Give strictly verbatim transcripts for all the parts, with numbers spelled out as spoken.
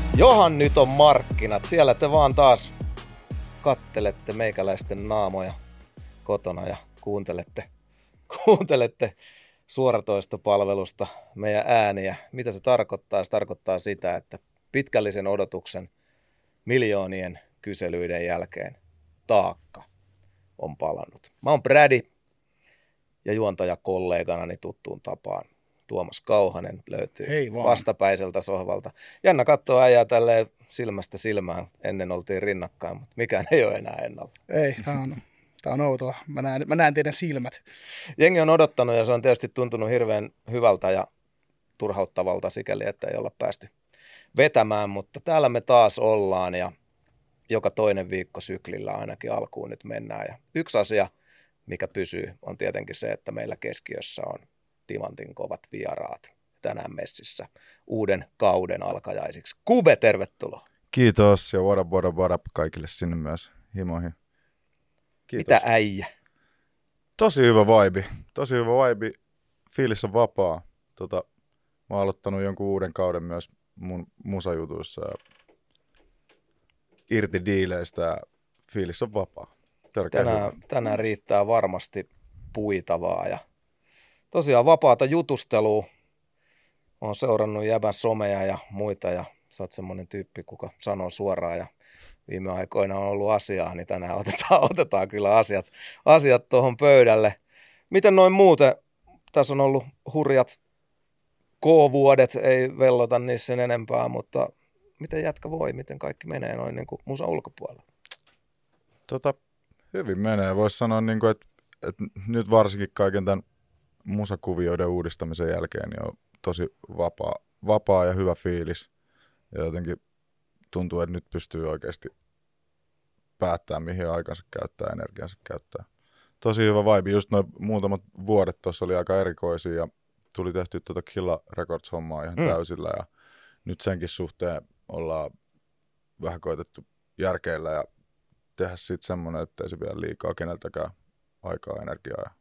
Johan nyt on markkinat. Siellä te vaan taas kattelette meikäläisten naamoja kotona ja kuuntelette, kuuntelette suoratoistopalvelusta meidän ääniä. Mitä se tarkoittaa? Se tarkoittaa sitä, että pitkällisen odotuksen miljoonien kyselyiden jälkeen taakka on palannut. Mä oon Brady ja juontajakolleganani tuttuun tapaan Tuomas Kauhanen löytyy vastapäiseltä sohvalta. Jännä katsoa äijää tälleen silmästä silmään. Ennen oltiin rinnakkain, mutta mikään ei ole enää ennalla. Ei, tää on, tää on outoa. Mä näen, mä näen teidän silmät. Jengi on odottanut ja se on tietysti tuntunut hirveän hyvältä ja turhauttavalta sikäli, että ei olla päästy vetämään. Mutta täällä me taas ollaan ja joka toinen viikko syklillä ainakin alkuun nyt mennään. Ja yksi asia, mikä pysyy, on tietenkin se, että meillä keskiössä on timantin kovat vieraat tänään messissä uuden kauden alkajaisiksi. Kube, tervetuloa. Kiitos ja what up, what up, what up kaikille sinne myös himoihin. Kiitos. Mitä äijä? Tosi hyvä vibe, tosi hyvä vibe. Fiilis on vapaa. Tota, mä oon aloittanut jonkun uuden kauden myös mun musajutuissa ja irti diileistä ja fiilis on vapaa. Tänään, tänään riittää varmasti puitavaa ja tosiaan vapaata jutustelua. Olen seurannut jäbän someja ja muita ja sä oot semmoinen tyyppi, kuka sanoo suoraan ja viime aikoina on ollut asiaa, niin tänään otetaan, otetaan kyllä asiat, asiat tuohon pöydälle. Miten noin muuten? Tässä on ollut hurjat K-vuodet, ei vellota niissä sen enempää, mutta miten jätkä voi, miten kaikki menee noin niin kuin musan ulkopuolella? Tota, hyvin menee. Voisi sanoa, niin kuin, että, että nyt varsinkin kaiken tämän musakuvioiden uudistamisen jälkeen niin on tosi vapaa, vapaa ja hyvä fiilis. Ja jotenkin tuntuu, että nyt pystyy oikeasti päättämään, mihin aikansa käyttää, energiansa käyttää. Tosi hyvä vibe. Just noin muutamat vuodet tuossa oli aika erikoisia ja tuli tehty tuota Killa Records-hommaa ihan mm. täysillä. Ja nyt senkin suhteen ollaan vähän koitettu järkeillä ja tehdä sitten semmoinen, ettei se vielä liikaa keneltäkään aikaa, energiaa.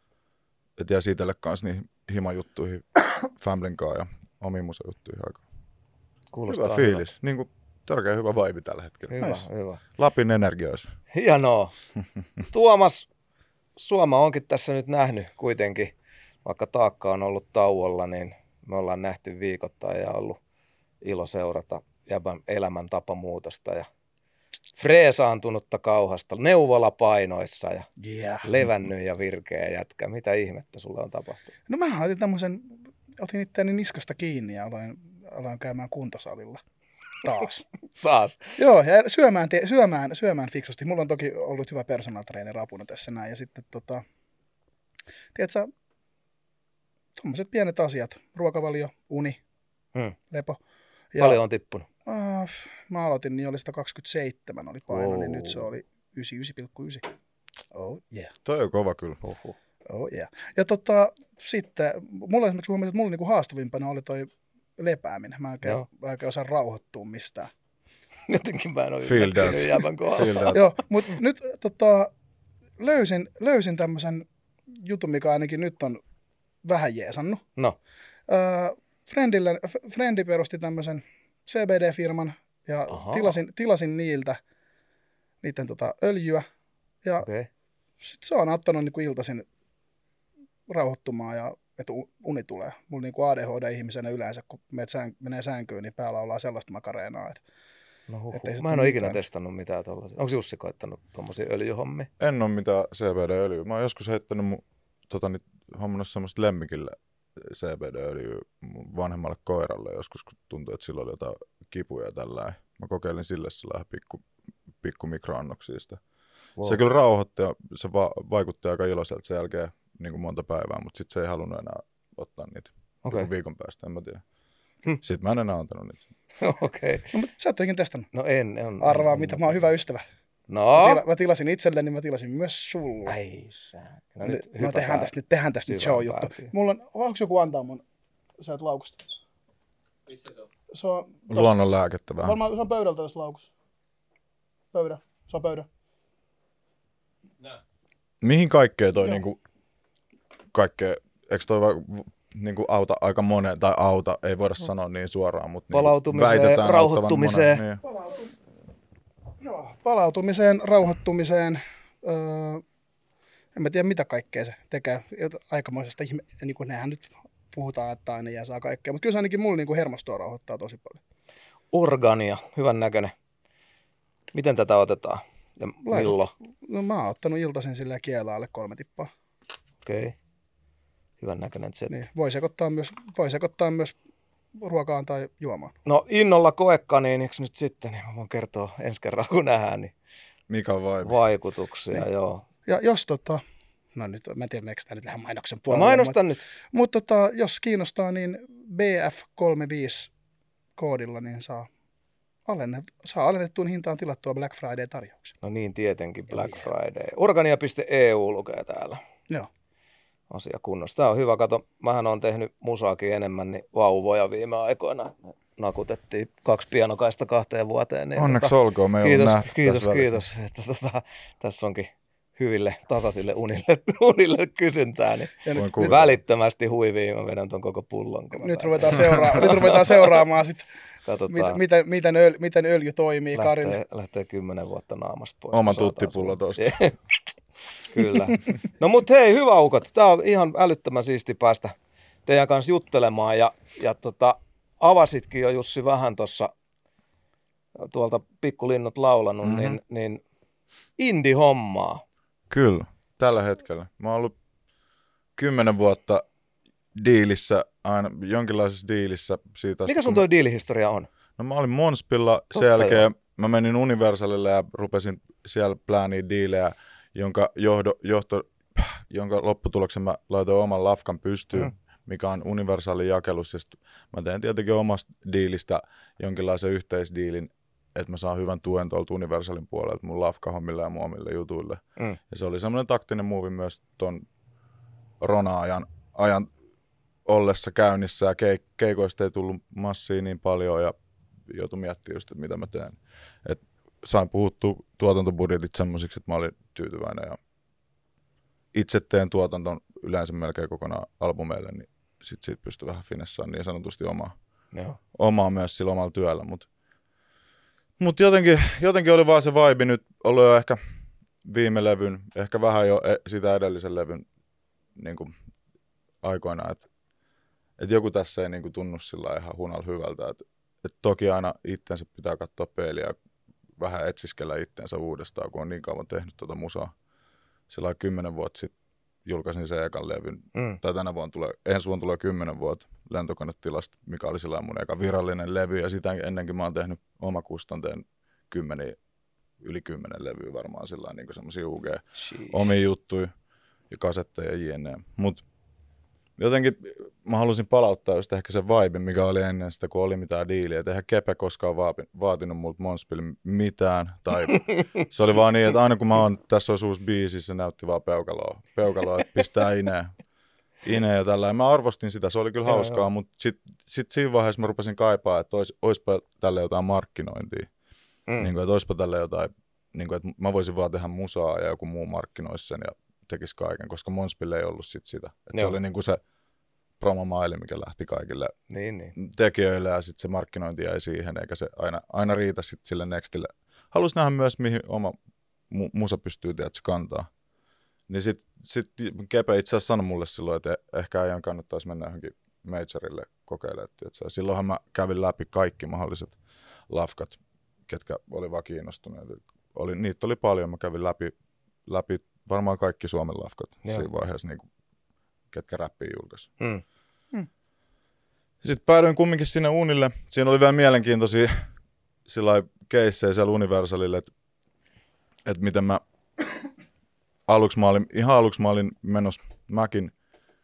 Et jää siitelle kanssa niihin himajuttuihin, Famblyn kanssa ja omiin musajuttuihin aikaan. Kuulostaa hyvä fiilis. Niin kuin törkeä hyvä vibe tällä hetkellä. Hyvä, nice. Hyvä. Lapin energioissa. Hienoa. Tuomas, Suoma onkin tässä nyt nähnyt kuitenkin, vaikka taakka on ollut tauolla, niin me ollaan nähty viikoittain ja ollut ilo seurata jäbän elämäntapamuutosta ja freesaantunutta Kauhasta, neuvolapainoissa ja yeah. levännyt ja virkeä jätkä. Mitä ihmettä sulle on tapahtunut? No mä otin tämmöisen, otin itseäni niskasta kiinni ja aloin, aloin käymään kuntosalilla taas. taas? Joo, ja syömään, te, syömään, syömään fiksusti. Mulla on toki ollut hyvä personal trainer apuna tässä näin. Ja sitten tota, tiedätkö, tommoset pienet asiat. Ruokavalio, uni, hmm. lepo. Ja, paljon on tippunut? Uh, mä aloitin, niin oli sata kaksikymmentäseitsemän oli paino, wow. Niin nyt se oli yhdeksänkymmentäyhdeksän pilkku yhdeksän. Oh yeah. Toi on kova kyllä. Oho. Oh yeah. Ja tota, sitten, mulla esimerkiksi huomasin, että mulla niinku haastavimpana oli toi lepääminen. Mä en oikein, mä oikein osaa rauhoittua mistään. Jotenkin mä en ole ymmärtänyt jäbän kohdalla. Joo, mutta nyt tota, löysin, löysin tämmöisen jutun, mikä ainakin nyt on vähän jeesannut. No. Uh, Friendille, Friendi perusti tämmöisen C B D-firman ja tilasin, tilasin niiltä niiden tota öljyä. Ja okay. Sitten se on auttanut niinku iltaisin rauhoittumaan ja että uni tulee. Mulla niinku A D H D-ihmisenä yleensä, kun sään, menee sänkyyn, niin päällä ollaan sellaista makareenaa. Et, no huhu. Mä en ole ikinä testannut mitään tollaisia. Onko Jussi koittanut tommosia öljyhommia? En ole mitään C B D-öljyä. Mä oon joskus heittänyt mun tota, niin, hommannut semmoista lemmikille C B D-öljyä vanhemmalle koiralle joskus, kun tuntui, että sillä oli jotain kipuja ja tällä. Mä kokeilin sille sellainen pikku, pikku mikroannoksia sitä. Wow. Se kyllä rauhoitti ja se va- vaikutti aika iloiselta sen jälkeen niin kuin monta päivää, mutta sitten se ei halunnut enää ottaa niitä okay. viikon päästä, en mä tiedä. Hm. Sitten mä en enää antanut niitä. Okei. Okay. No, mutta sä et ole ikinä testannut. No en. en Arvaa en, mitä, en, mä oon hyvä ystävä. No? Mä, tila, mä tilasin itselleni, niin mä tilasin myös sulle. Ai sää. No, nyt, no tehdään tästä nyt, tehdään tästä nyt show-juttu. Mulla on, onko joku antaa mun sieltä laukusta? Missä se on? Se on luonnonlääkettä vähän. Varmaan se on pöydältä tässä laukussa. Pöydä. Se on pöydä. Nää. Mihin kaikkea toi niinku, kaikkea, eikö toi va- niin kuin auta aika monen, tai auta, ei voida sanoa niin suoraan, mutta palautumiseen, niin väitetään rauhoittumiseen. Monen, niin. Palautu... Joo, palautumiseen, rauhoittumiseen, öö, en mä tiedä mitä kaikkea se tekee, aikamoisesta ihme, niin kuin nehän nyt puhutaan, että aina jää saa kaikkea, mutta kyllä se ainakin mulla niin kuin hermostoa rauhoittaa tosi paljon. Organia, hyvän näköinen. Miten tätä otetaan ja Laitat, milloin? No mä oon ottanut iltaisin sillä kielaalle kolme tippaa. Okei, okay. Hyvän näköinen setti. Niin, voi sekoittaa myös, voi sekoittaa myös ruokaan tai juomaan. No innolla koekaniiniksi nyt sitten, niin mä voin kertoa ensi kerran kun nähdään, niin mikä vai? vaikutuksia, niin. Joo. Ja jos tota, no nyt mä en tiedä, meikö tämä nyt vähän mainoksen puolella. No mainostan mutta, nyt. Mutta tota, jos kiinnostaa, niin B F kolmekymmentäviisi koodilla niin saa, alennet, saa alennettuun hintaan tilattua Black Friday-tarjouksen. No niin, tietenkin Black Friday. Organia piste e u lukee täällä. Joo. Asia kunnossa. Tämä on hyvä. Kato, mähän on tehnyt musaakin enemmän, niin vauvoja viime aikoina. Nakutettiin kaksi pianokaista kahteen vuoteen. Niin Onneksi tota, olkoon, me ei kiitos, ole nähty kiitos, tässä kiitos. Että, tota, tässä onkin hyville, tasaisille unille, unille kysyntää, niin nyt, välittömästi huiviin mä vedän ton koko pullon. Nyt ruvetaan, seuraa, nyt ruvetaan seuraamaan sit, Katsotaan. miten, miten, öl, miten öljy toimii lähtee, Karille. Lähtee kymmenen vuotta naamasta pois. Oma tuttipullo tosta. Kyllä. No mut hei, hyvä ukot. Tää on ihan älyttömän siisti päästä teidän kanssa juttelemaan. Ja, ja tota, avasitkin jo Jussi vähän tuossa tuolta Pikkulinnut laulanut, mm-hmm. niin, niin indie-hommaa. Kyllä, tällä hetkellä. Mä oon ollut kymmenen vuotta diilissä, aina jonkinlaisessa diilissä. Siitä Mikä sun toi diilihistoria on? No mä olin Monspilla, sen Totta jälkeen joo. mä menin Universalille ja rupesin siellä plääniin diilejä, jonka, johdo, johto, jonka lopputuloksen mä laitoin oman lafkan pystyyn, mm. mikä on Universalin jakelus. Ja mä teen tietenkin omasta diilistä jonkinlaisen yhteisdiilin, että mä saan hyvän tuen tuolta Universalin puolelta mun lafkahommille ja muomille jutuille. Mm. Ja se oli semmoinen taktinen muuvi myös ton Rona-ajan ajan ollessa käynnissä ja keik- keikoista ei tullut massia niin paljon ja joutui miettimään just, että mitä mä teen. Et sain puhuttua tuotantobudjetit semmoisiksi, että mä olin tyytyväinen ja itse teen tuotanton yleensä melkein kokonaan albumeille, niin sit siitä pystyy vähän finessaan niin sanotusti omaa, Joo. omaa myös sillä omalla työllä. Mutta mut jotenkin, jotenkin oli vaan se vibe nyt ollut jo ehkä viime levyn, ehkä vähän jo sitä edellisen levyn niin kuin aikoina, että et joku tässä ei niin kuin tunnu sillä ihan hunal hyvältä. Et, et toki aina itsensä pitää katsoa peiliä ja vähän etsiskellä itsensä uudestaan, kun on niin kauan tehnyt tuota musaa. Sillä kymmenen vuotta sitten julkaisin sen ekan levyn, mm. tai tänä vuonna tulee, ensi vuonna tulee kymmenen vuotta Lentokonetilasta, mikä oli sillä mun eka virallinen levy, ja sitä ennenkin mä oon tehnyt omakustanteen kymmeniä, yli kymmenen levyä varmaan sillä niin kuin semmosia U G omia juttuja ja kasetteja ja jne. Mut jotenkin mä halusin palauttaa just ehkä sen vibe, mikä oli ennen sitä, kun oli mitään diiliä. Et eihän Kepe koskaan vaatinut multa Monspille mitään. Tai se oli vaan niin, että aina kun mä oon, tässä olisi uusi biisi, se näytti vaan peukaloa. Peukaloa, että pistää ineen. Ineen ja tällä. Ja mä arvostin sitä, se oli kyllä joo, hauskaa, joo. Mutta sitten sit siinä vaiheessa mä rupesin kaipaa, että ois, oispa tälle jotain markkinointia. Mm. Niin kuin, että oispa tälle jotain, niin kuin, että mä voisin vaan tehdä musaa ja joku muu markkinoisi sen ja tekisi kaiken, koska Monspille ei ollut sit sitä. Että se oli niin kuin se promomaili, mikä lähti kaikille niin, niin. tekijöille ja sitten se markkinointi jäi siihen, eikä se aina, aina riitä sitten sille nextille. Haluaisin nähdä myös, mihin oma mu- musa pystyy tietysti kantaa. Niin sitten sit Kepe itse asiassa sanoi mulle silloin, että ehkä ei kannattaisi mennä johonkin majorille kokeilemaan. Silloinhan mä kävin läpi kaikki mahdolliset lafkat, ketkä oli vaan kiinnostuneet. Oli, niitä oli paljon, mä kävin läpi, läpi varmaan kaikki Suomen lafkat Joo. siinä vaiheessa, niin kuin, ketkä räppiä julkaisi. Hmm. Hmm. Sitten päädyin kumminkin sinne Unille. Siinä oli vielä mielenkiintoisia keissejä siellä Universalille, että et miten mä aluksi mä olin, ihan aluksi mä olin menossa mäkin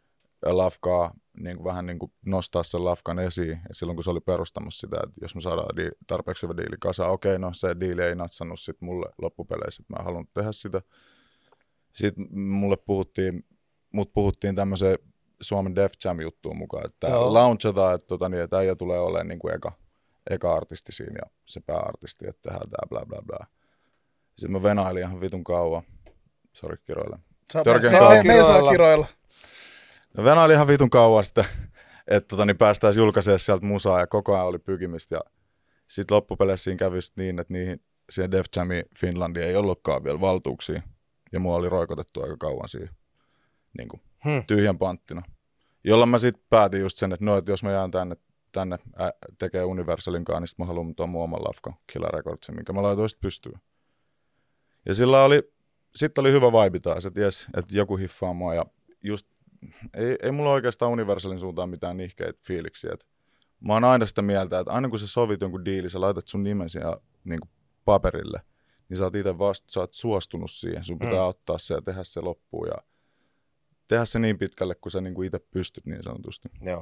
lafkaa niin kuin vähän niin kuin nostaa sen lafkan esiin. Ja silloin kun se oli perustamassa sitä, että jos me saadaan di- tarpeeksi hyvä diili kasaan, okei, okay, no se diili ei natsannut sit mulle loppupeleissä, että mä en halunnut tehdä sitä. Sitten mulle puhuttiin, mut puhuttiin tämmöiseen Suomen Def Jam-juttuun mukaan, että Joo. launchataan, että, tota, niin, että äijä tulee olemaan niin kuin eka, eka artisti siinä ja se pääartisti, että tehdään tää bla bla bla. Sitten mä venailin ihan vitun kauan. Sori kiroille. Saa, me, me, me ei saa kiroilla. No venaili ihan vitun kauan sitten, että tota, niin päästäisiin julkaisemaan sieltä musaa ja koko ajan oli pykimistä. Ja sitten loppupeleissä siinä kävi niin, että niihin, siihen Def Jamiin Finlandiin ei ollutkaan vielä valtuuksia. Ja mua oli roikotettu aika kauan siihen niin kuin hmm. tyhjän panttina. Jolloin mä sitten päätin just sen, että no, että jos mä jään tänne, tänne ä, tekee Universalin kanssa, niin sit mä haluan tuon mun oman lafkan Killer Recordsin, minkä mä laitoin sitten pystyyn. Ja sillä oli, sitten oli hyvä vibe taas, että jes, että joku hiffaa mua ja just, ei, ei mulla oikeastaan Universalin suuntaan mitään nihkeitä fiiliksiä. Et mä oon aina sitä mieltä, että aina kun sä sovit jonkun diili, sä laitat sun nimen siihen niin kuin paperille, niin sä oot itse vasta, sä oot suostunut siihen. Sun pitää mm. ottaa se ja tehdä se loppuun ja tehdä se niin pitkälle, kun sä niin kuin itse pystyt niin sanotusti. Joo.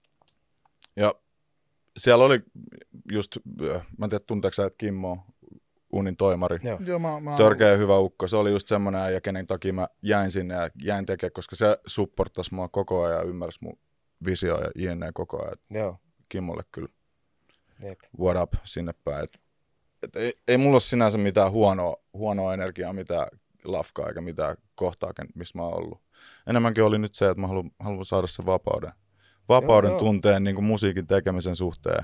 Ja siellä oli just, mä en tiedä tunteeko sä, että Kimmo Unin toimari. Joo. Joo, mä, mä Törkeä hyvä ukko. Se oli just semmoinen äijä, kenen takia mä jäin sinne ja jäin tekemään, koska se supporttasi mua koko ajan ja ymmärsi mun visioa ja jne koko ajan. Joo. Kimmolle kyllä Jep. what up sinne päin. Et, et ei, ei mulla ole sinänsä mitään huonoa, huonoa energiaa, mitään lafkaa eikä mitään kohtaa, missä mä oon ollut. Enemmänkin oli nyt se, että mä haluan, haluan saada sen vapauden. Vapauden joo, tunteen niin kuin musiikin tekemisen suhteen.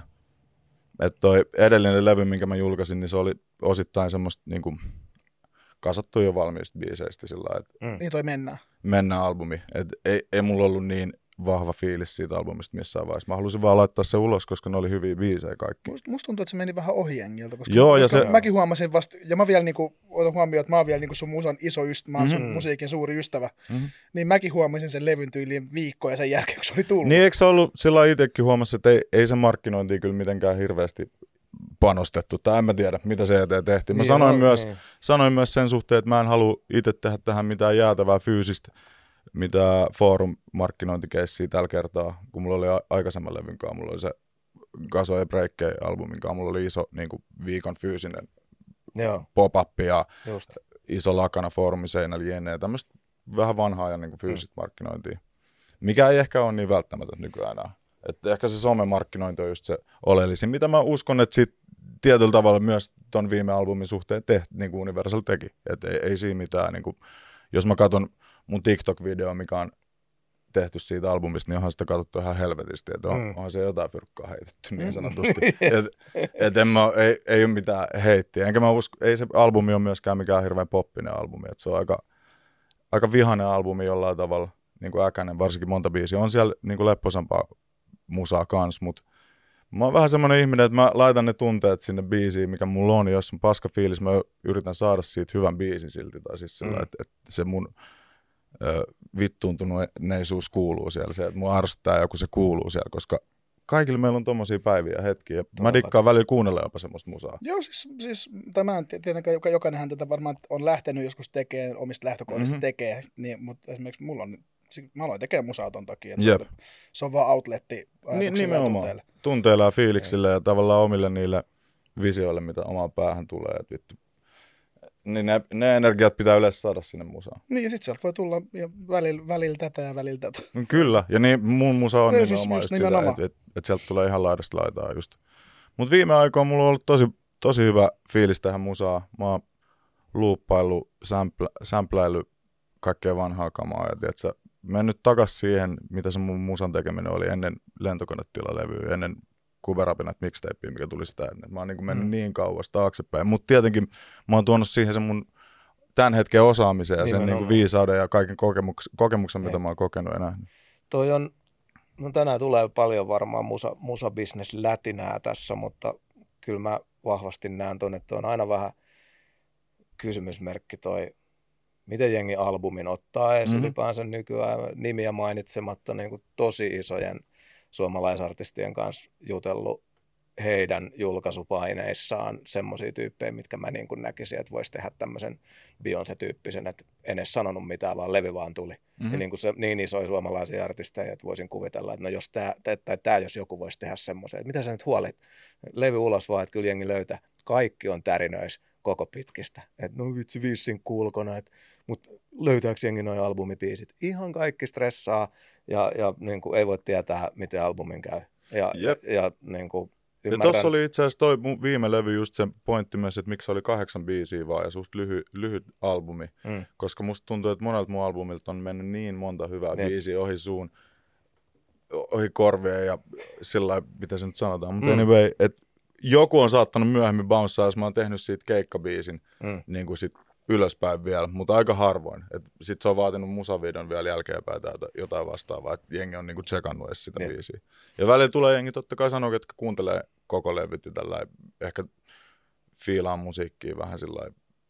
Että toi edellinen levy, minkä mä julkaisin, niin se oli osittain semmoista niin kuin kasattu jo valmiista biiseistä sillä lailla. Mm. Niin toi Mennään. Mennään albumi. Et ei, ei mulla ollut niin vahva fiilis siitä albumista missään vaiheessa. Mä halusin vaan laittaa se ulos, koska ne oli hyviä biisejä kaikki. Must, musta tuntuu, että se meni vähän ohi jengiltä, koska, joo, koska ja se... mäkin huomasin vasta, ja mä vielä niinku, otan huomioon, että mä oon vielä niinku sun musan iso ystävä, mä oon mm-hmm. sun musiikin suuri ystävä, mm-hmm. niin mäkin huomasin sen levyn tyyliin viikkoja sen jälkeen, kun se oli tullut. Niin eikö se ollut, sillä itsekin huomasi, että ei, ei se markkinointia kyllä mitenkään hirveästi panostettu, tai en mä tiedä, mitä se eteen tehtiin. Mä niin, sanoin, no, myös, niin. sanoin myös sen suhteen, että mä en halua itse tehdä tähän mitään jäätävää fyysistä, mitä Forum-markkinointikeissiä tällä kertaa, kun mulla oli a- aikaisemman levyn kanssa, mulla oli se Gaso ja Breakkei-albumin kanssa, mulla oli iso niin kuin viikon fyysinen Joo. pop-up ja Just. iso lakana Forumiseinällä jne. Tämmöistä vähän vanhaa ja niin kuin fyysistä mm. markkinointia, mikä ei ehkä ole niin välttämätöntä nykyään enää. Että ehkä se somemarkkinointi on just se oleellisin, mitä mä uskon, että sit tietyllä tavalla myös ton viime albumin suhteen tehty, niin kuin Universal teki. Että ei, ei siinä mitään, niin kuin, jos mä katson mun TikTok-video, mikä on tehty siitä albumista, niin onhan sitä katsottu ihan helvetisti, että on, mm. onhan se jotain fyrkkaa heitetty niin sanotusti. et, et en mä, ei, ei ole mitään heittiä. Enkä mä usko, ei se albumi ole myöskään mikään hirveän poppinen albumi, että se on aika, aika vihainen albumi jollain tavalla, niin kuin äkäinen, varsinkin monta biisiä. On siellä niin kuin lepposampaa musaa kans, mutta mä oon vähän semmoinen ihminen, että mä laitan ne tunteet sinne biisiin, mikä mulla on, jos on paska fiilis, mä yritän saada siitä hyvän biisin silti, tai siis sillä, mm. että, että se mun ö, vittuuntuneisuus kuuluu siellä, se, että mua arvostaa joku se kuuluu siellä, koska kaikilla meillä on tommosia päiviä ja hetkiä, ja mä dikkaan välillä kuunnella jopa semmoista musaa. Joo, siis, siis tai mä en tietenkään, joka, jokainenhan tätä varmaan on lähtenyt joskus tekemään, omista lähtökohdista mm-hmm. tekee, niin, mutta esimerkiksi mulla on, mä aloin tekemään musaa ton takia, että se on, se on vaan outletti ajatuksille ja tunteille. Tunteilla ja fiiliksille ja tavallaan omille niille visioille, mitä omaan päähän tulee, että vittu. Niin ne, ne energiat pitää yleensä saada sinne musaan. Niin, ja sit sieltä voi tulla välillä, välillä tätä ja välillä tätä. No, kyllä, ja niin mun musa on nimenomaan just, just sitä, että et, et sieltä tulee ihan laidasta laitaa just. Mutta viime aikoina mulla on ollut tosi, tosi hyvä fiilis tähän musaan. Mä oon luuppaillut, sample, sampläillyt kaikkea vanhaa kamaa, ja tiiätkö, mennyt takas siihen, mitä se mun musan tekeminen oli ennen lentokonetilalevyä, ennen Kuberapinat mixtapea, mikä tuli sitä ennen. Mä oon niin mennyt mm. niin kauas taaksepäin, mutta tietenkin mä oon tuonut siihen sen mun tämän hetken osaamisen ja sen niin viisauden ja kaiken kokemuks- kokemuksen, mitä mä oon kokenut ja nähnyt. Toi on, no tänään tulee paljon varmaan musa, musabisnes lätinää tässä, mutta kyllä mä vahvasti näen ton, että on aina vähän kysymysmerkki toi, miten jengi albumin ottaa edes mm-hmm. ylipäänsä nykyään nimiä mainitsematta niin kuin tosi isojen suomalaisartistien kanssa jutellut heidän julkaisupaineissaan semmoisia tyyppejä, mitkä mä niin kuin näkisin, että voisi tehdä tämmöisen Beyoncé-tyyppisen, että en edes sanonut mitään, vaan levy vaan tuli. Mm-hmm. Ja niin, kuin se, niin isoja suomalaisia artisteja, että voisin kuvitella, että no jos tämä, tai tämä jos joku voisi tehdä semmoisen, että mitä sä nyt huolit, levy ulos vaan, että kyllä jengi löytää, kaikki on tärinöissä koko pitkistä, että no vitsi viissin kuulkona, että mutta löytääkö jengi noi albumibiisit? Ihan kaikki stressaa ja, ja niin kuin ei voi tietää, miten albumin käy. Ja, ja, ja niin kuin, ymmärrän. Ja tossa oli itse asiassa toi mun viime levy just sen pointti myös, että miksi oli kahdeksan biisiä vaan ja suht lyhy, lyhyt albumi. Mm. Koska musta tuntuu, että monelta mun albumilta on mennyt niin monta hyvää Jep. biisiä ohi suun, ohi korvien ja sillä mitä se nyt sanotaan. Mutta Mm. anyway, että joku on saattanut myöhemmin bouncea, jos mä oon tehnyt siitä keikkabiisin Mm. niin kuin sit ylöspäin vielä, mutta aika harvoin. Sitten se on vaatinut musavideon vielä jälkeenpäin tai jotain vastaavaa, että jengi on niinku tsekannut edes sitä Jep. biisiä. Ja välillä tulee jengi totta kai sanoa, että kuuntelee koko levyt ja tällä ehkä fiilaan musiikkia vähän sillä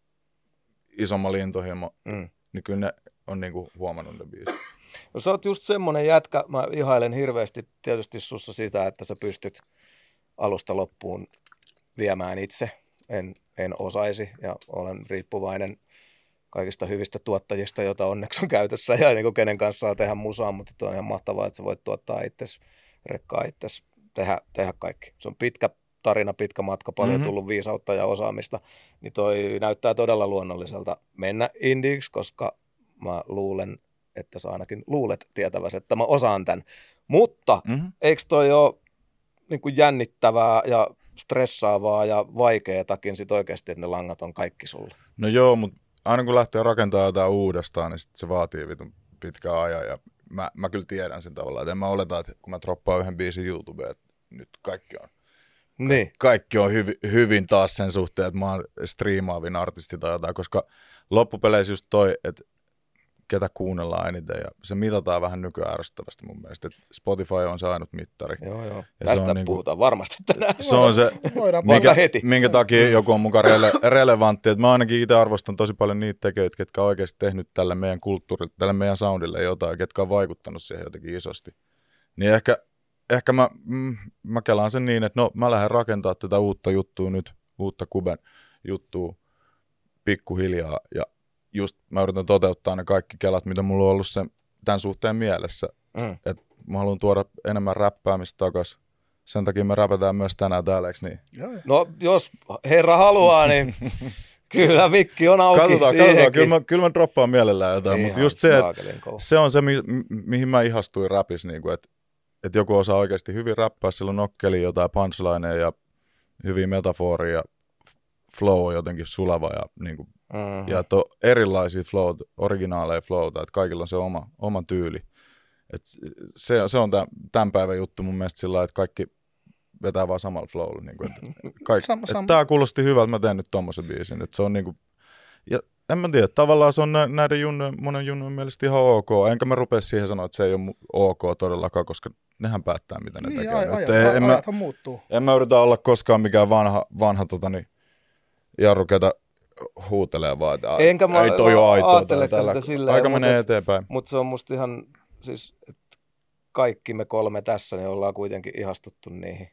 isommalla intohimo, Mm. niin kyllä ne on niinku huomannut ne biisit. No sä oot just semmonen jätkä, mä ihailen hirveästi tietysti sussa sitä, että sä pystyt alusta loppuun viemään itse. En, en osaisi ja olen riippuvainen kaikista hyvistä tuottajista, joita onneksi on käytössä ja niin kuin kenen kanssa saa tehdä musaa, mutta tuo on ihan mahtavaa, että sä voit tuottaa itsesi, rekkaa itsesi, tehdä, tehdä kaikki. Se on pitkä tarina, pitkä matka, paljon Mhm. tullut viisautta ja osaamista, niin toi näyttää todella luonnolliselta mennä indiiksi, koska mä luulen, että sä ainakin luulet tietäväsi, että mä osaan tämän. Mutta Mm-hmm. eikö toi ole niin kuin jännittävää ja stressaavaa ja vaikeatakin sit oikeasti, että ne langat on kaikki sulle? No joo, mutta aina kun lähtee rakentamaan jotain uudestaan, niin sit se vaatii vitun pitkään ajan. Ja mä, mä kyllä tiedän sen tavallaan. Et en mä oleta, että kun mä droppaan yhden biisin YouTubeen, että nyt kaikki on, Niin. kaikki on hyvi, hyvin taas sen suhteen, että mä oon striimaavin artisti tai jotain. Koska loppupeleissä just toi, että ketä kuunnellaan eniten. Ja se mitataan vähän nykyään ärsyttävästi mun mielestä. Et Spotify on se ainut mittari. Joo, joo. Ja Tästä se on niinku- puhutaan varmasti tänään. Se on se, Voidaan Vaikka minkä, heti. minkä takia joku on mukaan rele- relevantti. Et mä ainakin itse arvostan tosi paljon niitä tekijöitä, ketkä on oikeasti tehnyt tälle meidän kulttuurille, tälle meidän soundille jotain, ketkä on vaikuttanut siihen jotenkin isosti. Niin ehkä, ehkä mä, mm, mä kelaan sen niin, että no mä lähden rakentamaan tätä uutta juttua nyt, uutta Kuben juttua pikkuhiljaa. Ja just mä yritän toteuttaa ne kaikki kelat, mitä mulla on ollut sen, tämän suhteen mielessä. Mm. Että mä haluan tuoda enemmän räppäämistä takaisin. Sen takia me räpätään myös tänään täällä, eikö niin? Joo, joo. No, jos herra haluaa, niin kyllä mikki on auki. Katsotaan, siihenkin. katsotaan. Kyllä mä, kyllä mä droppaan mielellään jotain, mutta Ihan just se, että saakelin kova. se on se, mi- mi- mihin mä ihastuin räpissä, niin että et joku osaa oikeasti hyvin räppää, sillä on nokkeli jotain punchlineja ja hyviä metaforia ja flow on jotenkin sulava ja, niin kuin, Mm-hmm. ja to, erilaisia flow, originaaleja flowta, että kaikilla on se oma, oma tyyli. Et se, se on tämän, tämän päivän juttu mun mielestä sillä lailla, että kaikki vetää vaan samalla flowlla. Niin kuin, että kaik, Sama- että sama. tää kuulosti hyvältä, mä teen nyt tommosen biisin. Että se on niin kuin, ja en mä tiedä, tavallaan se on nä- näiden junnujen, monen junnun mielestä ihan ok. Enkä mä rupea siihen sanoa, että se ei ole mu- ok todellakaan, koska nehän päättää, mitä ne Niin, tekee. aj- Että ajat, en, en, mä, ajathan muuttuu. en mä yritä olla koskaan mikään vanha, vanha totani, jarru, ketä huutelee vaan, että Enkä mä- ei toi mä ole aitoa. ajattelekaan täällä. sitä silleen, Aika mutta menee et- eteenpäin. Mutta se on musta ihan, siis, että kaikki me kolme tässä, niin ollaan kuitenkin ihastuttu niihin.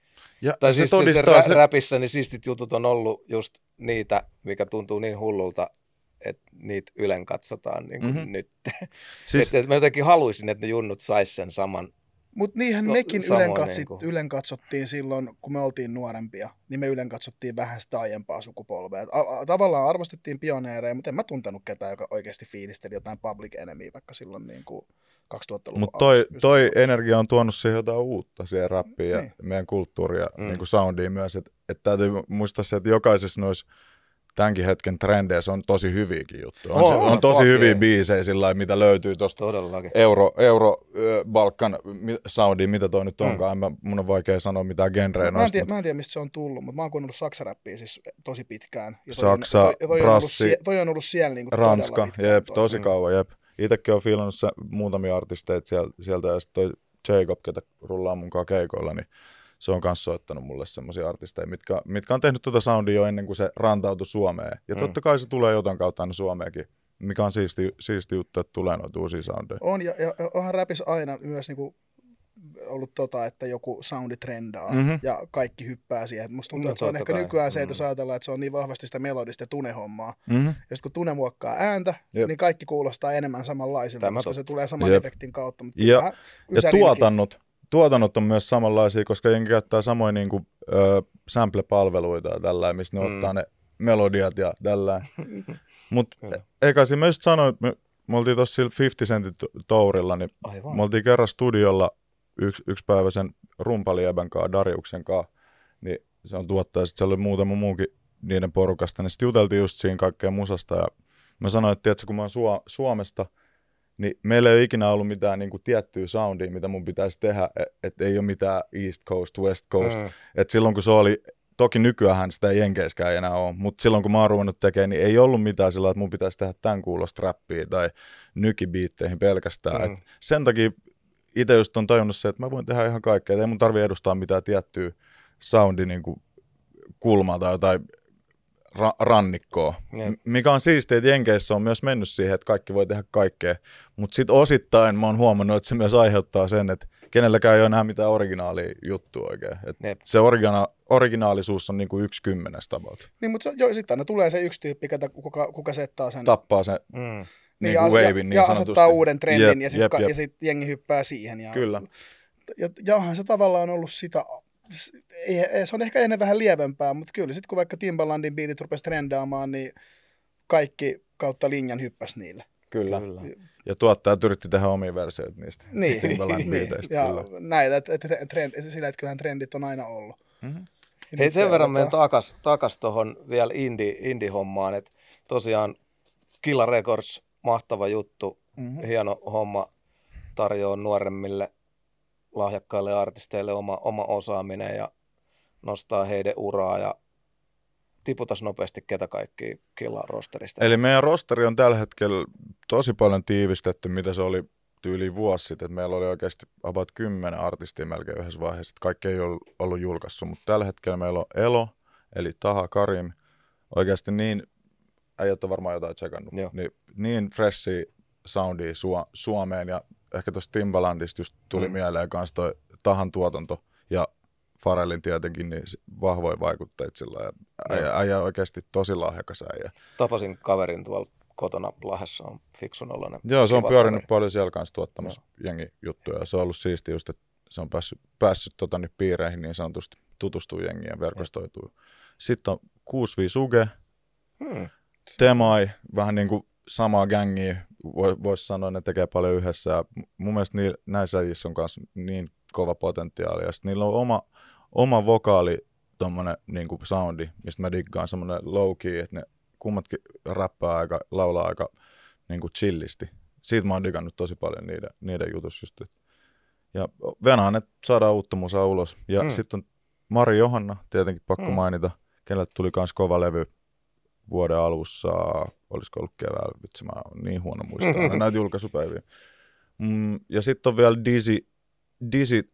Ja Tai se siis, siis se todistaa rä- se, räpissä, niin siistit jutut on ollut just niitä, mikä tuntuu niin hullulta, että niitä ylen katsotaan niin kuin Mhm. mm-hmm. nyt. siis, Siis, et, et mä jotenkin haluaisin, että ne junnut sais sen saman. Mutta niinhän No, mekin samoin ylen, katsit, niinku. ylen katsottiin silloin, kun me oltiin nuorempia, niin me ylen katsottiin vähän sitä aiempaa sukupolvea. Et a- a- tavallaan arvostettiin pioneereja, mutta en mä tuntenut ketään, joka oikeasti fiilisteli jotain Public Enemyä vaikka silloin niin kuin kaksituhattaluvun mutta toi, alussa. toi energia on tuonut siihen jotain uutta, siihen rappiin ja Niin. meidän kulttuuriin ja Mm. niin kuin soundiin myös. Että et täytyy muistaa se, että jokaisessa noissa tämänkin hetken trendeissä on tosi hyviäkin juttuja. On, On, se, on on, tosi fuck hyviä yeah. biisejä sillä lailla, mitä löytyy tuosta Todellakin. Euro, Euro ö, Balkan mi- soundia, mitä toi nyt Mm. onkaan. Mä, mun on vaikea sanoa mitään genreä Mä, mä, en noista. tiedä, Mutta mä en tiedä, mistä se on tullut, mutta mä oon kuunnellut saksaräppiä siis tosi pitkään. Ja toi Saksa, on, toi, toi, on ollut brassi, sie, toi on ollut siellä niin kuin Ranska, todella pitkään. jep, toi. tosi Mm. kauan, jep. Itekin on fiilannut se, muutamia artisteita sieltä, sieltä ja sitten toi Jacob, ketä rullaa munkaan keikoilla, niin se on myös soittanut mulle semmoisia artisteja, mitkä, mitkä on tehnyt tuota soundia jo ennen kuin se rantautui Suomeen. Ja Mm. totta kai se tulee jotain kautta aina Suomeenkin, mikä on siisti, siisti juttu, että tulee noita uusia soundeja. On, ja, ja onhan räpissä aina myös niinku ollut tota, että joku soundi trendaa Mhm. ja kaikki hyppää siihen. Et musta tuntuu, No, että se on totta ehkä kai. nykyään se, että Mm. jos ajatellaan, että se on niin vahvasti sitä melodista ja tunehommaa. Mm-hmm. Ja sitten kun tune muokkaa ääntä, Jep. niin kaikki kuulostaa enemmän samanlaisilta, Tämä koska totta. se tulee saman Jep. efektin kautta. Mutta Ja- kyllähän Ja Ysärilläkin- tuotannot, tuotannot on myös samanlaisia, koska jengi käyttää samoin niin kuin, ö, sample-palveluita ja tällä, missä ne Mm. ottaa ne melodiat ja tällä. Mutta Kyllä. eikä siinä mä just sanoin, että me, me oltiin tuossa sillä viisikymmentä sentin to- tourilla, niin Aivan. me oltiin kerran studiolla yksi, yksi päivä sen rumpaliebän kanssa, Dariuksen kanssa. se on tuottaja, sitten siellä oli muutama muukin niiden porukasta, niin sitten juteltiin just siinä kaikkea musasta, ja mä sanoin, että tiedätkö, kun mä oon Su- Suomesta, niin meillä ei ole ikinä ollut mitään niin kuin tiettyä soundia, mitä mun pitäisi tehdä, että ei ole mitään East Coast, West Coast, mm. että silloin kun se oli, toki nykyään sitä ei jenkeiskään ei enää ole, mutta silloin kun mä oon ruvennut tekemään, niin ei ollut mitään sillä, että mun pitäisi tehdä tämän kuulosta räppiä tai nykibiitteihin pelkästään, mm. et sen takia itse just on tajunnut se, että mä voin tehdä ihan kaikkea, ei mun tarvitse edustaa mitään tiettyä soundi niin kuin kulmaa tai jotain ra- rannikkoa, mm. mikä on siistiä, että Jenkeissä on myös mennyt siihen, että kaikki voi tehdä kaikkea, mutta sitten osittain mä oon huomannut, että se myös aiheuttaa sen, että kenelläkään ei ole enää mitään originaalia juttua oikein. Et se origina- originaalisuus on niinku yksi kymmenestä about. Niin, mutta jo, sitten aina tulee se yksi tyyppi, kuka, kuka settaa sen. Tappaa sen mm. niin niin, ja, wavin niin ja sanotusti. asettaa uuden trendin jep, ja sitten jep, jep. sit jengi hyppää siihen. Ja, Kyllä. Ja, ja onhan se tavallaan ollut sitä, ei, se on ehkä ennen vähän lievempää, mutta kyllä sitten kun vaikka Timbalandin biitit rupesi trendaamaan, niin kaikki kautta linjan hyppäsi niille. Kyllä. Kyllä. Ja tuottajat yritti tehdä omia versioita niistä niin, Timbalandin biiteistä. Ja kyllä. näitä, että et, trend, et sillä, että kyllähän trendit on aina ollut. Mm-hmm. Hei, sen verran menen takas, takas tuohon vielä indie, indie-hommaan, että tosiaan Killa Records, mahtava juttu, mm-hmm. hieno homma, tarjoaa nuoremmille lahjakkaille artisteille oma, oma osaaminen ja nostaa heidän uraa ja tiputas nopeasti ketä kaikki Killan rosterista. Eli meidän rosteri on tällä hetkellä tosi paljon tiivistetty, mitä se oli tyyliin vuosi sitten. Että meillä oli oikeasti about kymmenen artistia melkein yhdessä vaiheessa. Kaikki ei ollut, ollut julkaissut, mutta tällä hetkellä meillä on Elo, eli Taha Karim. Oikeasti niin, äijät on varmaan jotain tsekannut, niin, niin freshi soundia Su- Suomeen ja ehkä tuosta Timbalandista just tuli mm. mieleen kanssa toi Tahan tuotanto ja Pharrellin tietenkin niin vahvoja vaikutteita sillä ja äijä, äijä oikeasti tosi lahjakas äijä. Tapasin kaverin tuolla kotona Lahdessa, on fiksun ollainen. Joo, se on pyörinyt kaveri. Paljon siellä kanssa tuottamassa jengi juttuja ja se on ollut siistiä just, että se on päässyt, päässyt tota, niin piireihin niin sanotusti tutustuu jengiin ja verkostoituu. Ja. Sitten on kuusi viisi Suge, hmm. Temai, vähän niin kuin samaa gängiä, voisi sanoa, ne tekee paljon yhdessä. Ja mun mielestä niillä, näissä äijissä on myös niin kova potentiaali. Ja sitten niillä on oma, oma vokaali, tommonen niin kuin soundi, mistä mä diggaan semmoinen low key, että ne kummatkin räppää aika, laulaa aika niin kuin chillisti. Siitä mä oon digannut tosi paljon niiden, niiden jutussa just. Ja venaan, että saadaan uutta musaa ulos. Ja mm. sitten on Mari Johanna, tietenkin pakko mm. mainita, kenelle tuli myös kova levy vuoden alussa, olisiko ollut keväällä, vitsi mä oon niin huono muistaa, näitä julkaisupäiviä. Mm, ja sitten on vielä Dizzy, Dizzy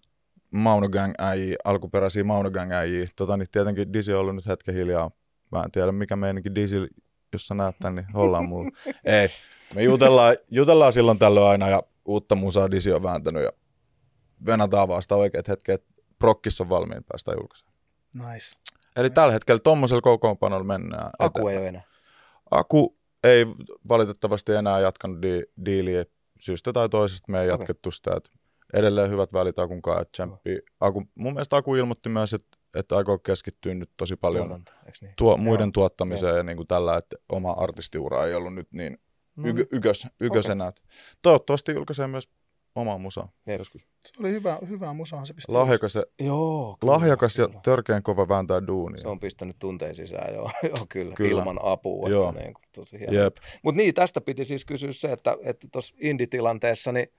Mauno Gang äijä, alkuperäisiä Mauno Gang äijä. Tota, niin tietenkin Dizzy on ollut nyt hetken hiljaa. Mä en tiedä mikä meininki Dizzy, jos sä näet tän, niin hollaan mulla. Ei, me jutellaan, jutellaan silloin tällöin aina ja uutta musaa Dizzy on vääntänyt ja venataan vasta oikeat hetket, että prokkissa on valmiin päästä julkaisemaan. Nice. Eli tällä hetkellä tuommoisella kokoonpanolla mennään. Aku eteenpäin. ei ole enää. Aku ei valitettavasti enää jatkanut di- diiliä. Syystä tai toisesta me ei okay. jatkettu sitä. Että edelleen hyvät välit Akun kanssa. Tsemppi. Aku, mun mielestä Aku ilmoitti myös, että, että aikoo keskittyä nyt tosi paljon Tuotanto, niin? tuo, muiden Joo. tuottamiseen. Ja niin kuin tällä, että oma artistiura ei ollut nyt niin y- ykös, ykösenä. Okay. Toivottavasti julkaisee myös omaa musaa joskus. Se oli hyvä, hyvä musaa. Se pisti lahjakas, ja, joo, kyllä, lahjakas kyllä. ja törkeän kova vääntää duunia. Se on pistänyt tunteen sisään, joo, joo kyllä, kyllä, ilman apua. Joo. Niin, tosi hieno. Mutta niin, tästä piti siis kysyä se, että tuossa että indie-tilanteessa, niin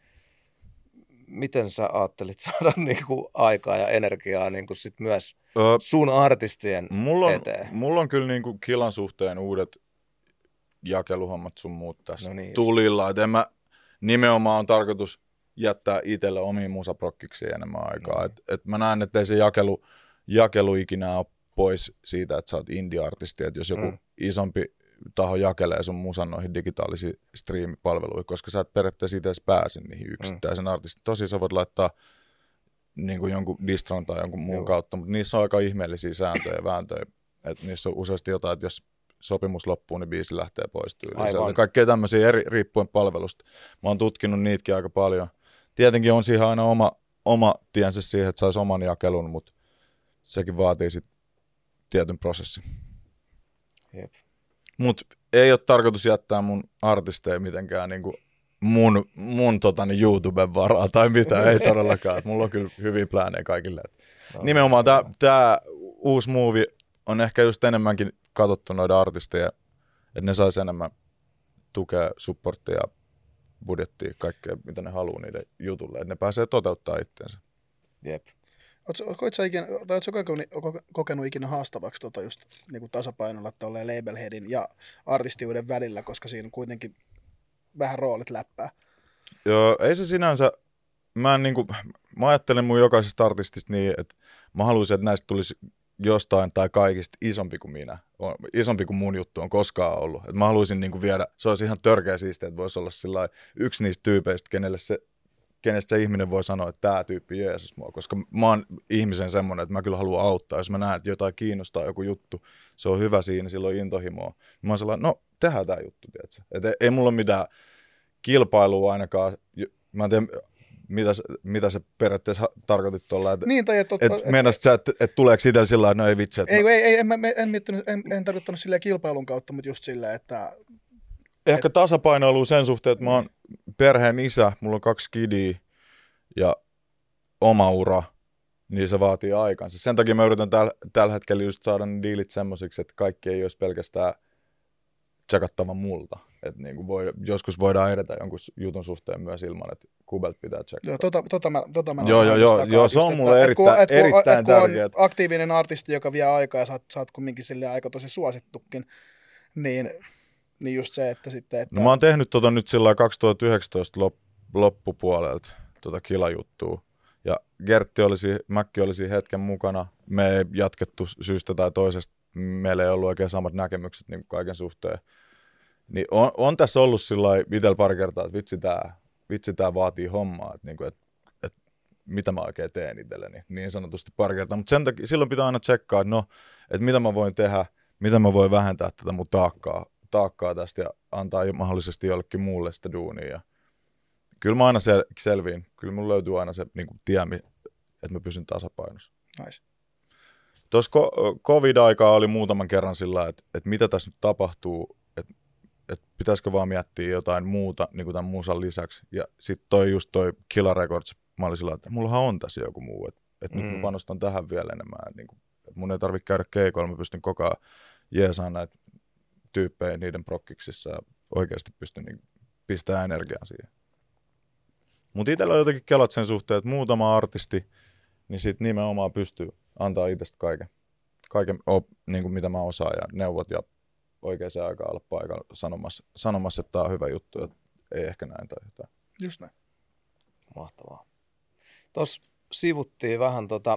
miten sä ajattelit saada niinku aikaa ja energiaa niinku sit myös öö, sun artistien mulla on, eteen? Mulla on kyllä niinku Killan suhteen uudet jakeluhommat sun muut tässä no niin, tulilla. Et en mä, nimenomaan on tarkoitus jättää itselle omiin musaprokkiksi enemmän aikaa. Mm. Et, et mä näen, että ei se jakelu, jakelu ikinä ole pois siitä, että sä oot indie-artisti. Et jos joku mm. isompi taho jakelee sun musan noihin digitaalisiin striimipalveluihin, koska sä et periaatteessa itse edes pääse niihin yksittäisen mm. artistin. Tosi sä voit laittaa niin kuin jonkun distron tai jonkun muun Joo. kautta, mutta niissä on aika ihmeellisiä sääntöjä ja vääntöjä. Et niissä on useasti jotain, että jos sopimus loppuu, niin biisi lähtee pois tyyliin. Kaikkea tämmöisiä eri, riippuen palvelusta. Mä oon tutkinut niitäkin aika paljon. Tietenkin on siihen aina oma, oma tiensä siihen, että saisi oman jakelun, mutta sekin vaatii sitten tietyn prosessin. Jep. Mutta ei ole tarkoitus jättää mun artisteja mitenkään niinku mun, mun totani YouTuben varaa tai mitä, ei todellakaan. Mulla on kyllä hyviä plääneja kaikille. No, nimenomaan tämä uusi muuvi on ehkä just enemmänkin katsottu noiden artisteja, että ne sais enemmän tukea, supporttia, budjettia, kaikkea mitä ne haluaa niiden jutulle, että ne pääsee toteuttaa itseensä. Jep. Oletko ikinä, tai oletko kokenut, kokenut ikinä haastavaksi tota just niin kuin tasapainolla tolleen labelheadin ja artistiuden välillä, koska siinä kuitenkin vähän roolit läppää? Joo, ei se sinänsä, mä, en, niin kuin, mä ajattelen mun jokaisesta artistista niin, että mä haluaisin, että näistä tulisi jostain tai kaikista isompi kuin minä, on, isompi kuin mun juttu on koskaan ollut. Et mä haluaisin niin kuin viedä, se olisi ihan törkeä siistiä, että voisi olla sillai, yksi niistä tyypeistä, kenelle se, kenestä se ihminen voi sanoa, että tämä tyyppi Jeesus mua, koska mä oon ihmisen semmoinen, että mä kyllä haluan auttaa. Jos mä näen, että jotain kiinnostaa joku juttu, se on hyvä siinä, silloin intohimoa. Mä oon sellainen, no tehdään tämä juttu, tiedätkö? Et ei, ei mulla ole mitään kilpailua ainakaan. Mä en tiedä, mitä, mitä se periaatteessa tarkoitit tuolla, että niin, et, et, et, meinasit sä, että et tuleeko itsellä sillä lailla, että no ei vitsi. Ei, mä... ei, ei, en, en, en, miettinyt, en, en tarkoittanut silleen kilpailun kautta, mutta just silleen, että... Ehkä et... tasapainoilu sen suhteen, että mä oon perheen isä, mulla on kaksi kidiä ja oma ura, niin se vaatii aikansa. Sen takia mä yritän täl, tällä hetkellä just saada ne diilit semmosiksi, että kaikki ei olisi pelkästään tsekattava multa. Että niin kuin voi, joskus voidaan edetä jonkun jutun suhteen myös ilman, että kubelt pitää tsekata. Joo, tota, tota mä, tota mä joo, joo, joo, joo, se on mulle erittäin, et kun, erittäin et kun tärkeää. on aktiivinen artisti, joka vie aikaa ja sä oot, sä oot kumminkin sille aika tosi suosittukin, niin, niin just se, että sitten... Että... No mä oon tehnyt tota nyt sillä kaksituhattayhdeksäntoista lop, loppupuolelta tota kilajuttua. Ja Gertti olisi, Mäkki olisi hetken mukana. Me ei jatkettu syystä tai toisesta. Meillä ei ollut oikein samat näkemykset niin kaiken suhteen. Niin on, on tässä ollut sillä itsellä pari kertaa, että vitsi tää, vitsi tää vaatii hommaa. Että, niin kuin, että, että mitä mä oikein teen itselleni. Niin sanotusti pari kertaa. Mutta sen takia, silloin pitää aina tsekkaa, että no, että mitä mä voin tehdä, mitä mä voin vähentää tätä mun taakkaa, taakkaa tästä ja antaa mahdollisesti jollekin muulle sitä duunia. Kyllä mä aina sel- selviin. Kyllä mun löytyy aina se niin kuin tie, että mä pysyn tasapainossa. Nice. Tuossa ko- covid-aikaa oli muutaman kerran sillä, että, että mitä tässä nyt tapahtuu, että, että pitäisikö vaan miettiä jotain muuta niin kuin tämän musan lisäksi. Ja sitten toi just toi Killa Records, mä olin sillä, että mullahan on tässä joku muu, että, että mm. nyt mä panostan tähän vielä enemmän. Niin kuin, että mun ei tarvitse käydä keikoilla, mä pystyn koko ajan jeesaan näitä tyyppejä niiden prokkiksissa ja oikeasti pystyn niin pistämään energiaa siihen. Mutta itsellä on jotenkin kelat sen suhteen, että muutama artisti, niin sitten nimenomaan pystyy antaa itsestä kaiken. Kaiken, op, niin kuin mitä mä osaan ja neuvot ja oikeaan aikaan olla paikalla sanomassa, sanomassa, että tämä on hyvä juttu ja ei ehkä näin tai jotain. Just näin. Mahtavaa. Tuossa sivuttiin vähän tota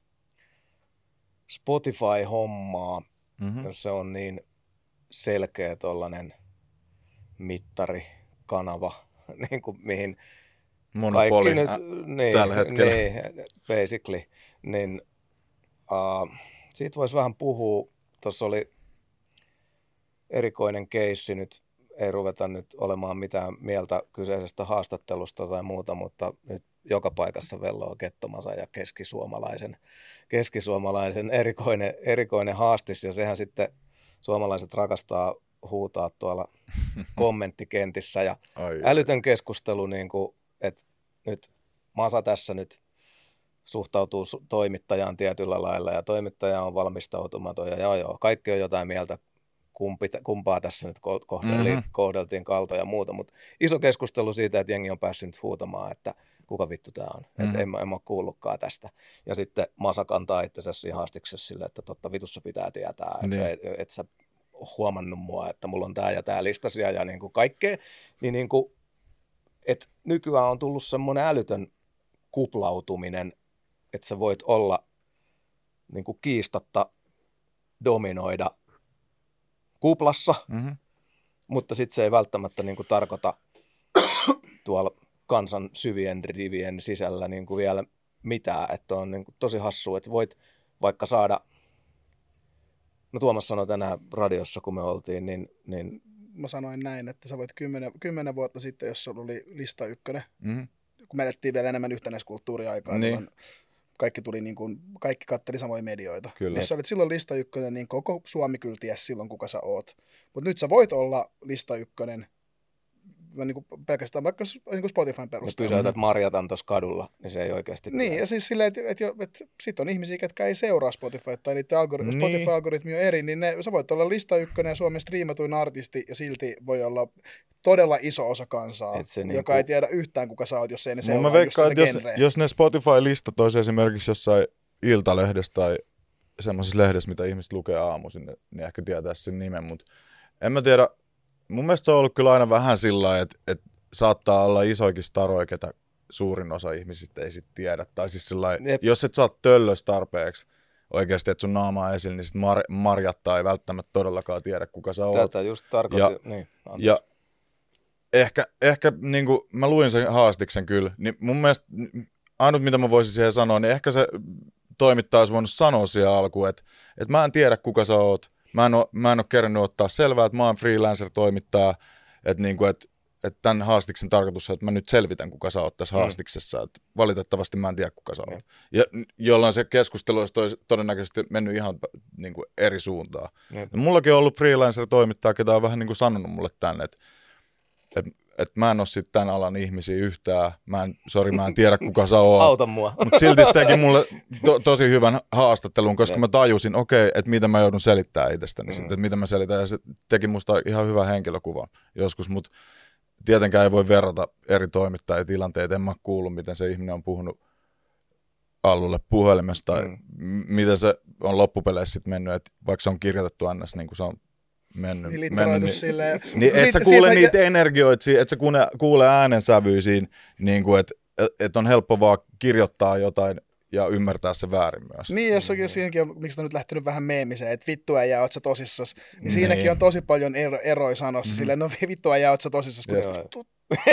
Spotify-hommaa, Mm-hmm. jos se on niin selkeä tollainen mittarikanava, niin kuin mihin monopoli kaikki nyt, niin, tällä hetkellä. Niin, basically. Niin, uh, siitä voisi vähän puhua. Tuossa oli erikoinen keissi nyt. Ei ruveta nyt olemaan mitään mieltä kyseisestä haastattelusta tai muuta, mutta nyt joka paikassa velloo Kettomasa ja keskisuomalaisen, keskisuomalaisen erikoinen, erikoinen haastis. Ja sehän sitten suomalaiset rakastaa huutaa tuolla kommenttikentissä. Ja Ai, älytön keskustelu, niin kuin, että nyt Masa tässä nyt suhtautuu toimittajaan tietyllä lailla ja toimittaja on valmistautumaton ja joo joo, kaikki on jotain mieltä, kumpi, kumpaa tässä nyt kohdeltiin, mm-hmm. kohdeltiin kaltoja ja muuta, mutta iso keskustelu siitä, että jengi on päässyt nyt huutamaan, että kuka vittu tämä on, mm-hmm. että en, en mä ole kuullutkaan tästä. Ja sitten Masa kantaa itsensä siinä haastiksessa sille, että totta vitussa pitää tietää, että niin. et, et, et sä huomannut mua, että mulla on tää ja tää listasia ja niin kuin kaikkea, niin, niin kuin, että nykyään on tullut semmoinen älytön kuplautuminen, että sä voit olla niin kuin kiistatta dominoida kuplassa, mm-hmm. mutta sitten se ei välttämättä niin kuin tarkoita tuolla kansan syvien rivien sisällä niin kuin vielä mitään, että on niin kuin tosi hassua, että voit vaikka saada, no Tuomas sanoi tänään radiossa, kun me oltiin, niin, niin mä sanoin näin, että sä voit kymmenen, kymmenen vuotta sitten, jos sulla oli lista ykkönen, mm-hmm. kun menettiin vielä enemmän yhtenäiskulttuuriaikaa, niin. kaikki tuli niin kuin, kaikki katteli samoja medioita. Kyllä. Jos sä olit silloin lista ykkönen, niin koko Suomi kyllä tiesi silloin, kuka sä oot. Mutta nyt sä voit olla lista ykkönen niin kuin pelkästään vaikka niin kuin Spotifyn Jos perusteella. pysäytät Marjatan tuossa kadulla, niin se ei oikeasti Niin, tiedä. ja siis silleen, että, että, että sit on ihmisiä, jotka ei seuraa Spotify tai niiden algori- Niin. Spotify-algoritmi on eri, niin ne, sä voit olla lista ykkönen ja Suomen striimatuin artisti ja silti voi olla todella iso osa kansaa, Et se joka niinku- ei tiedä yhtään kuka sä oot, jos ei ne Mä seuraa just veikkaan, sitä että jos, genreä. jos ne Spotify-listat olisi esimerkiksi jossain Iltalehdessä tai semmoisessa lehdessä, mitä ihmiset lukee aamuisin, ne, ne ehkä tietää sen nimen, mutta en mä tiedä. Mun mielestä se on ollut kyllä aina vähän sillä lailla, että, että saattaa olla isoikin staroja, ketä suurin osa ihmisistä ei sit tiedä. Tai siis sillä lailla, Jep. jos et saa töllös tarpeeksi oikeasti, että sun naamaa esille, niin sit mar- marjattaa ei välttämättä todellakaan tiedä, kuka sä oot. Tätä just tarkoitin. Niin, anteeksi. Ja ehkä, ehkä niin kuin mä luin sen haastiksen kyllä, niin mun mielestä ainut mitä mä voisin siihen sanoa, niin ehkä se toimittaja olisi voinut sanoa siihen alkuun, että, että mä en tiedä kuka sä oot, mä en ole, mä en ole kerännyt ottaa selvää, että mä oon freelancer-toimittaja, että, niin kuin, että, että tämän haastiksen tarkoitus on, että mä nyt selvitän kuka sä oot tässä Mm. haastiksessa, että valitettavasti mä en tiedä kuka sä oot. Mm. Ja jolloin se keskustelu olisi tois- todennäköisesti mennyt ihan niin kuin eri suuntaan. Jep. Ja mullakin on ollut freelancer-toimittaja, ketä on vähän niin kuin sanonut mulle tänne, että et, et mä en ole sitten tämän alan ihmisiä yhtään. Mä en, sori, mä en tiedä kuka sä oot. Auta mua. Mutta silti se teki mulle to, tosi hyvän haastattelun, koska Jep. mä tajusin, okei, okay, että mitä mä joudun selittämään itsestäni, Mm. mm. että mitä mä selitän. Ja se teki musta ihan hyvän henkilökuvan joskus, mutta tietenkään ei voi verrata eri toimittajia tilanteita. En mä kuullut, miten se ihminen on puhunut Allulle puhelimesta, tai Mm. m- miten se on loppupeleissä sitten mennyt, että vaikka se on kirjoitettu ns. Niin kuin se on mennyt. Niin mennyt litteroitu niin, silleen. niin et sä Siitä- kuule siitä- niitä energioita, siinä, et sä kuule, kuule äänensävyä siinä, niin kuin, että et on helppo vaan kirjoittaa jotain ja ymmärtää se väärin myös. Niin, jos onkin siinäkin on, miksi on nyt lähtenyt vähän meemiseen, että vittu äijää, oot sä tosissas. Niin, Niin. siinäkin on tosi paljon ero, eroja sanossa, mm-hmm. silleen, no vittu äijää, oot sä tosissas. Kun, Joo. vittu,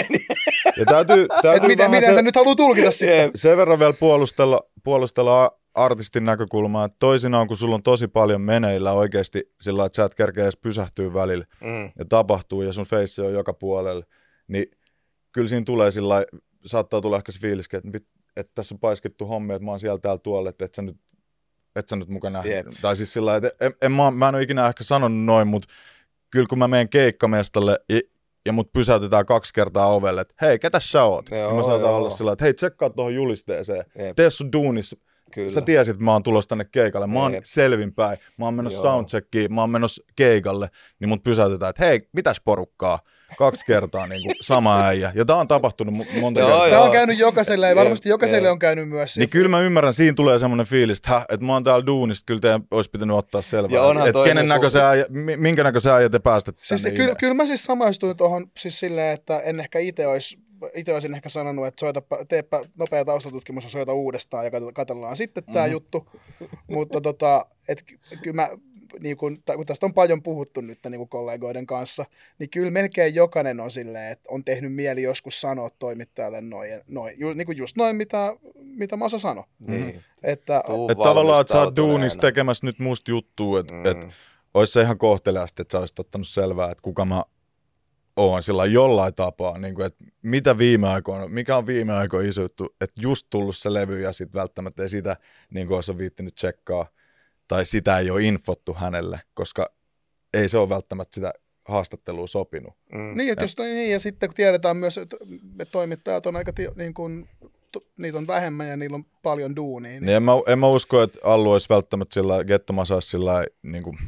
Ja täytyy, et täytyy miten, vähän miten se, sä nyt haluat tulkita sitä? Jep. sen verran vielä puolustella, puolustella a- artistin näkökulmaa, että toisinaan kun sulla on tosi paljon meneillä oikeasti sillä lailla, että sä et kerkeä edes pysähtyä välillä Mm. ja tapahtuu ja sun face on joka puolella, niin kyllä siinä tulee sillä lailla, saattaa tulla ehkä se fiiliskin, että, vit- että tässä on paiskittu hommia, että mä oon siellä täällä tuolla, että et sä nyt, et sä nyt mukaan nähnyt. Jep. Tai siis sillä lailla, että en, en, mä, mä en ole ikinä ehkä sanonut noin, mutta kyllä kun mä menen keikkamestalle ja, ja mut pysäytetään kaksi kertaa ovelle, että hei, ketäs sä oot? Joo, Ja mä saatan joo. olla sillä lailla, että hei, tsekkaa tuohon julisteeseen, Jep. tee sun duunis. Kyllä. Sä tiesit, että mä oon tulossa tänne keikalle. Mä oon Jep. selvinpäin. Mä oon menossa Joo. soundcheckiin. Mä oon menossa keikalle. Niin mut pysäytetään, että hei, mitäs porukkaa? Kaksi kertaa niin kuin sama äijä. Ja tää on tapahtunut mu- monta Joo, kertaa. joo. Tämä on käynyt jokaiselle ja varmasti Jep, jokaiselle jep. on käynyt myös. Niin kyllä mä ymmärrän, siinä tulee semmoinen fiilis, että, häh, että mä oon täällä duunista, kyllä teidän olisi pitänyt ottaa selvää. Ja onhan että toi kenen niinku- näköisen äijä, mi- minkä näköisen äijä te päästätte Siis tänne. kyllä, kyllä mä siis samaistuin tuohon siis silleen, että en ehkä itse olisi, itse olisin ehkä sanonut, että soitapa, teepä nopea taustatutkimus ja soita uudestaan ja katsellaan sitten tämä Mhm. juttu. Mutta tota, et, ky- kyllä mä, niin kun, kun tästä on paljon puhuttu nyt niin kun kollegoiden kanssa, niin kyllä melkein jokainen on silleen, että on tehnyt mieli joskus sanoa toimittajalle noin, ja noin ju, niin kuin just noin, mitä, mitä Masa sanoi. Niin. Että, Tuu Että tavallaan, että sä oot valmistautuneena. duunissa tekemässä nyt musta juttua, että Mm. et, olisi se ihan kohteliaasti, että sä olisit ottanut selvää, että kuka mä oon sillä jollain tapaa, niin kuin, että mitä viime aikoina, mikä on viime aikoina iso juttu, että just tullut se levy ja sitten välttämättä ei sitä niin kuin olisi viittinyt tsekkaa, tai sitä ei ole infottu hänelle, koska ei se ole välttämättä sitä haastattelua sopinut. Mm. Niin, että jos, niin, ja sitten kun tiedetään myös, että toimittajat on aika, ti- niin kuin, to, niitä on vähemmän ja niillä on paljon duunia. Niin, Niin en, mä, en mä usko, että Allu olisi välttämättä sillä Gettomasas sillä niin kuin,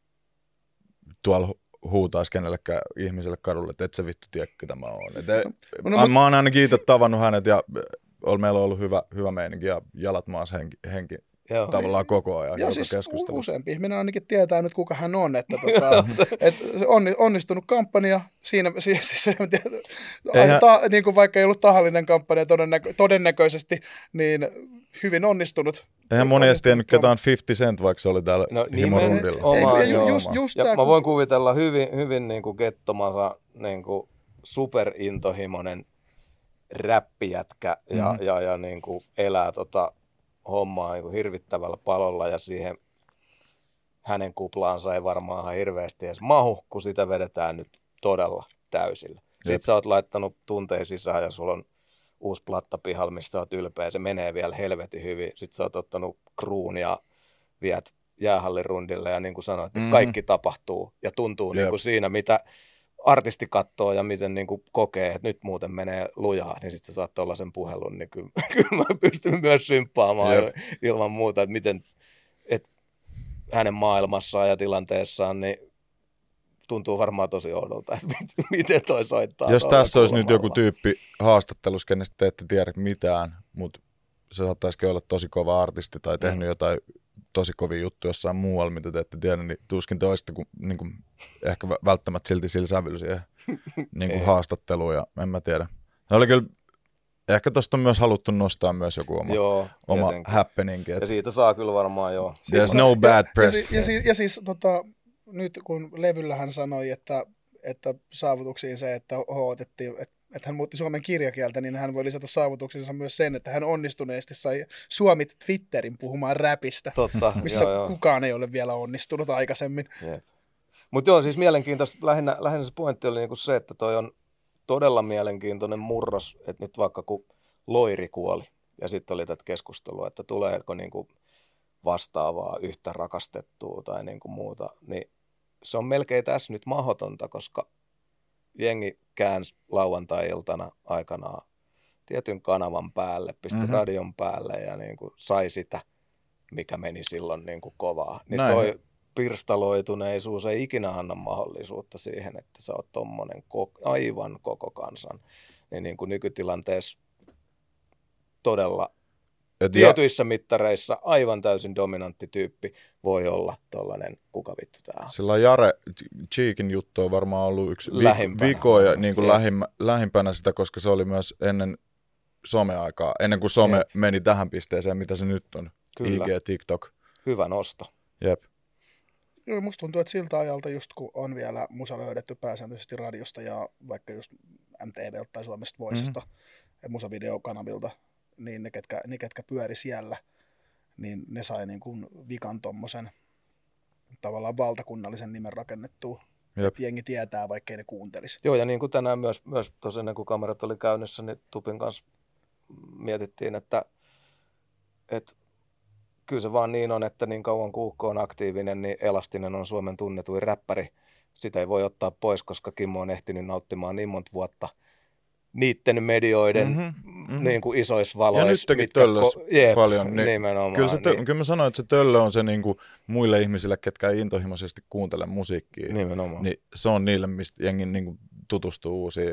tuolla huutaisi kenellekään ihmiselle kadulle, että et sä vittu tiedä, ketä mä oon. Et, no, no, mut- mä oon ainakin itse tavannut hänet ja on, meillä on ollut hyvä, hyvä meininki ja jalat maassa henki, henki Joo. tavallaan koko ajan. ja joka siis keskustelussa. useampi ihminen ainakin tietää nyt, kuka hän on. Että, tota, että se onni, onnistunut kampanja, siinä, siis, siis, Eihän- ta, niin kuin vaikka ei ollut tahallinen kampanja todennäkö, todennäköisesti, niin hyvin onnistunut. Eihän moni edes tiennyt, onnistunut ketä on fifty Cent, vaikka se oli täällä No himorundilla. nimenomaan, Ei, ju- joo. just- just ja tää, mä kun- voin kuvitella hyvin, hyvin niin kuin Gettomasa niin kuin superintohimoinen räppijätkä ja, Mhm. ja, ja niin kuin elää tota hommaa niin kuin hirvittävällä palolla ja siihen hänen kuplaansa ei varmaan ihan hirveästi edes mahu, kun sitä vedetään nyt todella täysillä. Sitten Jep. sä oot laittanut tunteen sisään ja sulla on uusi platta pihalla, missä sä oot ylpeä, se menee vielä helvetin hyvin. Sitten sä oot ottanut kruun ja viet jäähallin rundille ja niin kuin sanoit, Mhm. kaikki tapahtuu ja tuntuu niin Jep. kuin siinä, mitä artisti katsoo ja miten niin kuin kokee, että nyt muuten menee lujaa, niin sitten sä saat tollaisen puhelun, niin kyllä, kyllä mä pystyn myös symppaamaan Jep. ilman muuta, että miten että hänen maailmassaan ja tilanteessaan, niin tuntuu varmaan tosi oudolta, että miten toi soittaa. Jos tässä olisi nyt kulmalla. joku tyyppi haastattelussa, kenestä te ette tiedä mitään, mutta se saattaisikin olla tosi kova artisti tai tehnyt mm. jotain tosi kovia juttuja jossain muualla, mitä te ette tiedä, niin tuskin te olisitte kun, niin kuin, ehkä välttämättä silti sillä sävyllä siihen niin kuin haastatteluun, ja en mä tiedä. Se oli kyllä, ehkä tuosta on myös haluttu nostaa myös joku oma, Joo, oma happening. Ja siitä saa kyllä varmaan joo. There's no bad ja, press. Ja, ja, ja, siis, ja siis tota, nyt kun levyllä hän sanoi, että, että saavutuksiin se, että H otettiin, että että hän muutti suomen kirjakieltä, niin hän voi lisätä saavutuksensa myös sen, että hän onnistuneesti sai Suomi Twitterin puhumaan räpistä, Totta, missä joo, joo. kukaan ei ole vielä onnistunut aikaisemmin. Mutta joo, siis mielenkiintoista, lähinnä, lähinnä se pointti oli niinku se, että toi on todella mielenkiintoinen murros, että nyt vaikka kun Loiri kuoli, ja sitten oli tätä keskustelua, että tuleeko niinku vastaavaa yhtä rakastettua tai niinku muuta, niin se on melkein tässä nyt mahdotonta, koska jengi käänsi lauantai-iltana aikanaan tietyn kanavan päälle, pisti mm-hmm. radion päälle ja niin kuin sai sitä, mikä meni silloin niin kuin kovaa. Niin Näin. toi pirstaloituneisuus ei ikinä anna mahdollisuutta siihen, että sä oot tommonen ko- aivan koko kansan. Niin, niin kuin nykytilanteessa todella Et tietyissä ja mittareissa aivan täysin dominantti tyyppi voi olla tollainen, kuka vittu tää on. Sillä Jare Cheekin juttu on varmaan ollut yksi Lähimpänä. vikoja niin kuin lähimmä, lähimpänä sitä, koska se oli myös ennen someaikaa, ennen kuin some Jep. meni tähän pisteeseen, mitä se nyt on. Kyllä. I G, TikTok. Hyvä nosto. Jep. Joo, musta tuntuu, että siltä ajalta just kun on vielä musa löydetty pääsääntöisesti radiosta ja vaikka just M T V:ltä tai Suomesta Voicesta mm-hmm. ja musavideokanavilta, niin ne ketkä, ne, ketkä pyöri siellä, niin ne sai niin kuin vikan tommosen tavallaan valtakunnallisen nimen rakennettua. Että jengi tietää, vaikkei ne kuuntelisi. Joo, ja niin kuin tänään myös, myös tosi ennen kuin kamerat oli käynnissä, niin Tupin kanssa mietittiin, että, että kyllä se vaan niin on, että niin kauan kuin Ukko on aktiivinen, niin Elastinen on Suomen tunnetuin räppäri. Sitä ei voi ottaa pois, koska Kimmo on ehtinyt nauttimaan niin monta vuotta niitten medioiden mm-hmm, mm-hmm. niin kuin isoissa valoissa. Ja nytkin töllös ko- jeep, paljon. Niin, nimenomaan. Kyllä, se tö- niin. kyllä mä sanoin, että se töllö on se niin kuin muille ihmisille, ketkä ei intohimoisesti kuuntele musiikkia. Nimenomaan. Niin se on niille, mistä jengi niin kuin tutustuu uusiin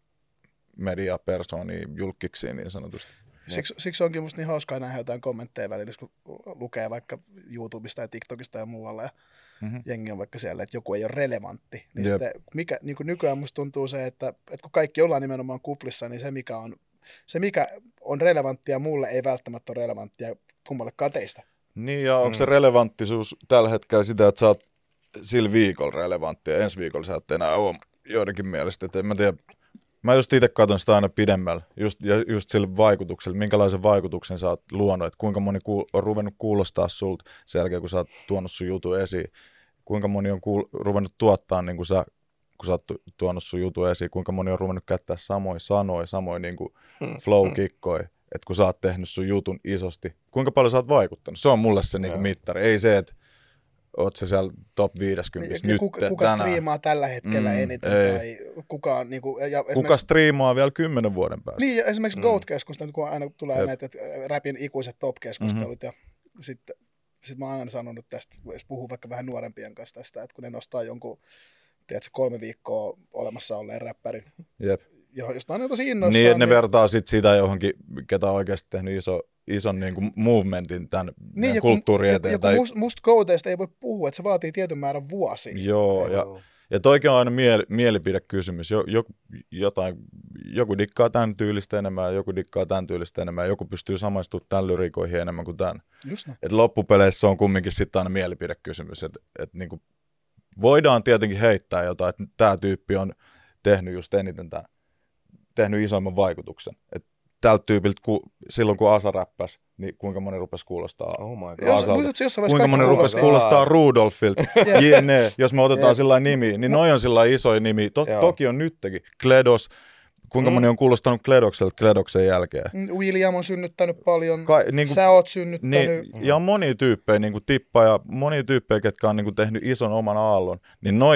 mediapersooniin, julkiksiin niin sanotusti. Siksi, siksi onkin musta niin hauskaa nähdä jotain kommentteja välillä, kun lukee vaikka YouTubesta ja TikTokista ja muualla, ja mm-hmm. jengi on vaikka siellä, että joku ei ole relevantti. Niin sitten, mikä, niin kuin nykyään musta tuntuu se, että, että kun kaikki ollaan nimenomaan kuplissa, niin se mikä on, se mikä on relevanttia mulle ei välttämättä ole relevanttia kummallekaan teistä. Niin, ja onko mm. se relevanttisuus tällä hetkellä sitä, että sä oot sillä viikolla relevantti ja ensi viikolla sä oot enää ole joidenkin mielestä, että en mä tiedä. Mä just itse katson sitä aina pidemmällä, just, ja just sillä vaikutuksella, minkälaisen vaikutuksen sä oot luonut, että kuinka moni kuul- on ruvennut kuulostaa sulta sen jälkeen, kun sä oot tuonut sun jutun esiin, kuinka moni on kuul- ruvennut tuottaa, niin kuin sä, kun sä oot tu- tuonut sun jutun esiin, kuinka moni on ruvennut käyttää samoja sanoja, samoja niin kuin flow-kikkoja, että kun sä oot tehnyt sun jutun isosti, kuinka paljon sä oot vaikuttanut, se on mulle se niin kuin mittari, ei se, että oot se siellä top viisikymmentä nyt kuka, kuka tänään. striimaa tällä hetkellä mm, eniten ei. Tai kuka, niin kuin, ja kuka striimaa vielä kymmenen vuoden päästä. Niin, ja esimerkiksi mm. GOAT-keskustelut, kun aina tulee Jep. näitä rapin ikuiset top-keskustelut, mm-hmm. ja sitten sit mä oon aina sanonut tästä, jos puhuu vaikka vähän nuorempien kanssa tästä, että kun ne nostaa jonkun, tiedätkö, kolme viikkoa olemassa olleen räppärin, Jep. josta on tosi innoissaan. Niin, että ne niin vertaa sit sitä johonkin, ketä on oikeasti tehnyt iso, ison niin kuin movementin tämän niin, kulttuurin eteen. Ja, tai ja musta must GOATeista ei voi puhua, että se vaatii tietyn määrän vuosia. Joo, ja, ja toikin on aina miel, mielipidekysymys. Joku, jotain, joku dikkaa tämän tyylistä enemmän, joku dikkaa tämän tyylistä enemmän, joku pystyy samaistumaan tämän lyrikoihin enemmän kuin tämän. Et loppupeleissä on kumminkin sitten aina mielipidekysymys. Et, et niin kuin voidaan tietenkin heittää jotain, että tämä tyyppi on tehnyt just eniten tämän, tehnyt isoimman vaikutuksen. Et tältä tyypiltä, ku, silloin kun Asa räppäsi, niin kuinka moni rupesi kuulostaa oh Asalta. Kuinka moni rupesi kuulostaa Rudolfilta. Jne, jos me otetaan yeah. sillä nimi, niin noi on sillä isoja nimi. To, toki on nytkin. Kledos. Kuinka mm. moni on kuulostanut Kledokselta Kledoksen jälkeen? William on synnyttänyt paljon, Ka, niin kuin, sä oot synnyttänyt. Niin, ja monia tyyppejä, niin kuin Tippa ja monia tyyppejä, ketkä on niin kuin tehnyt ison oman aallon, niin noit mä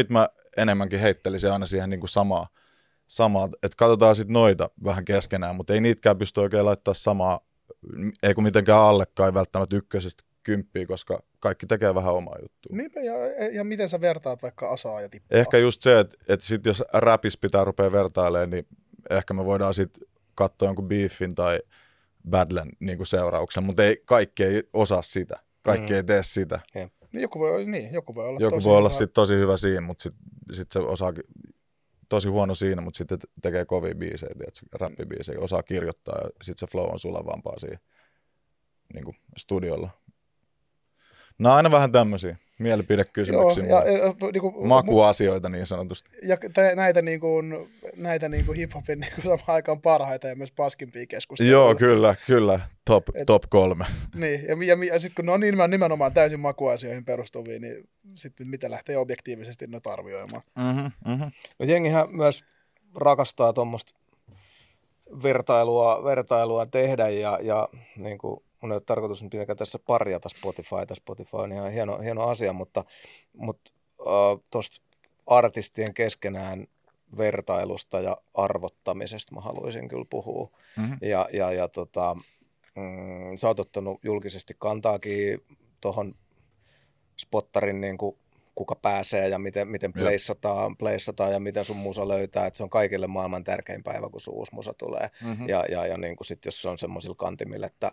enemmänkin heittelisin aina siihen niin kuin samaa, samaa. Että katsotaan sitten noita vähän keskenään, mutta ei niitäkään pysty oikein laittaa samaa, ei kun mitenkään allekaan välttämättä ykkösestä kymppiä, koska kaikki tekee vähän omaa juttua. Niinpä, ja, ja miten sä vertaat vaikka Asaa ja Tippaa? Ehkä just se, että, että sit jos räpis pitää rupea vertailemaan, niin ehkä me voidaan sitten katsoa jonkun Beefin tai Badlen niin seurauksen, mutta ei, kaikki ei osaa sitä. Kaikki mm. ei tee sitä. Niin, joku voi, niin, joku voi olla joku tosi voi olla hyvä. sit tosi hyvä siinä, mutta sitten sit se osaa tosi huono siinä, mutta sitten tekee kovia biisejä, räppibiisejä, osaa kirjoittaa ja sitten se flow on sulavampaa siinä niin kuin studiolla. No aina vähän tämmöisiä mielipidekysymyksiä, Joo, ja, ja, niin kuin, makuasioita niin sanotusti. Ja t- näitä, niin kuin, näitä niin kuin hip-hopin niin kuin samaan aikaan parhaita ja myös paskimpia keskusteluja. Joo, kyllä, kyllä. Top, Et, top kolme. Niin, ja, ja, ja sitten kun ne on nimenomaan, nimenomaan täysin makuasioihin perustuvia, niin sitten mitä lähtee objektiivisesti nyt arvioimaan. Mm-hmm, mm-hmm. No, jengihän myös rakastaa tuommoista vertailua, vertailua tehdä ja, ja niin kuin mun ei ole tarkoitus nyt mitenkään tässä parjata Spotifyta. Spotify on ihan hieno, hieno asia, mutta, mutta äh, tuosta artistien keskenään vertailusta ja arvottamisesta mä haluaisin kyllä puhua. Mm-hmm. Ja, ja, ja tota, mm, sä oot ottanut julkisesti kantaakin tuohon spottarin, niin kuin, kuka pääsee ja miten, miten pleissataan, pleissataan ja miten sun musa löytää. Että se on kaikille maailman tärkein päivä, kun sun uusi musa tulee. Mm-hmm. Ja, ja, ja niin kuin sit, jos se on semmoisilla kantimilla, että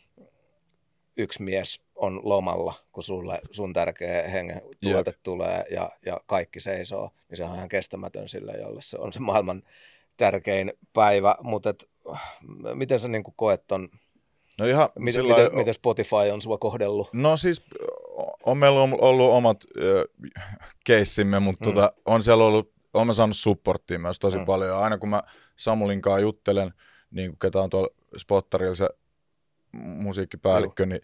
yksi mies on lomalla, kun sulle, sun tärkeä hengen tuote yep. tulee ja, ja kaikki seisoo, niin se on ihan kestämätön sille, jolle se on se maailman tärkein päivä. Mutta miten sä niin kuin koet ton, no ihan, miten, sillä miten, miten Spotify on sua kohdellut? No siis on meillä ollut omat äh, keissimme, mutta mm. tota, on siellä ollut, olen saanut supporttia myös tosi mm. paljon. Aina kun mä Samulinkaan juttelen, niin kuin ketä on tuolla spottarilla se musiikkipäällikkö, Juh. niin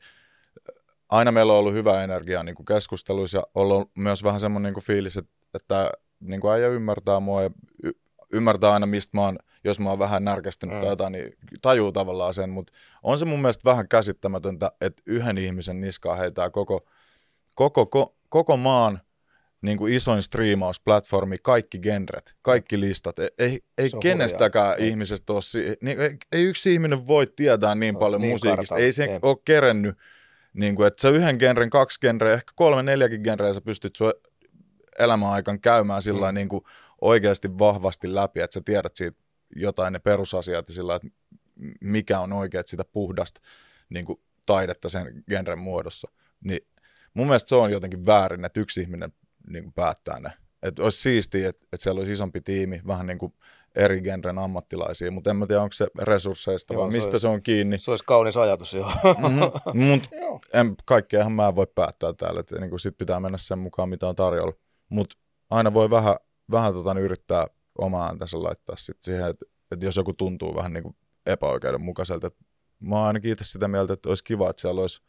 aina meillä on ollut hyvä energia niin kuin keskusteluissa ja ollut myös vähän semmoinen niin kuin fiilis, että, että niin kuin äijä ymmärtää mua ja y- ymmärtää aina, mistä mä oon, jos mä oon vähän närkästynyt mm. tai jotain, niin tajuu tavallaan sen, mutta on se mun mielestä vähän käsittämätöntä, että yhden ihmisen niskaa heitää koko, koko, ko, koko maan niin kuin isoin striimausplatformi, kaikki genret, kaikki listat. Ei, ei, ei kenestäkään hurjaa. Ihmisestä ole, niin, ei, ei yksi ihminen voi tietää niin paljon niin musiikista. Kartan. Ei se Jep. ole kerennyt, niin kuin, että sä yhden genren, kaksi genreä, ehkä kolme, neljäkin genreä sä pystyt sun elämän aikana käymään sillä mm. niin kuin oikeasti vahvasti läpi, että sä tiedät siitä jotain ne perusasiat ja sillä, että mikä on oikeat sitä puhdasta niin kuin taidetta sen genren muodossa. Niin mun mielestä se on jotenkin väärin, että yksi ihminen niin kuin päättää ne. Että olisi siistiä, että, että siellä olisi isompi tiimi, vähän niin kuin eri genren ammattilaisia, mutta en mä tiedä, onko se resursseista vai mistä se, olisi, se on kiinni. Se olisi kaunis ajatus, joo. Mm-hmm. Mut en, kaikkeahan mä en voi päättää täällä, että niin sit pitää mennä sen mukaan, mitä on tarjolla. Mutta aina voi vähän, vähän tota, yrittää omaa ääntänsä laittaa sit siihen, että, että jos joku tuntuu vähän niin kuin epäoikeudenmukaiselta. Että mä oon ainakin itse sitä mieltä, että olisi kiva, että siellä olisi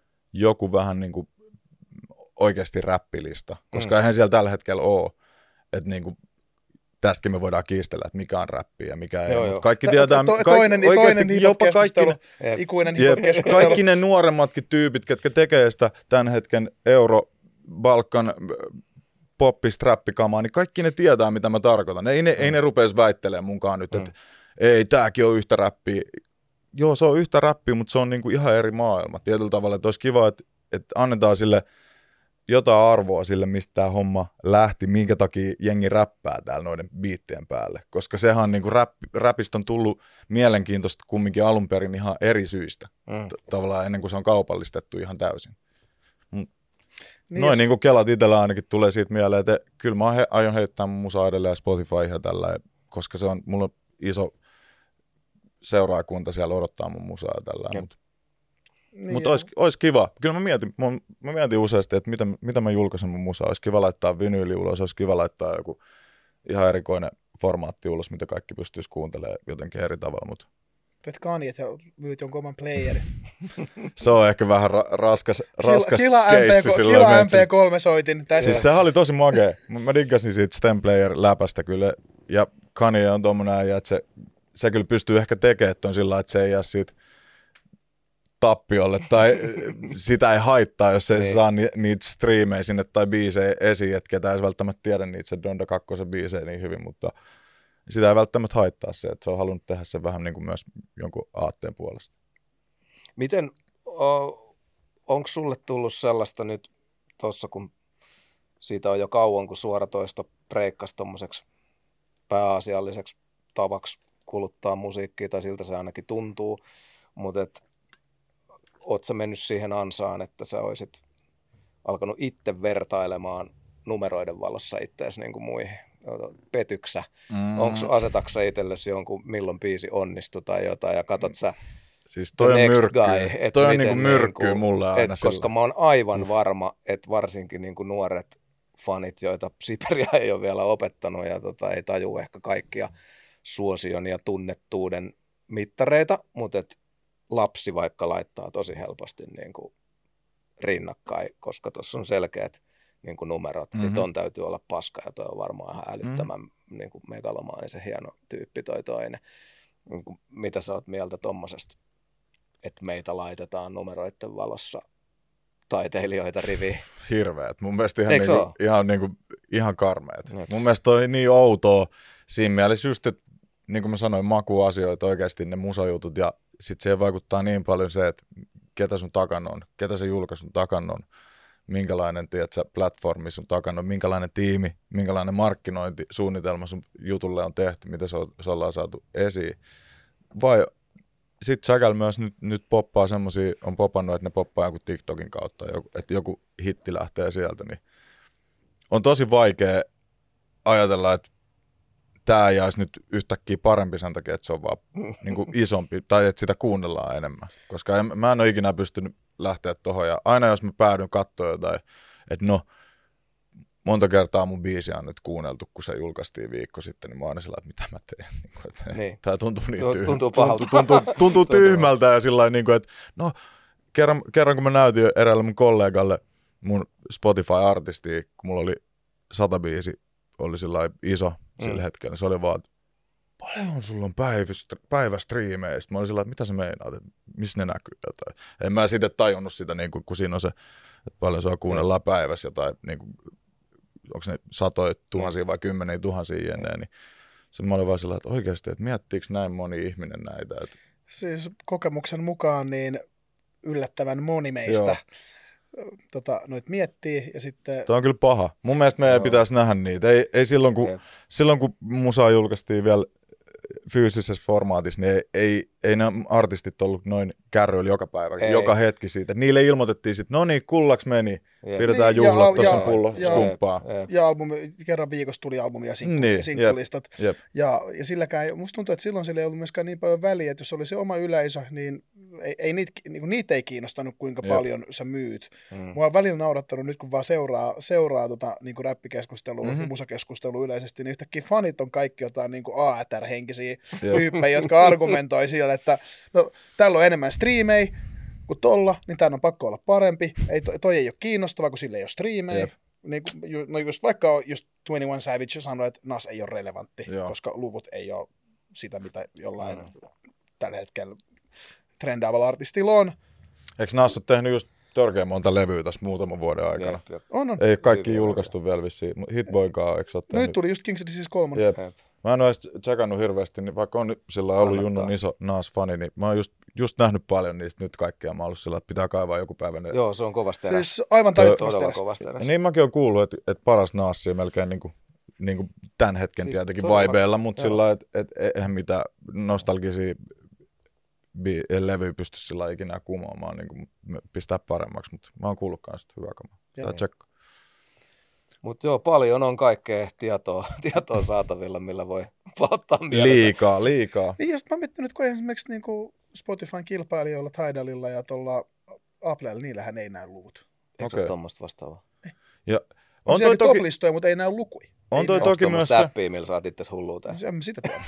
joku vähän niin kuin oikeasti räppilista, koska mm. eihän siellä tällä hetkellä ole, että niinku, tästäkin me voidaan kiistellä, että mikä on räppiä ja mikä ei. Joo, kaikki to, tietää, to, to, kaikki, toinen, toinen jopa kaikki ne, ikuinen jep, kaikki ne nuoremmatkin tyypit, ketkä tekee sitä tämän hetken euro, Balkan, poppistrappikamaa, niin kaikki ne tietää, mitä mä tarkoitan. Ei ne, mm. ei ne rupeisi väittelemään munkaan nyt, että mm. ei, tääkin on yhtä räppiä. Joo, se on yhtä räppiä, mutta se on niinku ihan eri maailma. Tietyllä tavalla, että olisi kiva, että, että annetaan sille jotain arvoa sille, mistä tämä homma lähti, minkä takia jengi räppää täällä noiden biittien päälle. Koska sehän on niinku rap, räpistä on tullut mielenkiintoista kumminkin alun perin ihan eri syistä. Mm. Tavallaan ennen kuin se on kaupallistettu ihan täysin. Mm. Niin noin jos... niin kuin kelat itsellä ainakin tulee siitä mieleen, että kyllä mä he, aion heittää mun musaa edelleen Spotify ja tällä, koska se on, mulla on iso seuraajakunta siellä odottaa mun musaa ja tällä. Mutta niin Mutta olisi, olisi kiva. Kyllä mä mietin, mä, mä mietin useasti, että mitä, mitä mä julkaisen mun musaa. Olisi kiva laittaa vinyyli ulos, olisi kiva laittaa joku ihan erikoinen formaatti ulos, mitä kaikki pystyisi kuuntelemaan jotenkin eri tavalla. Mutta Teet Kanye, että myyt jonkun oman playerin. Se on ehkä vähän ra- raskas, raskas Kila, keissi. Kila M P kolme soitin. Tässä. Siis sehän oli tosi magea. Mä diggasin siitä Stem Player-läpästä kyllä. Ja Kanye on tommonen äijä, että se, se kyllä pystyy ehkä tekemään ton sillä, että se ei jää siitä tappiolle tai sitä ei haittaa, jos ei niin. saa ni, niitä striimejä sinne tai biisejä esiin, että ketä ei välttämättä tiedä niitä se Donda kaksi biisejä niin hyvin, mutta sitä ei välttämättä haittaa se, että se on halunnut tehdä sen vähän niin kuin myös jonkun aatteen puolesta. Miten, onko sulle tullut sellaista nyt tuossa, kun siitä on jo kauan, kun suoratoisto breikkasi tommoseksi pääasialliseksi tavaksi kuluttaa musiikkia, tai siltä se ainakin tuntuu, mutta et, oot sä mennyt siihen ansaan, että sä olisit alkanut itse vertailemaan numeroiden valossa itseäsi niin kuin muihin? Petyksä? Mm. Onko asetaksa itsellesi jonkun, milloin biisi onnistui tai jotain, ja katot sä siis toi on myrkkyä. Guy, toi on niinku myrkkyä niin mulle aina et, koska mä oon aivan Uff. varma, että varsinkin niin kuin nuoret fanit, joita Siberia ei ole vielä opettanut ja tota, ei taju ehkä kaikkia suosion ja tunnettuuden mittareita, mutta et lapsi vaikka laittaa tosi helposti niin kuin rinnakkain, koska tuossa on selkeät niin kuin numerot, mm-hmm. niin ton täytyy olla paska, ja toi on varmaan ihan älyttömän mm-hmm. niin kuin megalomaanisen hieno tyyppi toi toinen. Niin kuin, mitä sä oot mieltä tommosesta, että meitä laitetaan numeroiden valossa taiteilijoita riviin? Hirveet. Mun mielestä ihan, niinku, ihan, niinku, ihan karmeet. Jep. Mun mielestä toi niin outoa siinä mielessä just, että niin kuin mä sanoin, makuasioita oikeasti ne musajutut, ja sit siihen vaikuttaa niin paljon se, että ketä sun takana on, ketä se julkaisun takana on, minkälainen tiedätkö, platformi sun takana on, minkälainen tiimi, minkälainen markkinointisuunnitelma sun jutulle on tehty, mitä se, on, se ollaan saatu esiin. Vai sitten säkäl myös nyt, nyt poppaa semmosia, on popannut, että ne poppaa joku TikTokin kautta, että joku hitti lähtee sieltä, niin on tosi vaikea ajatella, että tämä jäisi nyt yhtäkkiä parempi sen takia, että se on vaan niin kuin isompi, tai että sitä kuunnellaan enemmän. Koska en, mä en ole ikinä pystynyt lähteä tuohon, ja aina jos mä päädyn katsoa jotain, että no, monta kertaa mun biisiä on nyt kuunneltu, kun se julkaistiin viikko sitten, niin mä oon aina sellainen, että mitä mä teen. Niin. Tämä tuntuu niin tyhmältä. Tuntuu pahalta. Tuntuu, tuntuu, tuntuu tyhmältä, ja sillä niin kuin, että no, kerran, kerran kun mä näytin eräälle mun kollegalle mun Spotify-artistia, kun mulla oli sata biisi, oli sillä iso sillä mm. hetkellä, niin se oli vaan, että paljon sulla on päivästriimejä. Sitten mä olin sillä, että mitä sä meinaat, että missä ne näkyy jotain. En mä sitten tajunnut sitä, niin kun siinä on se, että paljon sua kuunnellaan päivässä jotain, niin kuin, onko ne satoja tuhansia vai kymmeniä tuhansia jenneen, niin se mä olin vaan sillä, että oikeasti, että miettiikö näin moni ihminen näitä. Että... Siis kokemuksen mukaan niin yllättävän moni meistä Tota, noit miettii ja sitten... Tämä on kyllä paha. Mun mielestä meidän Joo. pitäisi nähdä niitä. Ei, ei silloin, kun, silloin, kun musaa julkaistiin vielä fyysisessä formaatissa, niin ei, ei, ei nämä artistit ollut noin kärryillä joka päivä, ei. joka hetki siitä. Niille ilmoitettiin sitten, no niin, kullaks meni, Jep. pidetään niin, juhlat tuossa pullo ja, skumppaa. Ja albumi, kerran viikossa tuli albumi ja sinkku, niin, sinkkulistat. Jep, jep. Ja, ja silläkään, musta tuntuu, että silloin sillä ei ollut myöskään niin paljon väliä, että jos oli se oma yleisö, niin ei, ei niitä, niin niitä ei kiinnostanut, kuinka Jep. paljon sä myyt. Mm. Mua on välillä naurattanut nyt, kun vaan seuraa, seuraa tota, niin kuin räppikeskustelua, mm-hmm. musakeskustelua yleisesti, niin yhtäkkiä fanit on kaikki jotain niin kuin A T R-henkisiä tyyppejä, jotka argumentoi siellä, että no, täällä on enemmän striimejä kuin tolla, niin tämän on pakko olla parempi. Ei, toi, toi ei ole kiinnostava, kun sillä ei ole striimejä. Niin, no just vaikka on just kaksikymmentäyksi Savage sanoi, että Nas ei ole relevantti, Joo. koska luvut ei ole sitä, mitä jollain mm. tällä hetkellä trendaavalla artistilla on. Eikö Nas ole tehnyt just törkeän monta levyä tässä muutaman vuoden aikana? Jep, jep. On, on. Ei kaikki julkaistu vielä vissiin. Hitboykaan, eikö sä ole tehnyt? No nyt tuli just King's Disease kolme. Jep. Jep. Mä en ole edes tsekannut hirveästi, niin vaikka on sillä ollut Kannattaa. Junnun iso Nas-fani, niin mä oon just, just nähnyt paljon niistä nyt kaikkea. Mä oon ollut sillä, että pitää kaivaa joku päivä. Ne... Joo, se on kovasti eräs. Siis aivan tajuttomasti eräs. Niin mäkin oon kuullut, että, että paras Nasia melkein niin kuin, niin kuin tämän hetken siis tietenkin vibeilla, mutta sillä että, että eihän mitään nostalgisia bi- levyjä pysty sillä ikinä kumoamaan, niin kuin pistää paremmaksi, mutta mä oon kuullut kanssa hyvää kamaa. Tää tsekka. Mutta joo, paljon on kaikkea tietoa, tietoa saatavilla, millä voi ottaa mieltä. Liikaa, liikaa. Niin, ja mä oon miettinyt, kun esimerkiksi niin kuin Spotifyn kilpailijoilla, Tidalilla ja tuolla Applella, niillähän ei näy luvut. Eikö okay. ole tuommoista vastaavaa? Ja on, on siellä toki... top-listoja, mutta ei näy lukuja. On toi toki myös se... Onko täppii, millä saat itse hulluuteen? En sitä tiedä.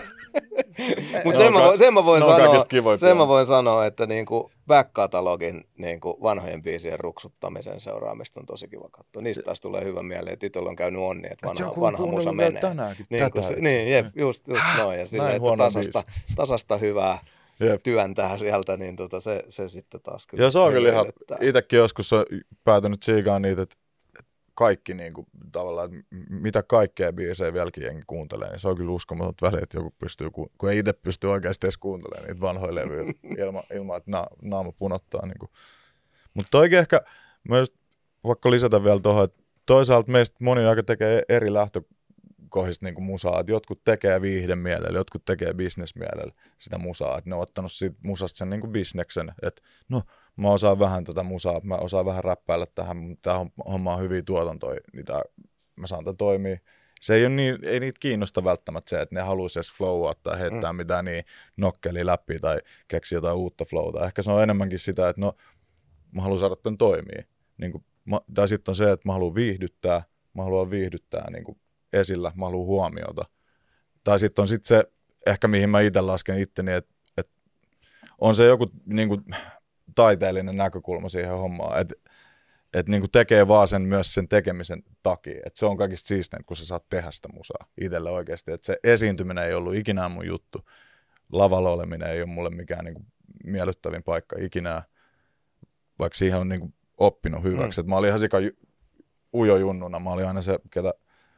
Mutta sen, sen, mä voin sanoa, sen mä voin sanoa, että niinku back-katalogin niinku vanhojen biisien ruksuttamisen seuraamista on tosi kiva katsoa. Niistä taas tulee hyvä mieleen, että itolla on käynyt onni, että vanha, vanha musa menee. Tänäänkin niin, tätä. Se, niin, jep, just, just noin. Ja sille, että tasasta, tasasta hyvää Jep. työntää sieltä, niin tota se, se sitten taas kyllä. Joo, se on kyllä ihan, hymyilyttää. itsekin joskus on päätynyt siikaan niitä, että kaikki niin kuin, tavallaan, että mitä kaikkea biisejä vieläkin jengi kuuntelee, niin se on kyllä uskomatonta väliä, että joku pystyy, ku- kun ei itse pysty oikeasti edes kuuntelemaan niitä vanhoja levyjä ilman, ilma, että na, naama punottaa. Niin kuin. Mutta oikein ehkä, mä just vaikka lisätä vielä tuohon, että toisaalta meistä moni aika tekee eri lähtökohdista niin kuin musaa, että jotkut tekee viihden mielellä, jotkut tekee bisnesmielellä sitä musaa, että ne on ottanut siitä musasta sen niin kuin bisneksen, että no, mä osaan vähän tätä musaa, mä osaan vähän räppäillä tähän, mutta tämä homma on hyviä tuotantoja, niin tää, mä saan tätä toimia. Se ei, ole niin, ei niitä kiinnosta välttämättä se, että ne haluaisi edes flowaa tai heittää mm. mitään niin nokkeli läpi tai keksiä jotain uutta flowta. Ehkä se on enemmänkin sitä, että no, mä haluan saada tämän toimia. Niin kuin, mä, tai sitten on se, että mä haluan viihdyttää, mä haluan viihdyttää niin kuin esillä, mä haluan huomiota. Tai sitten on sitten se, ehkä mihin mä itse lasken itteni, että, että on se joku niin kuin, taiteellinen näkökulma siihen hommaan, että et niinku tekee vaan sen myös sen tekemisen takia, että se on kaikista siisteintä, kun sä saat tehdä sitä musaa itselle oikeasti, että se esiintyminen ei ollut ikinä mun juttu, lavalla oleminen ei ole mulle mikään niinku miellyttävin paikka ikinä, vaikka siihen on niinku oppinut hyväksi, mm. että mä olin ihan sika ujo junnuna, mä olin aina se, ketä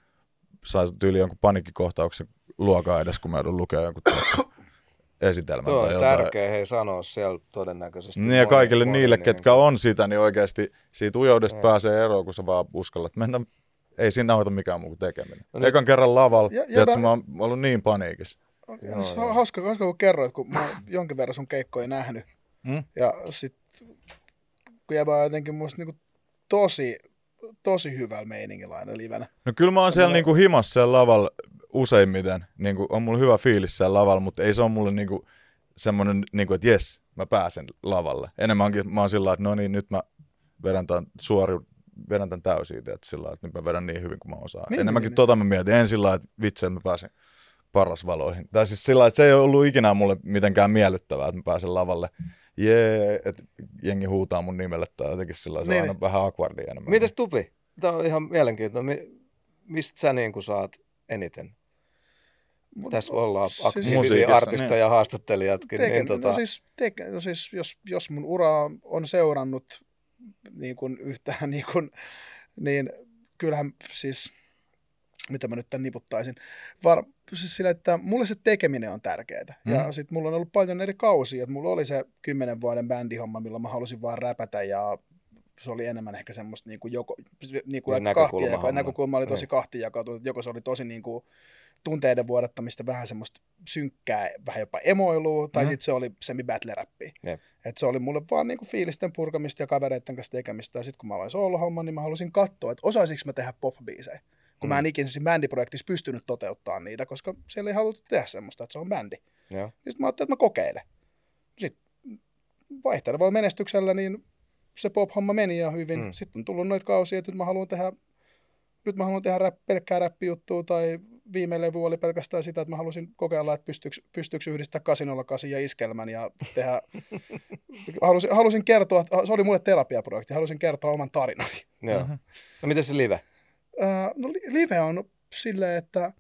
sai tyyli jonkun paniikkikohtauksen luokaa edes, kun mä joudun lukemaan jonkun esitelmän. Tuo tai on jotain. tärkeä hei sanoa siellä todennäköisesti. Niin ja kaikille moni, niille, niin ketkä niin, on sitä, niin oikeasti siitä ujoudesta ja. pääsee eroon, kun sä vaan uskallat mennä. Ei siinä auta mikään muu kuin tekeminen. No Ekan kerran lavalla, Ja- ja tiedätkö, mä- mä oon ollut niin paniikissa. Joo, Se joo. on hauska, hauska, kun kerroit, kun mä oon jonkin verran sun keikkoja nähnyt. Mm? Ja sit, kun jäbä on jotenkin musta niinku tosi, tosi hyvällä meiningillä aina livenä. No kyllä mä oon siellä niinku himassa siellä lavalla useimmiten. Niinku, on mulla hyvä fiilis siellä lavalla, mutta ei se ole mulle niinku semmoinen, niinku, että jes, mä pääsen lavalle. Enemmänkin mä oon sillä lailla, että no niin, nyt mä vedän tämän suori, vedän tämän täysin, että sillä lailla, että nyt mä vedän niin hyvin kuin mä osaan. Niin, Enemmänkin niin, tota mä mietin. En sillä lailla, että vitsi, että mä pääsen parasvaloihin. Tai siis sillä lailla, että se ei ole ollut ikinä mulle mitenkään miellyttävää, että mä pääsen lavalle. Jee, että jengi huutaa mun nimelle tai jotenkin sillä lailla, se on Niin, aina vähän akvardia enemmän. Mites Tupi? Tämä on ihan mielenkiintoinen. Mi- Mistä sä niin kuin saat eniten? Tässä ollaan Siis- aktiivisia Musiikissa, artisteja ja haastattelijatkin. Teke, Niin, tota, no siis, teke, no siis jos, jos mun ura on seurannut niin kuin yhtään, niin, kuin, niin kyllähän siis, mitä mä nyt tämän niputtaisin, var, siis sillä, että mulle se tekeminen on tärkeää. Mm. Ja sitten mulla on ollut paljon eri kausia, että mulla oli se kymmenen vuoden bändihomma, milloin mä halusin vaan räpätä ja se oli enemmän ehkä semmoista niin kuin joko, niin kuin Siis näkökulma, näkökulma- näkökulma oli tosi niin. kahtia jakautunut, joko se oli tosi niin kuin tunteiden vuodattamista, vähän semmoista synkkää, vähän jopa emoilua, tai Mhm. sitten se oli semi-battle-räppiä. Jep. Et se oli mulle vaan niinku fiilisten purkamista ja kavereiden kanssa tekemistä, ja sitten kun mä aloin soolohomman, niin mä halusin katsoa, että osaisinko mä tehdä pop-biisejä, kun Mm. mä en ikinä siinä bändiprojektissa pystynyt toteuttamaan niitä, koska siellä ei haluttu tehdä semmoista, että se on bändi. joo. Niin sitten mä ajattelin, että mä kokeilen. Sitten vaihtelevalla menestyksellä niin se pop-homma meni jo hyvin. Mm. Sitten on tullut noita kausia, että nyt mä haluan tehdä, nyt mä haluan tehdä rap, pelkkää räppijuttua, tai viime levy oli pelkästään sitä, että mä halusin kokeilla, että pystyykö, pystyykö yhdistää kasinolla kasin ja iskelmän ja tehdä, halusin, halusin kertoa, se oli mulle terapiaprojekti, halusin kertoa oman tarinani. Joo. Mhm. No miten se live? Ää, no li- live on silleen, että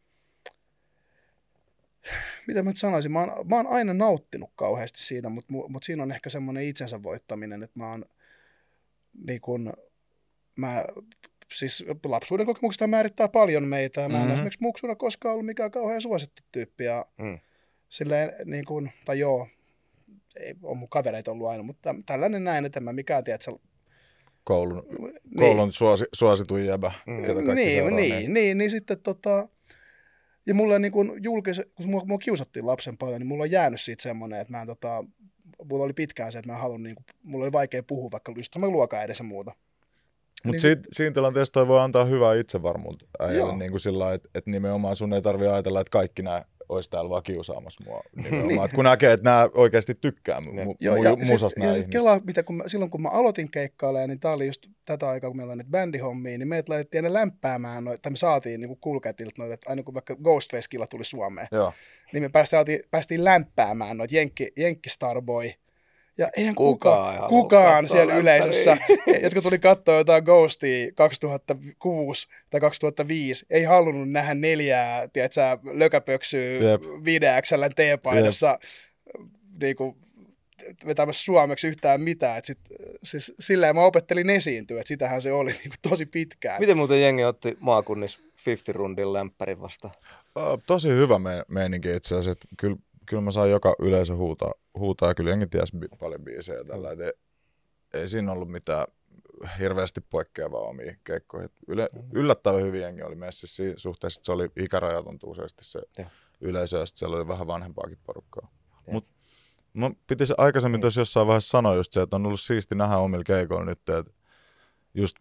mitä mä nyt sanoisin, mä oon, mä oon aina nauttinut kauheasti siitä, mutta, mutta siinä on ehkä semmoinen itsensä voittaminen, että mä oon niin kun, mä siis lapsuuden kokemuksesta määrittää paljon meitä, ja mä en Mhm. esimerkiksi muksuna koskaan ollut mikään kauhean suosittu tyyppi, ja Mm. silleen niin kun, tai joo, ei ole mun kavereita ollut aina, mutta tällainen näin, että en mä mikään tiedä, että se, Koulun, niin. koulun suosi, suosituin jäbä, Mm. ketä kaikki niin, seuraa. niin, niin, niin, niin sitten tota, ja mulla niin kun julkis, kun mua, mua kiusattiin lapsen paljon, niin mulla on jäänyt siitä semmoinen, että mä en tota, mulla oli pitkään se, että mä en halunnut, niin kun, mulla oli vaikea puhua vaikka just mä luokaan edes ja muuta. Mutta Niin siitä, siinä tilanteessa toi voi antaa hyvää itsevarmuutta äijälle, Joo. niin kuin sillä että, että nimenomaan sun ei tarvitse ajatella, että kaikki nämä olisi täällä vaan kiusaamassa mua. Nimenomaan. Niin. Että kun näkee, että nämä oikeasti tykkää mu, mu, Joo, mu, ja musasta sit, nämä ja sit ihmiset. kelaa, mitä kun mä, silloin kun mä aloitin keikkailemaan, niin tää oli just tätä aikaa, kun meillä oli näitä bändihommia, niin meitä laitettiin aina lämpäämään, noita, tai me saatiin niin Kulketilta noita, että aina kun vaikka Ghostface-killa tuli Suomeen, Joo. niin me päästiin, päästiin lämpäämään noita Jenkki, Jenkki Starboy. Ja eihän Kukaan kukaan, ei halua kukaan katsoa siellä lämpäriä. yleisössä, jotka tuli katsoa jotain Ghostia kaksituhattakuusi tai kaksituhattaviisi, ei halunnut nähdä neljää, tiedätkö, lökäpöksyä Jep. viiden X L teepaidassa niinku, vetämässä suomeksi yhtään mitään. Et sit, siis, silleen mä opettelin esiintyä, että sitähän se oli niinku tosi pitkään. Miten muuten jengi otti maakunnissa viisikymmentä rundin lämpärin vastaan? Uh, tosi hyvä me- meininki itse asiassa. Kyllä, kyllä mä sain joka yleisö huutaa, huutaa ja kyllä jengi tiesi bi- paljon biisejä tällä. Et ei, ei siinä ollut mitään hirveästi poikkeavaa omia keikkoja. Yle, yllättävän hyvin jengi oli messissä siinä suhteessa, että se oli ikärajaton useasti se ja. yleisö, ja siellä oli vähän vanhempaakin porukkaa. Mutta mä pitäisi aikaisemmin mm. tuossa jossain vaiheessa sanoa just se, että on ollut siisti nähdä omilla keikoilla nyt, että just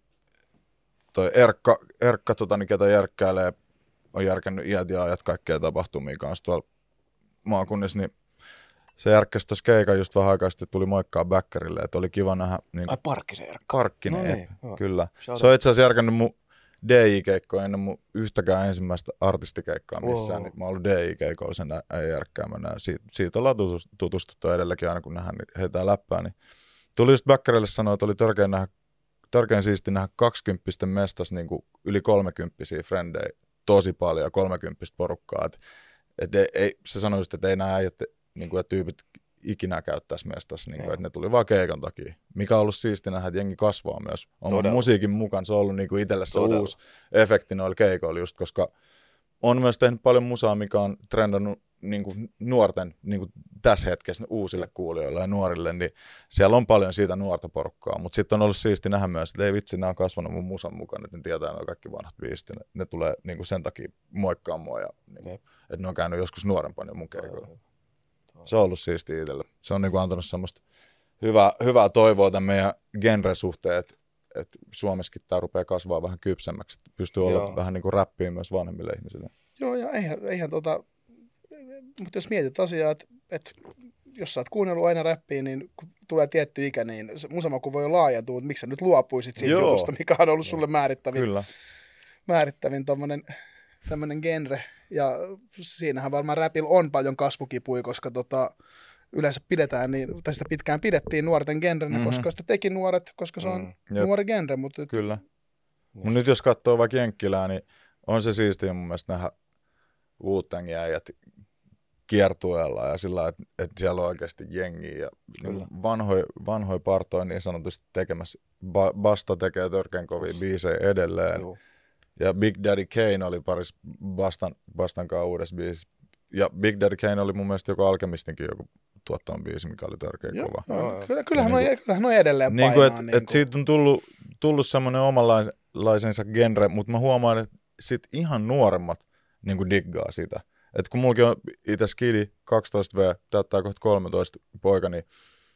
toi Erkka, Erkka tota, niin ketä järkkäilee, on järkännyt iät ja ajat kaikkea tapahtumia kanssa tuolla maakunnissa, niin se järkkäsi tuossa keikan just vähän aikaa sitten, tuli moikkaa Bäkkärille, että oli kiva nähdä. Niin Ai Parkkisen Erkka. Parkkinen, no niin, kyllä. Se on itse asiassa järkännyt mun D J-keikkoa ennen mun yhtäkään ensimmäistä artistikeikkaa missään, wow. Niin mä oon ollut D J-keikolla sen järkkäämänä. Siitä, siitä ollaan tutustuttu edelläkin aina, kun nähdään, niin heitään läppää. Niin tuli just Bäkkärille sanoa, että oli törkeän, nähdä, törkeän siisti nähdä kaksikymppisten mestas niin kuin yli kolmekymppisiä frendejä tosi paljon ja kolmekymppistä porukkaa. Et, et ei, ei, se sanoi just, että ei nämä äijät niin kuin, tyypit ikinä käyttäisi mestassa, niin kuin, että ne tuli vaan keikan takia. Mikä on ollut siisti nähdä, että jengi kasvaa myös oman musiikin mukaan. Se on ollut niin kuin itselle se Todella. uusi efekti noilla keikoilla just, koska on myös tehnyt paljon musaa, mikä on trendannut niin kuin nuorten niin kuin tässä hetkessä uusille kuulijoille ja nuorille, niin siellä on paljon siitä nuorta porukkaa. Mutta sitten on ollut siisti nähdä myös, että ei vitsi, nämä on kasvanut mun musan mukaan, että ne tietää nuo kaikki vanhat biisit. Ne, ne tulee niin kuin sen takia moikkaa mua, ja, niin kuin, että ne on käynyt joskus nuorempana mun keikoilla. Se on ollut siistiä itselle. Se on niin kuin antanut semmoista hyvää, hyvää toivoa tämän meidän genre-suhteen, että, että Suomessakin tämä rupeaa kasvaa vähän kypsemmäksi, että pystyy olla vähän niin kuin räppiä myös vanhemmille ihmisille. Joo, ja eihän, eihän tota, mutta jos mietit asiaa, että, että jos sä oot kuunnellut aina räppiä, niin kun tulee tietty ikä, niin se musamaku voi laajentua, mutta miksi sä nyt luopuisit siitä Joo. jutusta, mikä on ollut sulle määrittävin, Kyllä. määrittävin tommonen, tämmönen genre. Ja siinähän varmaan räpillä on paljon kasvukipui, koska tota, yleensä pidetään, niin, tai sitä pitkään pidettiin nuorten genrenä, mm-hmm. koska sitä teki nuoret, koska se on mm, nuori genre. Mutta Kyllä. Mutta nyt jos katsoo vaikka Jenkkilää, niin on se siistiä mun mielestä nähdä Wu-Tangin äijät kiertueella ja sillä että et siellä on oikeasti jengiä ja vanhoja vanhoi partoja niin sanotusti tekemässä. Ba- Basta tekee törkeän kovia biisejä edelleen. Joo. Ja Big Daddy Kane oli paris Bastan, Bastan kanssa uudessa biisissä. Ja Big Daddy Kane oli mun mielestä joku Alkemistinkin joku tuottama biisi, mikä oli törkeä Joo, kova. No, kyllä, kyllähän, on, niin kyllähän on edelleen niin painaa. Että niin et siitä on tullut, tullut semmoinen omanlaisensa genre, mutta mä huomaan, että sit ihan nuoremmat niin kuin diggaa sitä. Että kun mullakin on itse skidi kaksitoista vuotta, täyttää kohta kolmetoista poika, niin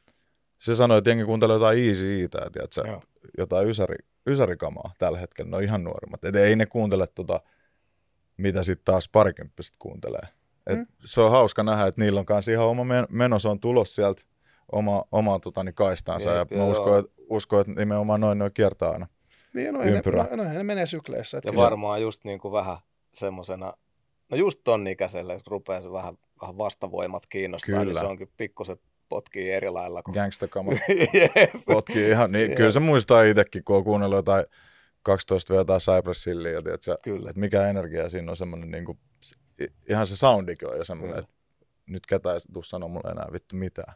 se sanoi, että jengi kuuntelee jotain Easy Eitä, tiedätkö, jotain ysäri, ysärikamaa tällä hetkellä, ne on ihan nuorimmat. Et ei ne kuuntele tota, mitä sitten taas parikymppiset kuuntelee. Et mm. Se on hauska nähdä, että niillä on kanssa ihan oma meno, se on tulos sieltä oma, oma tota, niin kaistaansa. Jeep, ja mä uskon, että, uskon, että nimenomaan noin ne kiertää aina niin, no, ympyrää. No, no, ne menee sykleissä. Ja kyllä. Varmaan just niin kuin vähän semmosena, no just ton ikäiselle, jos rupeaa se vähän, vähän vastavoimat kiinnostaa, kyllä. Niin se onkin pikkusen potkii eri lailla. Kun... Gangsta-kama potkii ihan, niin kyllä se muistaa itsekin, kun on kuunnellut jotain kaksitoista jotain Cypress Hillia, että mikä energia siinä on semmoinen, niin kuin, ihan se soundikin on jo semmoinen, että nyt ketään ei tule sanoa mulle enää vittu mitään.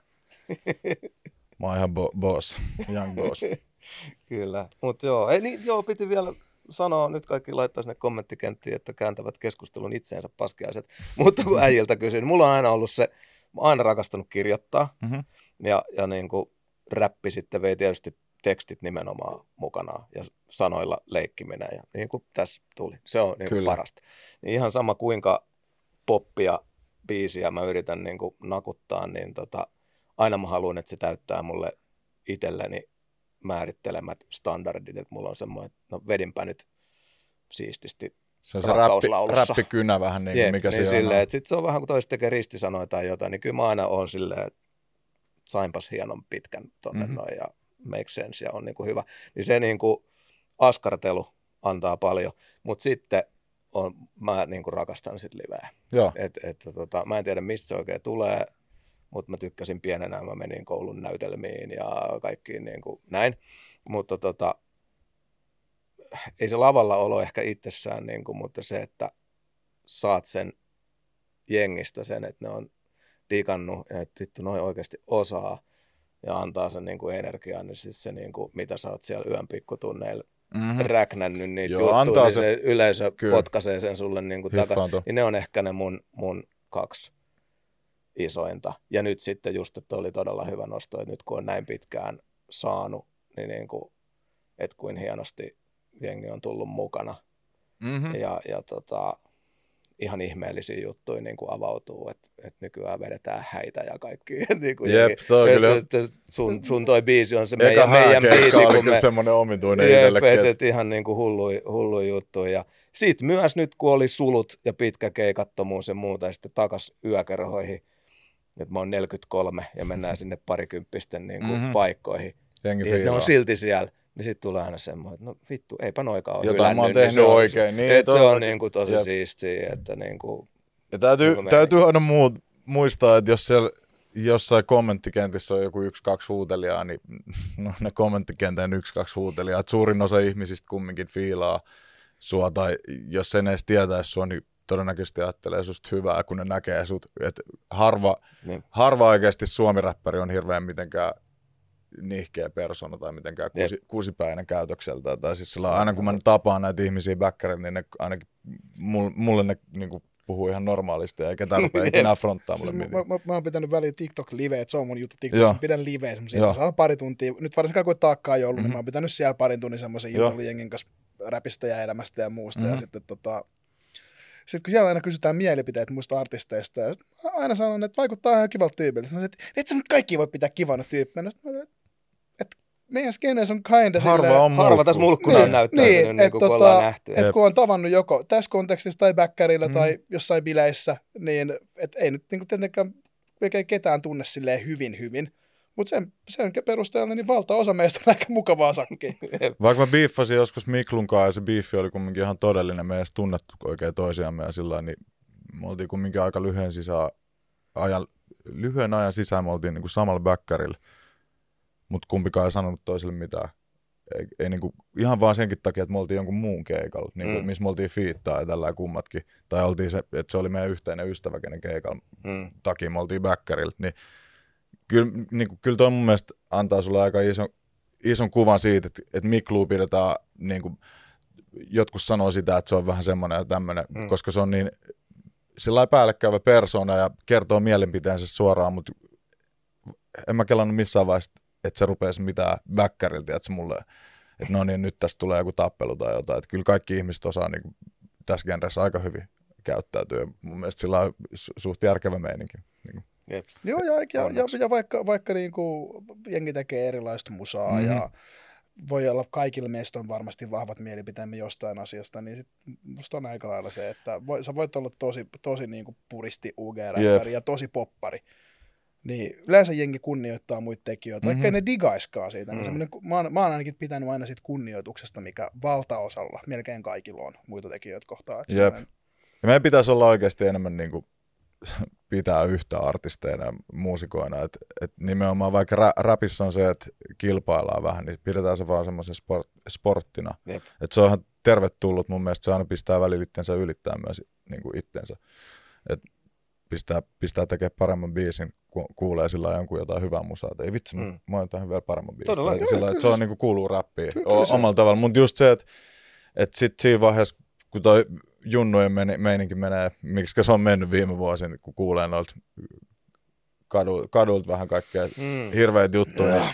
Mä oon ihan bo- boss, young boss. Kyllä, mutta joo, ei, niin, joo, piti vielä sanoa, nyt kaikki laittaa sinne kommenttikenttiin, että kääntävät keskustelun itseensä paskiaiset, mutta kun äijiltä kysyin, niin mulla on aina ollut se, mä oon aina rakastanut kirjoittaa, mm-hmm. ja, ja niin kuin räppi sitten vei tietysti tekstit nimenomaan mukana ja sanoilla leikkiminen ja niin kuin tässä tuli. Se on niin kuin parasta. Niin ihan sama kuinka poppia biisiä mä yritän niin kuin nakuttaa, niin tota, aina mä haluan, että se täyttää mulle itselleni määrittelemät standardit, että mulla on semmoinen, että no vedinpä nyt siististi se on se räppi, räppikynä vähän niin kuin Jeep, mikä niin siellä on. Sitten se on vähän kuin toiset tekee ristisanoja tai jotain, niin kyllä mä aina oon silleen, että sainpas hienon pitkän tonne mm-hmm. noin ja make sense ja on niin kuin hyvä. Niin se niin kuin askartelu antaa paljon, mutta sitten on, mä niin kuin rakastan sit liveä. Et, et, tota, mä en tiedä mistä se oikein tulee, mutta mä tykkäsin pienenä, mä menin koulun näytelmiin ja kaikkiin niin kuin näin. Mutta tota, ei se lavalla olo ehkä itsessään, niin kuin, mutta se, että saat sen jengistä sen, että ne on digannut, että vittu noi oikeasti osaa ja antaa sen niin kuin energian, niin siis se niin kuin, mitä sä oot siellä yön pikkutunneilla mm-hmm. räknännyt niitä Joo, juttuja, niin se, se yleisö kyllä. potkaisee sen sulle niin kuin takaisin. Niin ne on ehkä ne mun, mun kaksi isointa. Ja nyt sitten just, että oli todella hyvä nosto, että nyt kun on näin pitkään saanut, niin, niin kuin, että kuin hienosti jengi on tullut mukana. Mm-hmm. Ja, ja tota, ihan ihmeellisiä juttuja niin kuin avautuu, että, että nykyään vedetään häitä ja kaikki. niin kuin Jep, toi et, kyllä. Et, et sun, sun toi biisi on se meidän, meidän biisi. Eka oli kyllä me... semmoinen omituinen jep, itsellekin. Et, et ihan niin kuin hulluja hullu juttuja. Ja sit myös nyt, kun oli sulut ja pitkä keikattomuus ja muuta, ja sitten takas yökerhoihin, että mä oon neljäkymmentäkolme ja mennään sinne parikymppisten niin kuin mm-hmm. paikkoihin. Niin, ne on silti siellä. Niin sitten tulee aina semmoinen, että no vittu, eipä noikaan ole jotain hylännyt. Mä oon tehnyt niin oikein. Niin, että se on niin kuin tosi jep. siistiä. Että niin kuin, ja täytyy, niin täytyy aina muu, muistaa, että jos siellä jossain kommenttikentissä on joku yksi, kaksi huutelijaa, niin no, ne kommenttikentän yksi, kaksi huutelijaa. Että suurin osa ihmisistä kumminkin fiilaa sua, tai jos sen edes tietäisi sua, niin todennäköisesti ajattelee susta hyvää, kun ne näkee sut. Että harva, niin. harva oikeasti suomiräppäri on hirveän mitenkään nihkeä persona tai mitenkään kuusi, kuusipäinen käytökseltä. Tai siis sillä aina kun mä tapaan näitä ihmisiä väkkärillä, niin ne ainakin mulle ne niin kuin puhuu ihan normaalisti ja eikä tarvitse ikinä fronttaa mulle siis mä, mä, mä oon pitänyt väliin TikTok-live, että se on mun juttu TikTok, mä pidän liveä semmoisia, saa pari tuntia, nyt varsinkaan kun taakkaa jo ollut, mm-hmm. niin mä oon pitänyt siellä parin tunnin semmoisen jutun jengin kanssa räpistä ja elämästä ja muusta mm-hmm. ja sitten tota sitten kun siellä aina kysytään mielipiteet muista artisteista, ja mä aina sanon, että vaikuttaa ihan kivalta tyypiltä. Sanoin, että et sä nyt kaikki voi pitää kivana tyyppinä. Että meidän skeneessä on kinda harva silleen, on harva tässä mulkkuna on näyttäytynyt, niin, niin, niin kuin tota, ollaan nähty. Että kun on tavannut joko tässä kontekstissa tai bäkkärillä mm. tai jossain bileissä, niin et ei nyt niin kuin tietenkään ketään tunne silleen hyvin hyvin. Mutta sen, sen perusteella niin valtaosa meistä on aika mukavaa sakkia. Vaikka mä biiffasin joskus Miklunkaan ja se biiffi oli kumminkin ihan todellinen, me ei edes tunnettu oikein toisiamme ja sillä niin me oltiin kumminkin aika lyhyen, sisään, ajan, lyhyen ajan sisään, me oltiin niin kuin samalla bäkkärillä, mutta kumpikaan ei sanonut toiselle mitään. Ei, ei niin kuin, ihan vaan senkin takia, että me oltiin jonkun muun keikalla, niin kuin, mm. missä me oltiin fiittaa ja tällä kummatkin. Tai oltiin se, että se oli meidän yhteinen ystävä, kenen keikalla mm. takia me oltiin bäkkärillä. Niin Kyllä, niin kuin, kyllä toi mun mielestä antaa sulle aika ison, ison kuvan siitä, että, että Miklua pidetään, niin kuin, jotkut sanoo sitä, että se on vähän semmoinen ja tämmöinen, mm. koska se on niin sellainen päällekäyvä persoona ja kertoo mielipiteensä suoraan, mutta en mä kelannut missään vaiheessa, että se rupeaisi mitään bäkkäriltä, että se mulle, että no niin, nyt tästä tulee joku tappelu tai jotain, että kyllä kaikki ihmiset osaa niin kuin, tässä genressä aika hyvin käyttäytyä. Mun mielestä sillä on suht järkevä meininki. Niin kuin. Jep. Joo, ja, ja, ja, ja vaikka, vaikka niin kuin jengi tekee erilaista musaa mm-hmm. ja voi olla kaikilla meistä on varmasti vahvat mielipiteemme jostain asiasta, niin sit musta on aika lailla se, että voi, sä voit olla tosi, tosi niin kuin puristi U G-räppäri ja tosi poppari. Niin yleensä jengi kunnioittaa muita tekijöitä, vaikka mm-hmm. ei ne digaiskaan siitä. Mm-hmm. Niin mä, oon, mä oon ainakin pitänyt aina siitä kunnioituksesta, mikä valtaosalla, melkein kaikilla on muita tekijöitä kohtaan. Jep. Sellainen... Ja meidän pitäisi olla oikeasti enemmän niin kuin pitää yhtä artisteina ja muusikoina. Et, et nimenomaan vaikka rä, räpissä on se, että kilpaillaan vähän, niin pidetään se vaan semmoisen sport, sporttina. Et se on ihan tervetullut. Mun mielestä se aina pistää välillä itsensä ylittää myös niin kuin itsensä. Et pistää, pistää tekemään paremman biisin, kun kuulee sillä jonkun jotain hyvää musaa. Et ei vitsi, mm. mä oon jotain vielä paremman biisin. Sillä, että se on niin kuin kuuluu räppiin omalla tavalla. Mutta just se, että et sitten siinä vaiheessa, kun toi junnujen meininki menee, miksi se on mennyt viime vuosina, kun kuulee noilta kadulta, kadulta vähän kaikkea mm. hirveitä juttuja.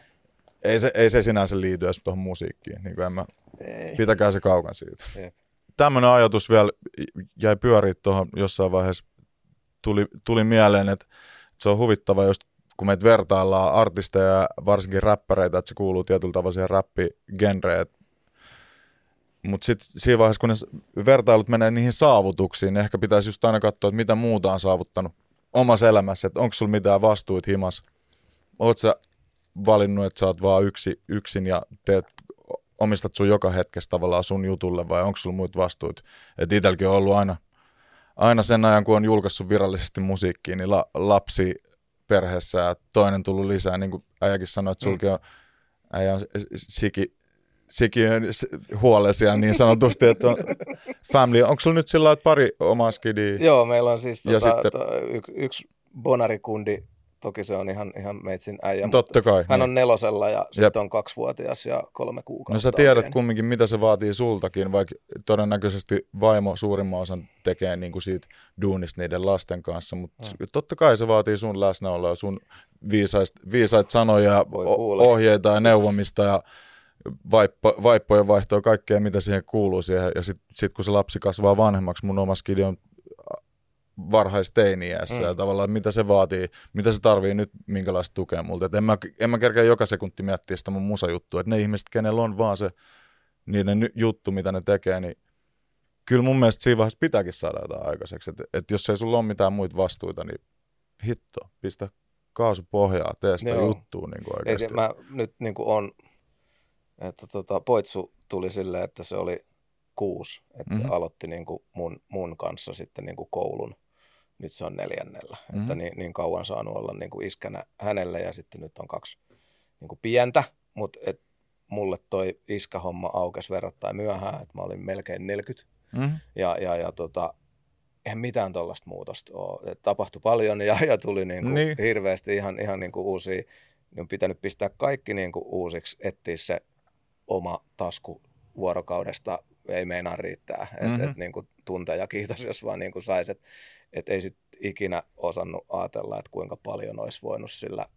Ei se, ei se sinänsä liity edes tuohon musiikkiin. Niin en mä, pitäkää se kaukan siitä. Ei. Tämmöinen ajatus vielä jäi pyöriä tuohon jossain vaiheessa. Tuli, tuli mieleen, että se on huvittava, just kun meitä vertaillaan artisteja ja varsinkin räppäreitä, että se kuuluu tietyllä tavalla siihen räppigenreen. Mutta sitten siinä vaiheessa, kun ne vertailut menee niihin saavutuksiin, niin ehkä pitäisi just aina katsoa, että mitä muuta on saavuttanut omassa elämässä, että onko sulla mitään vastuut himas. Oletko sä valinnut, että sä oot vaan yksi, yksin ja teet, omistat sun joka hetkessä tavallaan sun jutulle, vai onko sulla muita vastuut? Että itselläkin on ollut aina, aina sen ajan, kun on julkaissut virallisesti musiikkiin, niin la, lapsi perheessä ja toinen tullut lisää. Niin kuin äijäkin sanoi, että sulki on, äijä on siki, sikiön huolesi niin sanotusti, että on family. Onko sulla nyt sillä lailla pari omaa skidiä? Joo, meillä on siis tota, sitten... to, y- yksi Bonarikundi, toki se on ihan, ihan meitsin äijä, Totta kai. hän niin. on nelosella ja sitten on kaksivuotias ja kolme kuukautta. No sä tiedät kumminkin, mitä se vaatii sultakin, vaikka todennäköisesti vaimo suurimman osan tekee niin kuin siitä duunista niiden lasten kanssa, mutta hmm. totta kai se vaatii sun läsnäoloa, sun viisaista, viisaita sanoja, o- ohjeita ja neuvomista ja vaippo, vaippojen vaihtoa, kaikkea mitä siihen kuuluu siihen. Ja sitten sit kun se lapsi kasvaa vanhemmaksi, mun oma skidi on varhaisteini-iässä mm. ja tavallaan mitä se vaatii, mitä se tarvii nyt, minkälaista tukea multa. Et en mä, en mä kerkeä joka sekunti miettiä sitä mun musajuttua, että ne ihmiset, kenellä on vaan se niiden juttu, mitä ne tekee, niin kyllä mun mielestä siinä vaiheessa pitääkin saada jotain aikaiseksi. Että et jos ei sulla ole mitään muita vastuita, niin hitto, pistä kaasu pohjaa, tee sitä Joo. juttua niin kuin oikeasti. Eikä mä nyt niin kuin on, että tota, Poitsu tuli silleen, että se oli kuusi, että mm-hmm. se aloitti niin kuin mun, mun kanssa sitten niin kuin koulun. Nyt se on neljännellä, mm-hmm. että niin, niin kauan saanut olla niin kuin iskänä hänelle ja sitten nyt on kaksi niin kuin pientä, mutta et mulle toi iskähomma aukesi verrattain myöhään, että mä olin melkein neljäkymmentä mm-hmm. ja, ja, ja tota, eihän mitään tuollaista muutosta ole. Et tapahtui paljon ja, ja tuli niin kuin niin. hirveästi ihan, ihan niin kuin uusia, niin on pitänyt pistää kaikki niin kuin uusiksi, etsiä se oma tasku vuorokaudesta, ei meinaa riittää, että mm-hmm. et, niin kuin tunteja kiitos, jos vaan niin kuin sais, että et ei sit ikinä osannut ajatella, että kuinka paljon olisi voinut sillä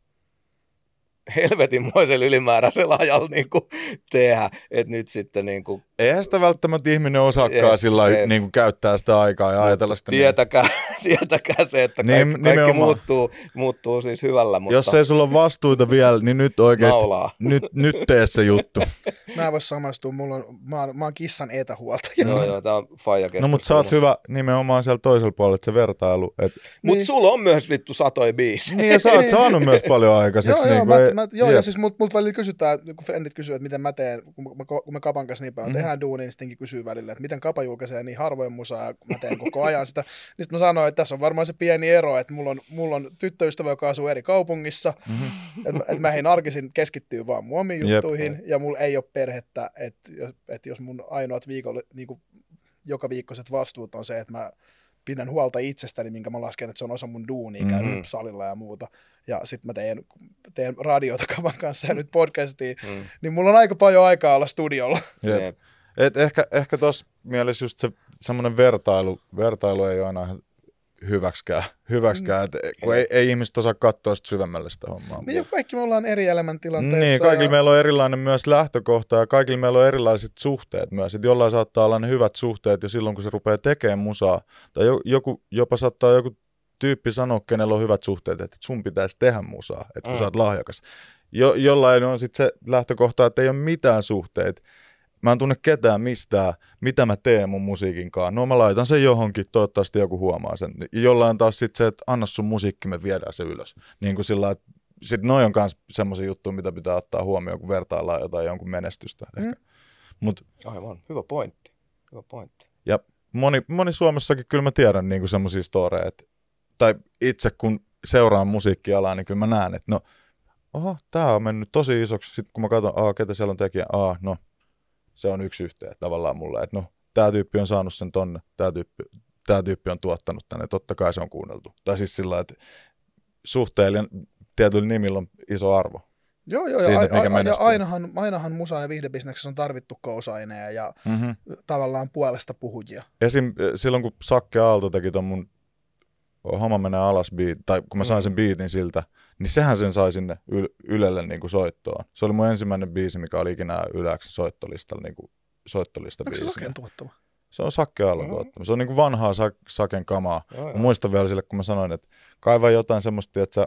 helvetinmoisella ylimääräisellä ajalla niin kuin tehdä, että nyt sitten niin kuin... Eihän sitä välttämättä ihminen osaakaan sillä lailla niin kuin käyttää sitä aikaa ja ajatella sitä. Tietäkää, niin. tietäkää se, että kaikki, niin, kaikki muuttuu, muuttuu siis hyvällä, mutta... Jos ei sulla ole vastuita vielä, niin nyt oikeasti, nyt, nyt tee se juttu. Mä en voi samastua, mulla on, mä, oon, mä oon kissan etähuoltaja. Joo, joo, tää on faija-keskustelu. No mutta sä oot hyvä nimenomaan siellä toisella puolella, että se vertailu. Et... Mutta niin. Sulla on myös vittu satoi biisi. Niin ja sä oot saanut myös paljon aikaiseksi. Joo, niin joo, mä, ei, mä, joo ja siis multa mult välillä kysytään, kun frendit kysyy, että miten mä teen, kun me, kun me Kapan kanssa niin paljon mm-hmm. tehdään duunia, niin sittenkin kysyy välillä, että miten Kapa julkaisee niin harvoin musaa, ja mä teen koko ajan sitä. Niin sitten mä sanoin, että tässä on varmaan se pieni ero, että mulla on, mulla on tyttöystävä, joka asuu eri kaupungissa, mm-hmm. että et mä en arkisin keskittyy vaan mun omiin juttuihin, Jep. ja mulla ei ole perhettä, että et jos mun ainoat viikolle, niin kuin joka viikkoiset vastuut on se, että mä pidän huolta itsestäni, minkä mä lasken, että se on osa mun duunia, käydä mm-hmm. salilla ja muuta. Ja sitten mä teen, teen radiota Kavan kanssa ja nyt podcastia, mm. niin mulla on aika paljon aikaa olla studiolla. Jep. Et ehkä ehkä tuossa mielessä just se semmoinen vertailu, vertailu ei ole aina hyväksikään, hyväksikään mm. että kun ei, ei ihmiset osaa katsoa sitä syvemmälle sitä hommaa. Niin jo kaikki me ollaan eri elämäntilanteessa. Niin, kaikilla ja... meillä on erilainen myös lähtökohta ja kaikilla meillä on erilaiset suhteet myös. Et jollain saattaa olla ne hyvät suhteet jo silloin, kun se rupeaa tekemään musaa. Tai joku, jopa saattaa joku tyyppi sanoa, kenellä on hyvät suhteet, että sun pitäisi tehdä musaa, että kun mm. sä oot lahjakas. Jo, jollain on sitten se lähtökohta, että ei ole mitään suhteet. Mä en tunne ketään mistään, mitä mä teen mun musiikinkaan. No mä laitan sen johonkin, toivottavasti joku huomaa sen. Jollain taas sitten se, että anna sun musiikki, me viedään se ylös. Niin kuin sillä, että sitten noi on myös semmoisia juttuja, mitä pitää ottaa huomioon, kun vertaillaan jotain jonkun menestystä. Mm. Ehkä. Mut, aivan, hyvä pointti. Hyvä pointti. Ja moni, moni Suomessakin kyllä mä tiedän niin kuin semmoisia storeja, että tai itse kun seuraan musiikkialaa, niin kyllä mä näen, että no, oho, tää on mennyt tosi isoksi. Sitten kun mä katson, aa, ketä siellä on tekijä, aa, no, se on yksi yhteen tavallaan mulle, että no, tää tyyppi on saanut sen tonne, tää tyyppi, tää tyyppi on tuottanut tänne, totta kai se on kuunneltu. Tai siis sillä että suhteellinen tietyllä nimillä on iso arvo. Joo, joo, siinä, ja, a, a, ja ainahan, ainahan musa- ja viihdebisneksessä on tarvittu co-signeja ja mm-hmm. tavallaan puolesta puhujia. Esim. Silloin, kun Sakke Aalto teki ton mun Homma menee alas beat, tai kun mä sain sen beatin siltä, niin sehän sen sai sinne yl- Ylelle niin kuin soittoon. Se oli mun ensimmäinen biisi, mikä oli ikinä Yläksen soittolistalla, niin kuin soittolista biisinä. Onko se Saken tuottama? Se on Sakke Aallon mm-hmm. tuottama. Se on niin kuin vanhaa Sa- Saken kamaa. Mä muistan vielä sille, kun mä sanoin, että kaiva jotain semmoista, että sä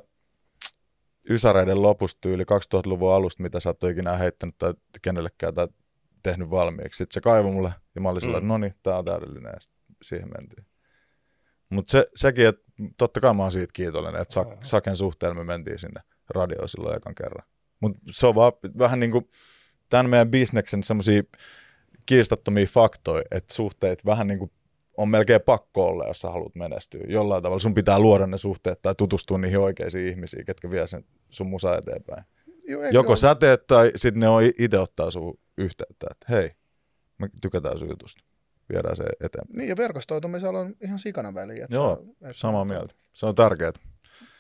ysäreiden lopusta yli kaksituhattaluvun alusta, mitä sä et ole ikinä heittänyt tai kenellekään tai tehnyt valmiiksi. Sitten se kaivoi mulle ja mä olin mm. sillä, että no niin, tää on täydellinen ja siihen mentiin. Mutta se, sekin, että totta kai mä oon siitä kiitollinen, että Sak- Saken suhteen me mentiin sinne radioon silloin ekan kerran. Mutta se on vaan vähän niin kuin tämän meidän bisneksen semmoisia kiistattomia faktoja, että suhteet vähän niin kuin on melkein pakko olla, jos sä haluat menestyä. Jollain tavalla sun pitää luoda ne suhteet tai tutustua niihin oikeisiin ihmisiin, ketkä vie sen sun musa eteenpäin. Joo, joko sä teet tai sitten ne on itse ottaa sun yhteyttä, että hei, me tykätään sun jutusta. Viedään se eteenpäin. Niin, ja verkostoitumisella on ihan sikana väliä. Että Joo, että, samaa mieltä. Se on tärkeää.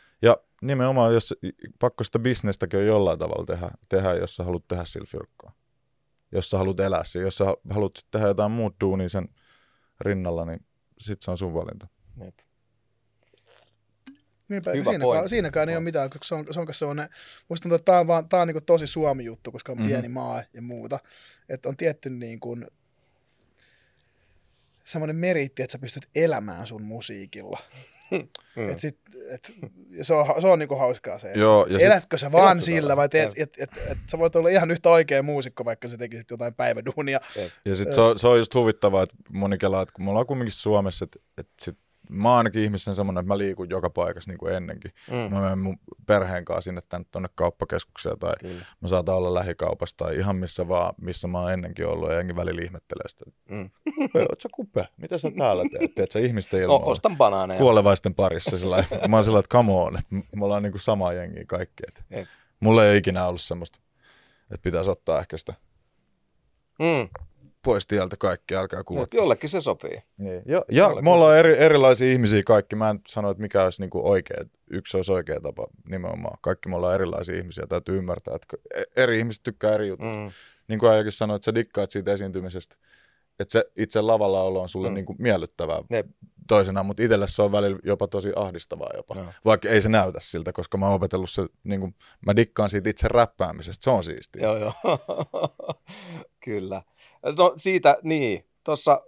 nimenomaan, jos pakko sitä bisnestäkin on jollain tavalla tehdä, tehdä jos sä haluat tehdä sillä fyrkkaa. Jos sä haluat elää siinä, jos sä haluat tehdä jotain muut duunia sen rinnalla, niin sit se on sun valinta. Jep. Niinpä, Hyvä siinäkään, pointti. siinäkään ei ole mitään, koska se on, se on, se on ne, musta tuntuu, että tämä on, vaan, tää on niin tosi Suomi-juttu, koska on Mhm. pieni maa ja muuta. Että on tietty niin kuin, semmoinen meriitti, että sä pystyt elämään sun musiikilla. Mm. Et sit, et, ja se on, se on niinku hauskaa se, että Joo, ja sit, elätkö sä vaan Elätkö sillä tällä? vai teet, et, et, et, et, sä voit olla ihan yhtä oikea muusikko, vaikka sä tekisit jotain päiväduunia. ja sit se, on, se on just huvittavaa, että moni kelaa, että kun me ollaan kumminkin Suomessa, että, että sit, mä oon ainakin ihmisen semmoinen, että mä liikun joka paikassa niin kuin ennenkin. Mm. Mä menen mun perheen kanssa sinne tänne tuonne kauppakeskukseen tai Kyllä. mä saatan olla lähikaupassa tai ihan missä vaan, missä mä oon ennenkin ollut ja jengi välillä ihmettelee sitä. Mm. Oot sä kupe? Mitä sä täällä teet? Teet sä ihmisten O, ilmoilla? ostan banaaneja. Kuolevaisten parissa. Sillä mä oon sillä, että come on, että me ollaan niinku samaa jengiä kaikki. Et Jep. mulla ei ole ikinä ollut semmoista, että pitäisi ottaa ehkä sitä Mm. pois tieltä kaikki, älkää kuule. Jep, jollekin se sopii. Niin. Ja, ja Jollekin me ollaan eri, erilaisia ihmisiä kaikki. Mä en sano, että mikä olisi niinku oikea, yksi olisi oikea tapa nimenomaan. Kaikki me ollaan erilaisia ihmisiä, täytyy ymmärtää, että eri ihmiset tykkää eri juttuja. Mm. Niin kuin äijäkin sanoi, että sä dikkaat siitä esiintymisestä. Että se itse lavalla olo on sulle Mm. niin kuin miellyttävää Jep. toisenaan, mutta itselle se on välillä jopa tosi ahdistavaa jopa. No. Vaikka ei se näytä siltä, koska mä oon opetellut se, niin kuin, mä dikkaan siitä itse räppäämisestä, se on siistiä. Joo, joo. Kyllä. No siitä, niin. Tuossa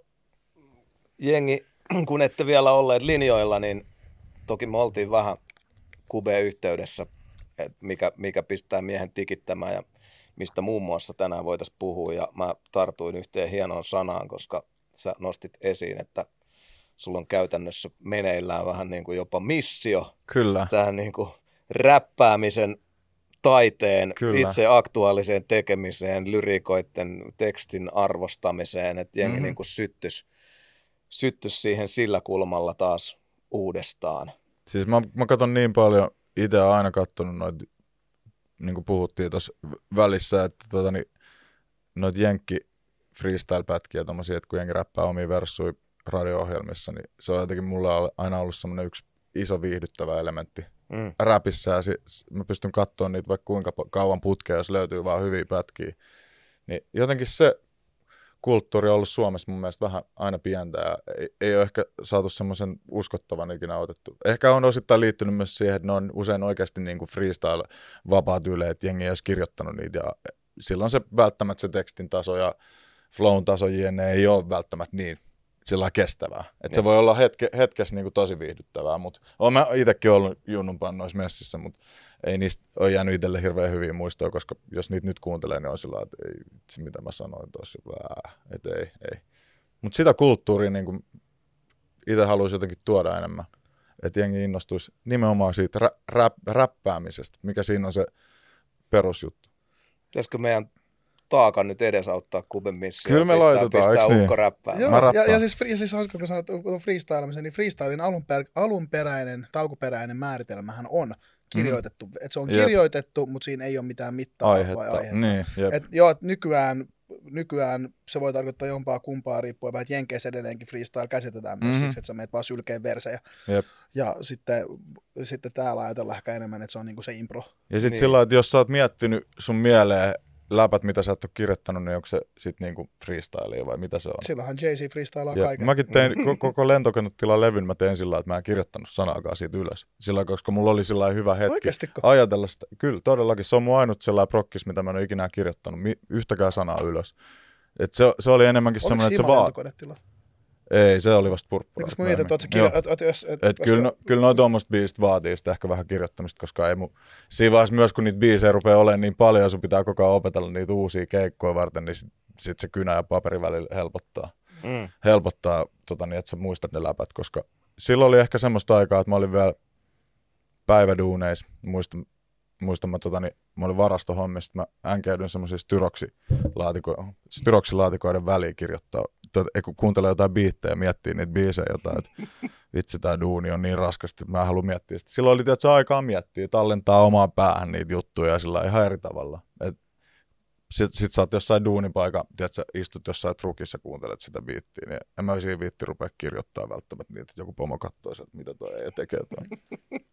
jengi, kun ette vielä olleet linjoilla, niin toki me oltiin vähän Kube-yhteydessä, että mikä, mikä pistää miehen tikittämään ja mistä muun muassa tänään voitaisiin puhua. Ja mä tartuin yhteen hienoon sanaan, koska sä nostit esiin, että sulla on käytännössä meneillään vähän niin kuin jopa missio Kyllä. tähän niin kuin räppäämisen taiteen, Kyllä. itse aktuaaliseen tekemiseen, lyrikoiden tekstin arvostamiseen, että jengi Mhm. niin kuin syttys, syttys siihen sillä kulmalla taas uudestaan. Siis mä, mä katson niin paljon, itse olen aina katsonut noita, niin kuin puhuttiin tuossa välissä, että tota, niin, noita jenkki freestyle-pätkiä tommosia, että kun jengi räppää omia versuja radio-ohjelmissa, niin se on jotenkin mulle aina ollut semmoinen yksi iso viihdyttävä elementti Mm. räpissä, ja si- mä pystyn katsoa niitä vaikka kuinka kauan putkea, jos löytyy vaan hyviä pätkiä. Niin jotenkin se kulttuuri on ollut Suomessa mun mielestä vähän aina pientä, ja ei, ei ole ehkä saatu semmoisen uskottavan ikinä otettu. Ehkä on osittain liittynyt myös siihen, että ne on usein oikeasti niin kuin freestyle-vapaat että jengi ei olisi kirjoittanut niitä, ja silloin se välttämättä se tekstin taso ja flown taso jne ei ole välttämättä niin sillä kestävää. Että se voi olla hetke, hetkessä niin kuin tosi viihdyttävää, mutta olen mä itsekin ollut junnunpaan noissa messissä, mutta ei niistä ole jäänyt itselle hirveän hyviä muistoja, koska jos niitä nyt kuuntelee, niin on sillä että ei vitsi, mitä mä sanoin tosi vähän, että ei, ei. Mutta sitä kulttuuria niin kuin itse haluaisin jotenkin tuoda enemmän, että jengi innostuisi nimenomaan siitä rä, rä, räppäämisestä, mikä siinä on se perusjuttu. Pitäisikö meidän taakan nyt edesauttaa Kuben missioon? Kyllä me pistää, laitetaan, pistää eiks niin? ukko räppää. Joo, Mä ja, rappaan. ja, siis, ja siis hauska, kun sanot on freestylamisen, niin freestylin alunper, alunperäinen tai alkuperäinen määritelmähän on kirjoitettu. Mm. Että se on Jep. kirjoitettu, mutta siinä ei ole mitään mittaa Aihetta. vai aihetta. Niin, jep. Et, joo, et nykyään, nykyään se voi tarkoittaa jompaa kumpaa riippuen, vaan että Jenkeissä edelleenkin freestyle käsitetään myös Mhm. siksi, että sä meet vaan sylkeen versejä. Jep. Ja sitten, sitten täällä ajatellaan ehkä enemmän, että se on niinku se impro. Ja sitten Niin. sillä lailla, että jos sä oot miettinyt sun mieleen läpät, mitä sä et ole kirjoittanut, niin onko se sitten niinku freestylea vai mitä se on? Silloinhan Jay-Z freestylaa Ja kaiken. mäkin tein ko- koko lentokonetilan levyn, mä tein sillä lailla, että mä en kirjoittanut sanaakaan siitä ylös. Sillä lailla, koska mulla oli sillä lailla hyvä hetki Oikeastiko? ajatella sitä. Kyllä, todellakin. Se on mun ainut sellainen prokkis, mitä mä en ole ikinä kirjoittanut mi- yhtäkään sanaa ylös. Et se, se oli enemmänkin Oliko semmoinen, että se Hima vaan... lentokonetila? Ei, se oli vasta Niin, purppura. koska mä mietin, että oot sä Joo. kirjo... Et, et, jos, et, Et koska- kyllä, no, kyllä noin tuommoista biisistä vaatii sitä ehkä vähän kirjoittamista, koska ei mu... siinä vaiheessa myös kun niitä biisejä rupeaa olemaan niin paljon ja sun pitää koko ajan opetella niitä uusia keikkoja varten, niin sit, sit se kynä ja paperi välillä helpottaa. Mm. helpottaa, tota, niin, että sä muistat ne läpät, koska silloin oli ehkä semmoista aikaa, että mä olin vielä päiväduuneissa, muistan, muistan mä, tota, niin, mä olin varastohommissa, mä änkeydyin semmoisia styroksilaatiko, styroksilaatikoiden väliin kirjoittaa, tota, kun kuuntelee jotain biittejä ja miettii niitä biisejä jotain, että vitsi tää duuni on niin raskasti, että mä en halua miettiä sitä. Silloin oli tietysti aikaa miettiä, tallentaa omaan päähän niitä juttuja sillä ihan eri tavalla. Et Sitten sit sä oot jossain duunipaikan, tiedät, sä istut jossain trukissa ja kuuntelet sitä biittiä, niin en mä siinä viitti rupea kirjoittaa välttämättä niitä, että joku pomo katsoo, että mitä toi ei tekee toi.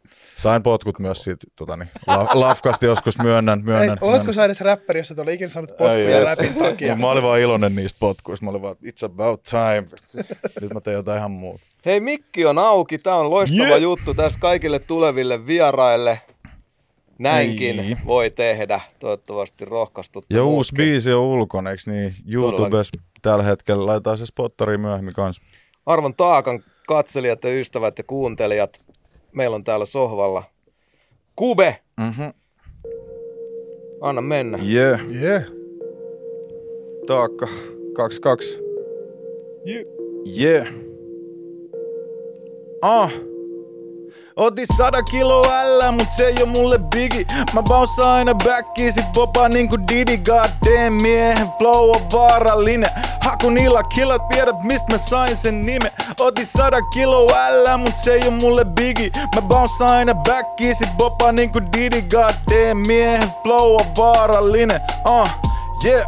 Sain potkut myös siitä tota, niin, la- lafkasti joskus, myönnän. myönnän Ei, oletko sä edes räppäri, jos et ole ikinä saanut potkuja räpin takia? Mä olin vaan iloinen niistä potkuista. Mä olin vaan, it's about time. Nyt mä teen jotain ihan muuta. Hei, mikki on auki. Tää on loistava Yeah. juttu tässä kaikille tuleville vieraille. Näinkin Ei. voi tehdä. Toivottavasti rohkaistutte. Ja uusi muutkin. biisi on ulkona, eikö niin? YouTubessa tällä hetkellä. Laitetaan se spottariin myöhemmin kanssa. Arvon taakan katselijat ja ystävät ja kuuntelijat. Meillä on täällä sohvalla Kube. Mhm. Anna mennä. Yeah. Yeah. Taakka. kaksi kaksi. Yeah. Yeah. Ah. Otin sata kiloa ällä, mut se ei oo mulle bigi. Mä bounsaan aina backiin, sit popa niinku Didi. Goddamn, miehen flow on vaarallinen. Haku niillä killa, tiedät mistä mä sain sen nimen. Otin sata kiloa ällä, mut se ei oo mulle bigi. Mä bounsaan aina backiin, sit popa niinku Didi. Goddamn, miehen flow on vaarallinen. Uh, yeah.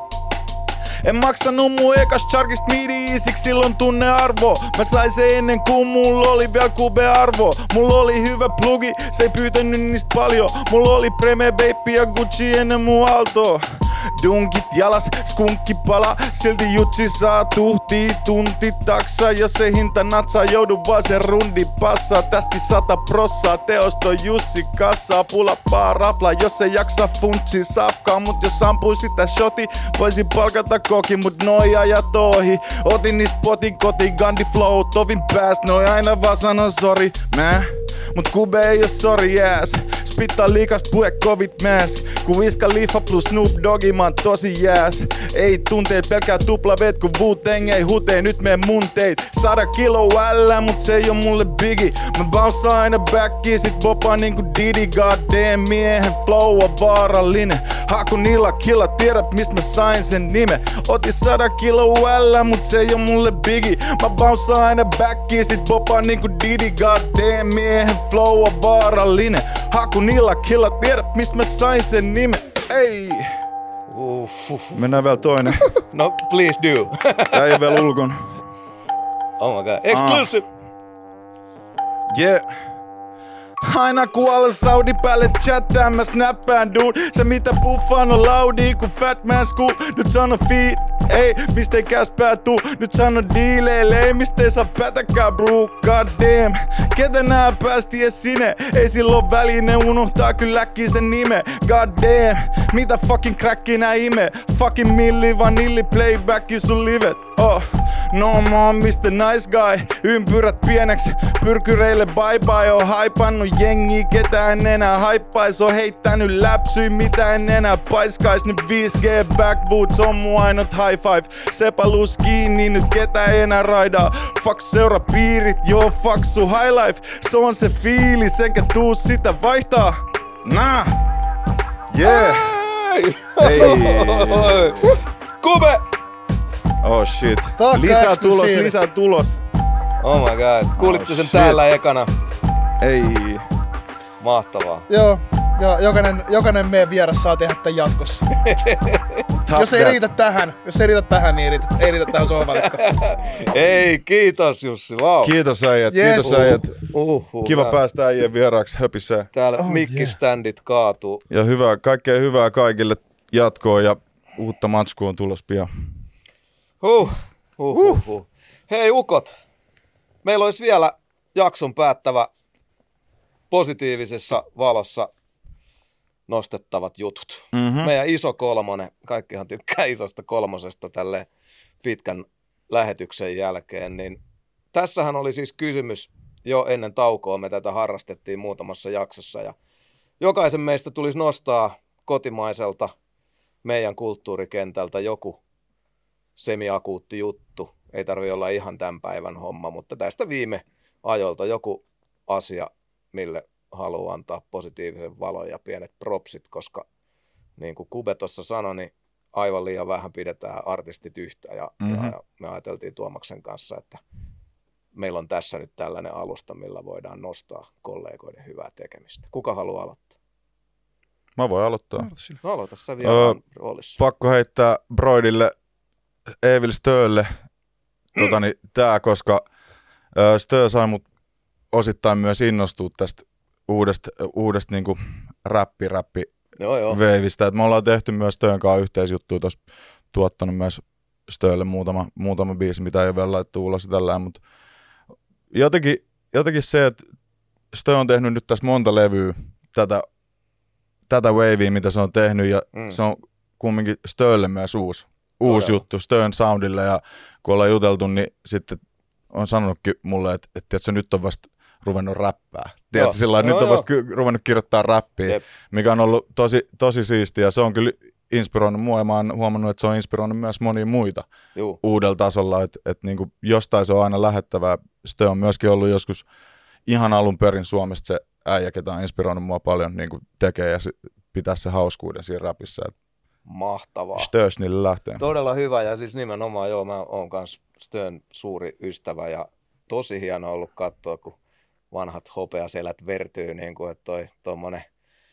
En maksanut mun ekas charkist midi, siksi silloin tunne arvo. Mä sain se ennen kuin mulla oli vielä Kube-arvo. Mulla oli hyvä plugi, se ei pyytänyt niistä paljon. Mulla oli Preme, Baby ja Gucci ennen mun Alto. Dunkit jalas, skunkki pala, silti jutsi saa tuhtii, tunti taksa. Jos se hinta natsaa, joudu vaan se rundi passaa. Tästi sata prossaa, teosto Jussi kassaa. Pulappaa rafla, jos se jaksa funtsi safkaa. Mut jos ampuu sitä shoti, voisin palkata koki, mut noi ajat ohi. Otin niistä potin koti, Gandhi flow, tovin pääs. Noi aina vaan sanon sori, mä. Mut Kube ei oo sorry ass. Spittaa liikast puhe covid mask. Ku Wiska Lifa plus Snoop Doggy, mä oon tosi jääs. Ei tunteet, pelkää tupla vet ku Wu-Tang ei hutee. Nyt meen mun teit. Sata kilo ällä, mut se ei oo mulle bigi. Mä bounsaan aina backiin, sit bopaa niinku Didi. Goddamn, miehen flow on vaarallinen. Haku niillä killa, tiedät mistä mä sain sen nimen. Otin sata kilo ällä, mut se ei oo mulle bigi. Mä bounsaan aina backiin, sit bopaa niinku Didi. Goddamn, miehen flow on vaarallinen. Haku niillä killa, tiedät mistä mä sain sen nimen. Ei. Uff, uff. Mennään vielä toinen. No, please do. Tää ei oo vielä ulkon. Oh my god. Exclusive. Yeah. Aina kun alan Saudi päälle chattaa, mä snappaan dude. Se mitä puffaan on laudi, kun Fat Man Scoop. Nyt sano feed, ei, mistä ei käspää tuu. Nyt sano dealeille, ei mistä ei saa pätäkää bro. God damn, ketä nää päästi ees sinne? Ei silloin väline, unohtaa kyllä äkkiä sen nime. God damn, mitä fucking cracki nää ime? Fucking milli vanilli playbacki sun livet. Oh. No mä oon mister Nice Guy, ympyrät pieneks. Pyrkyreille bye bye, oon haipannut jengi, ketä en enää haippais. Oon heittänyt läpsy, mitä en enää paiskais. Nyt viisi G backwoods on mun ainut high five. Sepalus kiinni, nyt ketä ei enää raidaa. Fuck seura piirit, joo fuck sun high life. Se on se fiilis, enkä tuu sitä vaihtaa. Nah, yeah. Ei. Kube! Oh shit. Taakka Lisää tulos, exclusive. lisää tulos. Oh my god. Kuulitte Oh, sen shit. täällä ekana. Ei. Mahtavaa. Joo, ja jokainen, jokainen meidän vieras saa tehdä tämän jatkossa. Top Jos ei that. riitä tähän, jos ei riitä tähän, niin ei riitä, ei riitä tähän sohvalikkoon. Ei, kiitos Jussi. Wow. Kiitos äijät, Yes. kiitos äijät. Uhuh, Kiva tää- päästä äijien vieraaksi höpiseen. Täällä Oh, mikkiständit kaatuu. Ja hyvää, kaikkea hyvää kaikille jatkoa ja uutta matskua on tulos pian. Huh. Huh, huh, huh. Hei ukot, meillä olisi vielä jakson päättävä positiivisessa valossa nostettavat jutut. Mm-hmm. Meidän iso kolmonen, kaikkihan tykkää isosta kolmosesta tälle pitkän lähetyksen jälkeen, niin tässähän oli siis kysymys jo ennen taukoa, me tätä harrastettiin muutamassa jaksossa ja jokaisen meistä tulisi nostaa kotimaiselta meidän kulttuurikentältä joku semiakuutti juttu. Ei tarvitse olla ihan tämän päivän homma, mutta tästä viime ajolta joku asia, mille haluaa antaa positiivisen valon ja pienet propsit, koska niin kuin Kube tuossa sanoi, niin aivan liian vähän pidetään artistit yhtä ja, mm-hmm. ja me ajateltiin Tuomaksen kanssa, että meillä on tässä nyt tällainen alusta, millä voidaan nostaa kollegoiden hyvää tekemistä. Kuka haluaa aloittaa? Mä voin aloittaa. No aloita sä vielä Öö, öö, roolissa. Pakko heittää Broidille, Evil Stölle tota, niin, tää, koska ö, Stö sai mut osittain myös innostua tästä uudesta, uudesta niinku räppi, räppi Joo, joo. veivistä. Et me ollaan tehty myös Stöön kanssa yhteisjuttuja tuossa, tuottanut myös Stöölle muutama, muutama biisi, mitä ei ole vielä laittu ulos tällään, mutta jotenkin, jotenkin se, että Stö on tehnyt nyt tässä monta levyä, tätä, tätä wavea, mitä se on tehnyt, ja mm. se on kumminkin Stöölle myös uusi, uusi juttu, Stöön soundille, ja kun ollaan juteltu, niin sitten on sanonutkin mulle, että, että, että se nyt on vasta ruvennut räppää. Tiedätkö, sillä no, nyt on vasta ky- ruvennut kirjoittaa räppiä, Jep. mikä on ollut tosi, tosi siistiä, ja se on kyllä inspiroinut mua, ja mä oon huomannut, että se on inspiroinut myös monia muita Juu. uudella tasolla, että, että niin kuin jostain se on aina lähettävää. Stö on myöskin ollut joskus ihan alun perin Suomesta se äijä, ketä on inspiroinut mua paljon niin kuin tekee ja pitää se hauskuuden siinä rapissa. Mahtavaa. Stös niille lähtee. Todella hyvä, ja siis nimenomaan joo, mä oon kans Stön suuri ystävä, ja tosi hieno ollut katsoa, kun vanhat hopeaselät vertyy, niin kuin, että toi tommonen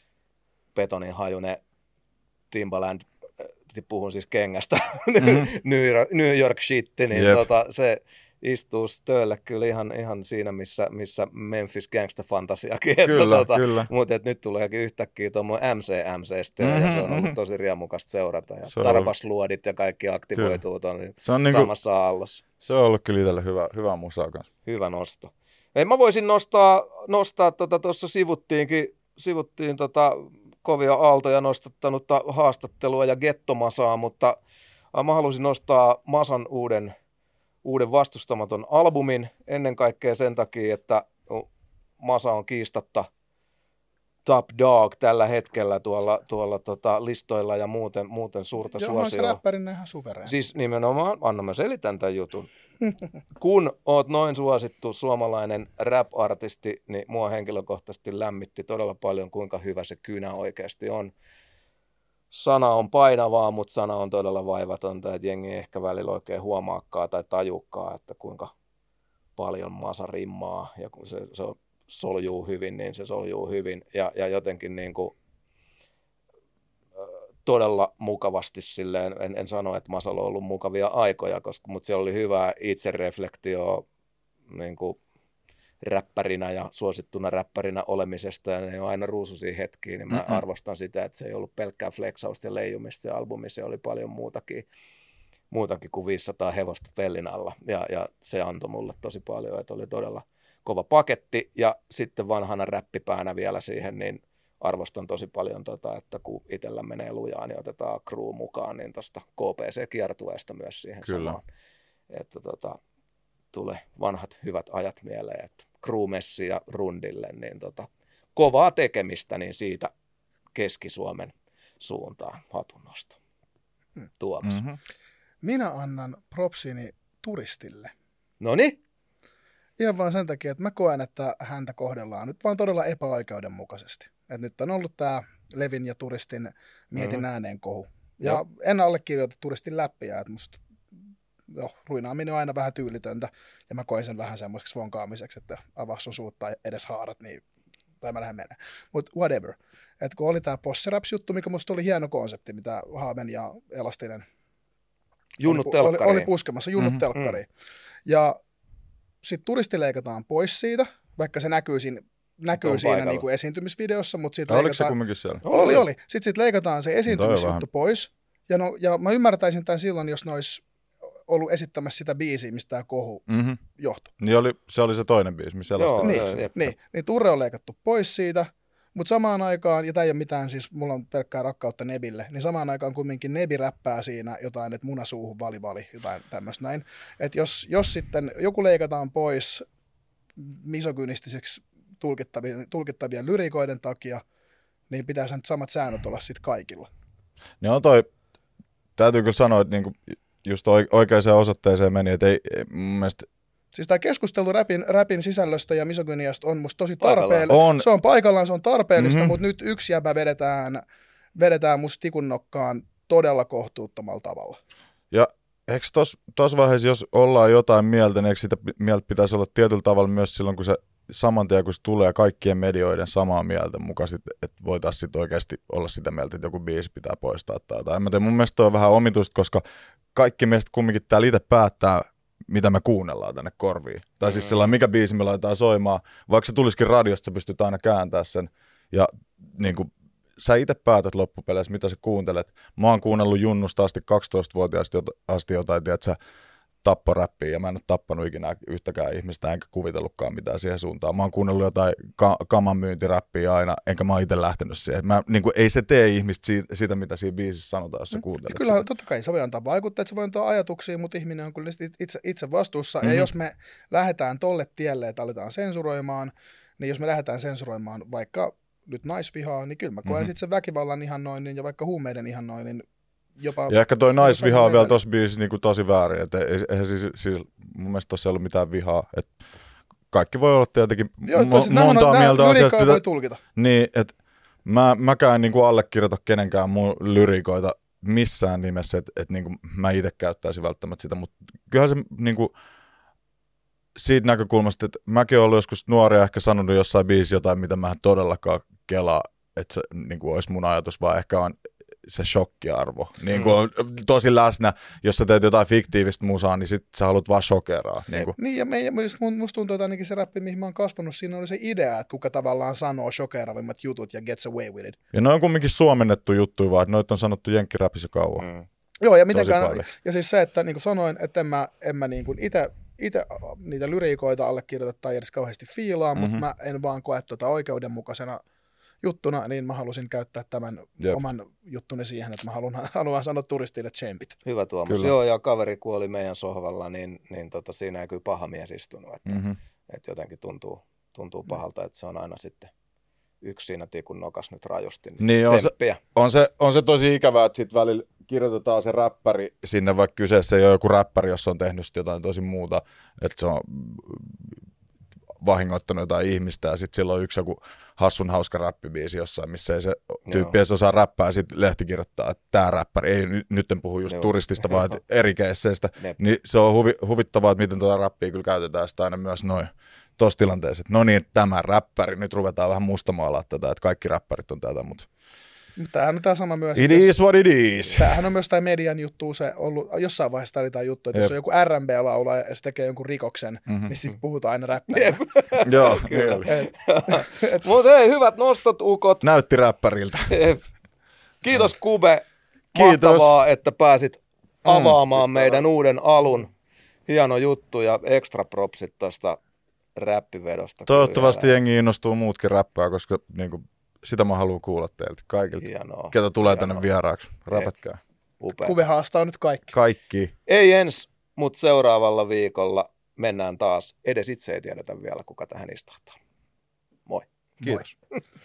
betonin hajunen Timbaland, puhun siis kengästä, mm-hmm. New York shitti, niin yep. tota, se istuu Stölle kyllä ihan, ihan siinä, missä, missä Memphis Gangsta-fantasiakin. Kyllä, tota, kyllä. Mutta nyt tuleekin yhtäkkiä tuommoinen M C M C Stö, mm-hmm. ja se on ollut tosi riemukasta seurata. Ja Tarbasluodit ja kaikki aktivoituu tuon samassa niinku, aallossa. Se on ollut kyllä itselle hyvä, hyvä musaa kanssa. Hyvä nosto. Ei, mä voisin nostaa, nostaa tuossa tota, sivuttiinkin, sivuttiin tota, kovia aaltoja nostattanutta haastattelua ja Gettomasaa, mutta mä halusin nostaa Masan uuden, uuden vastustamaton albumin ennen kaikkea sen takia, että Masa on kiistatta top dog tällä hetkellä tuolla, tuolla tota, listoilla ja muuten, muuten suurta Joo, suosioa. Joo, on se räppärinä ihan suvereeni. Siis nimenomaan, anna mä selitän tämän jutun. Kun oot noin suosittu suomalainen rap-artisti, niin mua henkilökohtaisesti lämmitti todella paljon, kuinka hyvä se kynä oikeasti on. Sana on painavaa, mutta sana on todella vaivatonta, että jengi ei ehkä välillä oikein huomaakaan tai tajuukaan, että kuinka paljon Masa rimmaa, ja kun se, se soljuu hyvin, niin se soljuu hyvin, ja, ja jotenkin niin kuin todella mukavasti silleen, en, en sano, että Masalla on ollut mukavia aikoja, koska, mutta siellä oli hyvää itsereflektioa niin kuin räppärinä ja suosittuna räppärinä olemisesta, ja ne on aina ruusuisia hetkiä, niin mä mm-hmm. arvostan sitä, että se ei ollut pelkkää flexausta ja leijumista se albumi, se oli paljon muutakin, muutakin kuin viisisataa hevosta pellin alla, ja, ja se antoi mulle tosi paljon, että oli todella kova paketti, ja sitten vanhana räppipäänä vielä siihen, niin arvostan tosi paljon, tota, että kun itsellä menee lujaa, niin otetaan crew mukaan, niin tuosta K P C-kiertueesta myös siihen Kyllä. samaan. Että tota, tulee vanhat hyvät ajat mieleen, että crew-messi ja rundille, niin tota, kovaa tekemistä, niin siitä Keski-Suomen suuntaan hatunnosto. Hmm. Tuomas. Mm-hmm. Minä annan propsini turistille. Noniin? Ihan vaan sen takia, että mä koen, että häntä kohdellaan nyt vaan todella epäoikeudenmukaisesti. Et nyt on ollut tämä Levin ja turistin mietin mm-hmm. ääneen kohu. Ja Joo. en allekirjoita turistin läppiä, että musta jo, ruinaaminen on aina vähän tyylitöntä. Ja mä koin sen vähän semmoiseksi vonkaamiseksi, että avaa sun suut tai edes haarat, niin tai mä lähden mennä. Mutta whatever. Et kun oli tämä Posse-raps-juttu, mikä musta oli hieno konsepti, mitä Haamen ja Elastinen Junnut oli, oli, oli puskemassa, junnut mm-hmm. telkkariin. Ja sitten turisti leikataan pois siitä, vaikka se näkyy siinä, näkyy siinä niinku esiintymisvideossa. Mutta sit oliko leikataan, se kumminkin siellä? Oli, oli. Sitten sit leikataan se esiintymisjuttu pois. Ja, no, ja mä ymmärtäisin tämän silloin, jos ne olisi ollut esittämässä sitä biisiä, mistä tämä kohu mm-hmm. johtui. Niin oli, se oli se toinen biisi, missä sellaista. Niin, niin, niin Turre on leikattu pois siitä. Mutta samaan aikaan, ja tämä ei ole mitään, siis mulla on pelkkää rakkautta Nebille, niin samaan aikaan kumminkin Nebi räppää siinä jotain, että munasuuhun vali vali, jotain tämmöistä näin. Että jos, jos sitten joku leikataan pois misogynistiseksi tulkittavien, tulkittavien lyrikoiden takia, niin pitäisi nyt samat säännöt olla sitten kaikilla. Niin on toi, täytyy kyllä sanoa, että niinku just oikeaan osoitteeseen meni, että ei, ei mun mielestä... Siis tämä keskustelu räpin, räpin sisällöstä ja misogyniasta on musta tosi tarpeellista. Se on paikallaan, se on tarpeellista, mm-hmm. mutta nyt yksi jäbä vedetään, vedetään musta tikun nokkaan todella kohtuuttomalla tavalla. Ja eikö tuossa vaiheessa, jos ollaan jotain mieltä, niin eikö sitä mieltä pitäisi olla tietyllä tavalla myös silloin, kun se saman tien, kun se tulee kaikkien medioiden samaa mieltä mukaan, että voitaisiin sitten oikeasti olla sitä mieltä, että joku biisi pitää poistaa tai jotain. En mä tiedä, mun mielestä toi on vähän omituista, koska kaikki meistä kumminkin täällä itse päättää, mitä me kuunnellaan tänne korviin. Tai mm-hmm. siis sellainen, mikä biisi me laitetaan soimaan. Vaikka se tulisikin radiosta, sä pystyt aina kääntämään sen. Ja niin kuin, sä itse päätät loppupeleissä, mitä sä kuuntelet. Mä oon kuunnellut Junnusta asti kaksitoistavuotiaasta asti jotain, tiedät sä, tapporäppiä, ja mä en ole tappanut ikinä yhtäkään ihmistä, enkä kuvitellutkaan mitään siihen suuntaan. Mä oon kuunnellut jotain ka- kaman myyntiräppiä aina, enkä mä oon itse lähtenyt siihen. Mä, niin kuin, ei se tee ihmistä siitä, sitä, mitä siinä biisissä sanotaan, jos sä kuuntelet. Kyllä, sitä. totta kai se voi antaa vaikuttaa, että se voi antaa ajatuksia, mutta ihminen on kyllä itse, itse vastuussa. Mm-hmm. Ja jos me lähdetään tolle tielle, että aletaan sensuroimaan, niin jos me lähdetään sensuroimaan vaikka nyt naisvihaa, niin kyllä mä koen mm-hmm. sitten sen väkivallan ihannoinnin ja vaikka huumeiden ihannoinnin. Jopa ja ehkä toi naisviha on vielä tossa biisissä niinku tosi väärin, että eihän siis, siis mun mielestä tossa ei ollut mitään vihaa, että kaikki voi olla tietenkin Joo, mo- tosiaan, montaa nämä, mieltä nämä asiasta. voi tulkita. Niin, että mä, mäkään en niinku allekirjoita kenenkään mun lyriikoita missään nimessä, että et niinku mä itse käyttäisin välttämättä sitä, mutta kyllähän se niinku siitä näkökulmasta, että mäkin olen ollut joskus nuoria ehkä sanonut jossain biisissä jotain, mitä mä en todellakaan kelaa, että se niinku olisi mun ajatus, vaan ehkä on se shokkiarvo. Niin kuin on tosi läsnä, jos sä teet jotain fiktiivistä musaa, niin sit sä haluat vaan shokeraa. Niin, kuin. Niin ja me, musta tuntuu, että ainakin se räppi, mihin mä oon kasvanut, siinä oli se idea, että kuka tavallaan sanoo shokeravimmat jutut ja gets away with it. Ja ne on kumminkin suomennettu juttuja vaan, että noita on sanottu jenkkiräpissä kauan. Mm. Joo, ja mitenkään, ja siis se, että niin kuin sanoin, että en mä, en mä niin kuin ite, ite niitä lyriikoita allekirjoita tai edes kauheasti fiilaa, mm-hmm. mutta mä en vaan koe tota oikeudenmukaisena juttuna, niin mä halusin käyttää tämän Jep. oman juttuni siihen, että mä haluan, haluan sanoa turistille tsempit. Hyvä Tuomas. Kyllä. Joo, ja kaveri kuoli meidän sohvalla, niin, niin tota, siinä ei kyllä paha mies istunut. Että, mm-hmm. että jotenkin tuntuu, tuntuu pahalta, että se on aina sitten yksi siinä tikun nokas nyt rajusti. Niin, niin on, se, on, se, on se tosi ikävää, että sitten välillä kirjoitetaan se räppäri sinne, vaikka kyseessä ei ole joku räppäri, jos on tehnyt jotain tosi muuta, että se on vahingoittanut jotain ihmistä, ja sitten sillä on yksi joku hassun hauska räppibiisi jossain, missä ei se tyyppi edes osaa räppää, ja sitten lehti kirjoittaa, että tämä räppäri, ei nyt, nyt en puhu just Joo. turistista, vaan eri keisseistä, niin se on huvi, huvittavaa, että miten tuota räppiä kyllä käytetään sitä aina myös noin tuossa tilanteessa, että no niin, tämä räppäri, nyt ruvetaan vähän mustamaalaa tätä, että kaikki räppärit on tätä, mutta Mutta tämähän on tämä sama myös. It is what it is. Tämähän on myös tämä median juttu, se ollut, jossain vaiheessa tarvitaan juttu, että Jep. jos on joku R and B-laula ja se tekee jonkun rikoksen, mm-hmm. niin sitten puhutaan aina räppärinä. Joo, kyllä. Mutta hei, hyvät nostot, ukot. Näytti räppäriltä. Kiitos Kube. Kiitos. Mahtavaa, että pääsit avaamaan mm, meidän uuden alun. Hieno juttu ja extra propsit tuosta räppivedosta. Toivottavasti jengi innostuu muutkin räppää, koska niinku sitä mä haluan kuulla teiltä kaikilta, Hienoa. ketä tulee Hienoa. tänne vieraaksi. Räpätkää. Kube haastaa nyt kaikki. Kaikki. Ei ens, mutta seuraavalla viikolla mennään taas. Edes itse ei tiedetä vielä, kuka tähän istahtaa. Moi. Kiitos. Moi.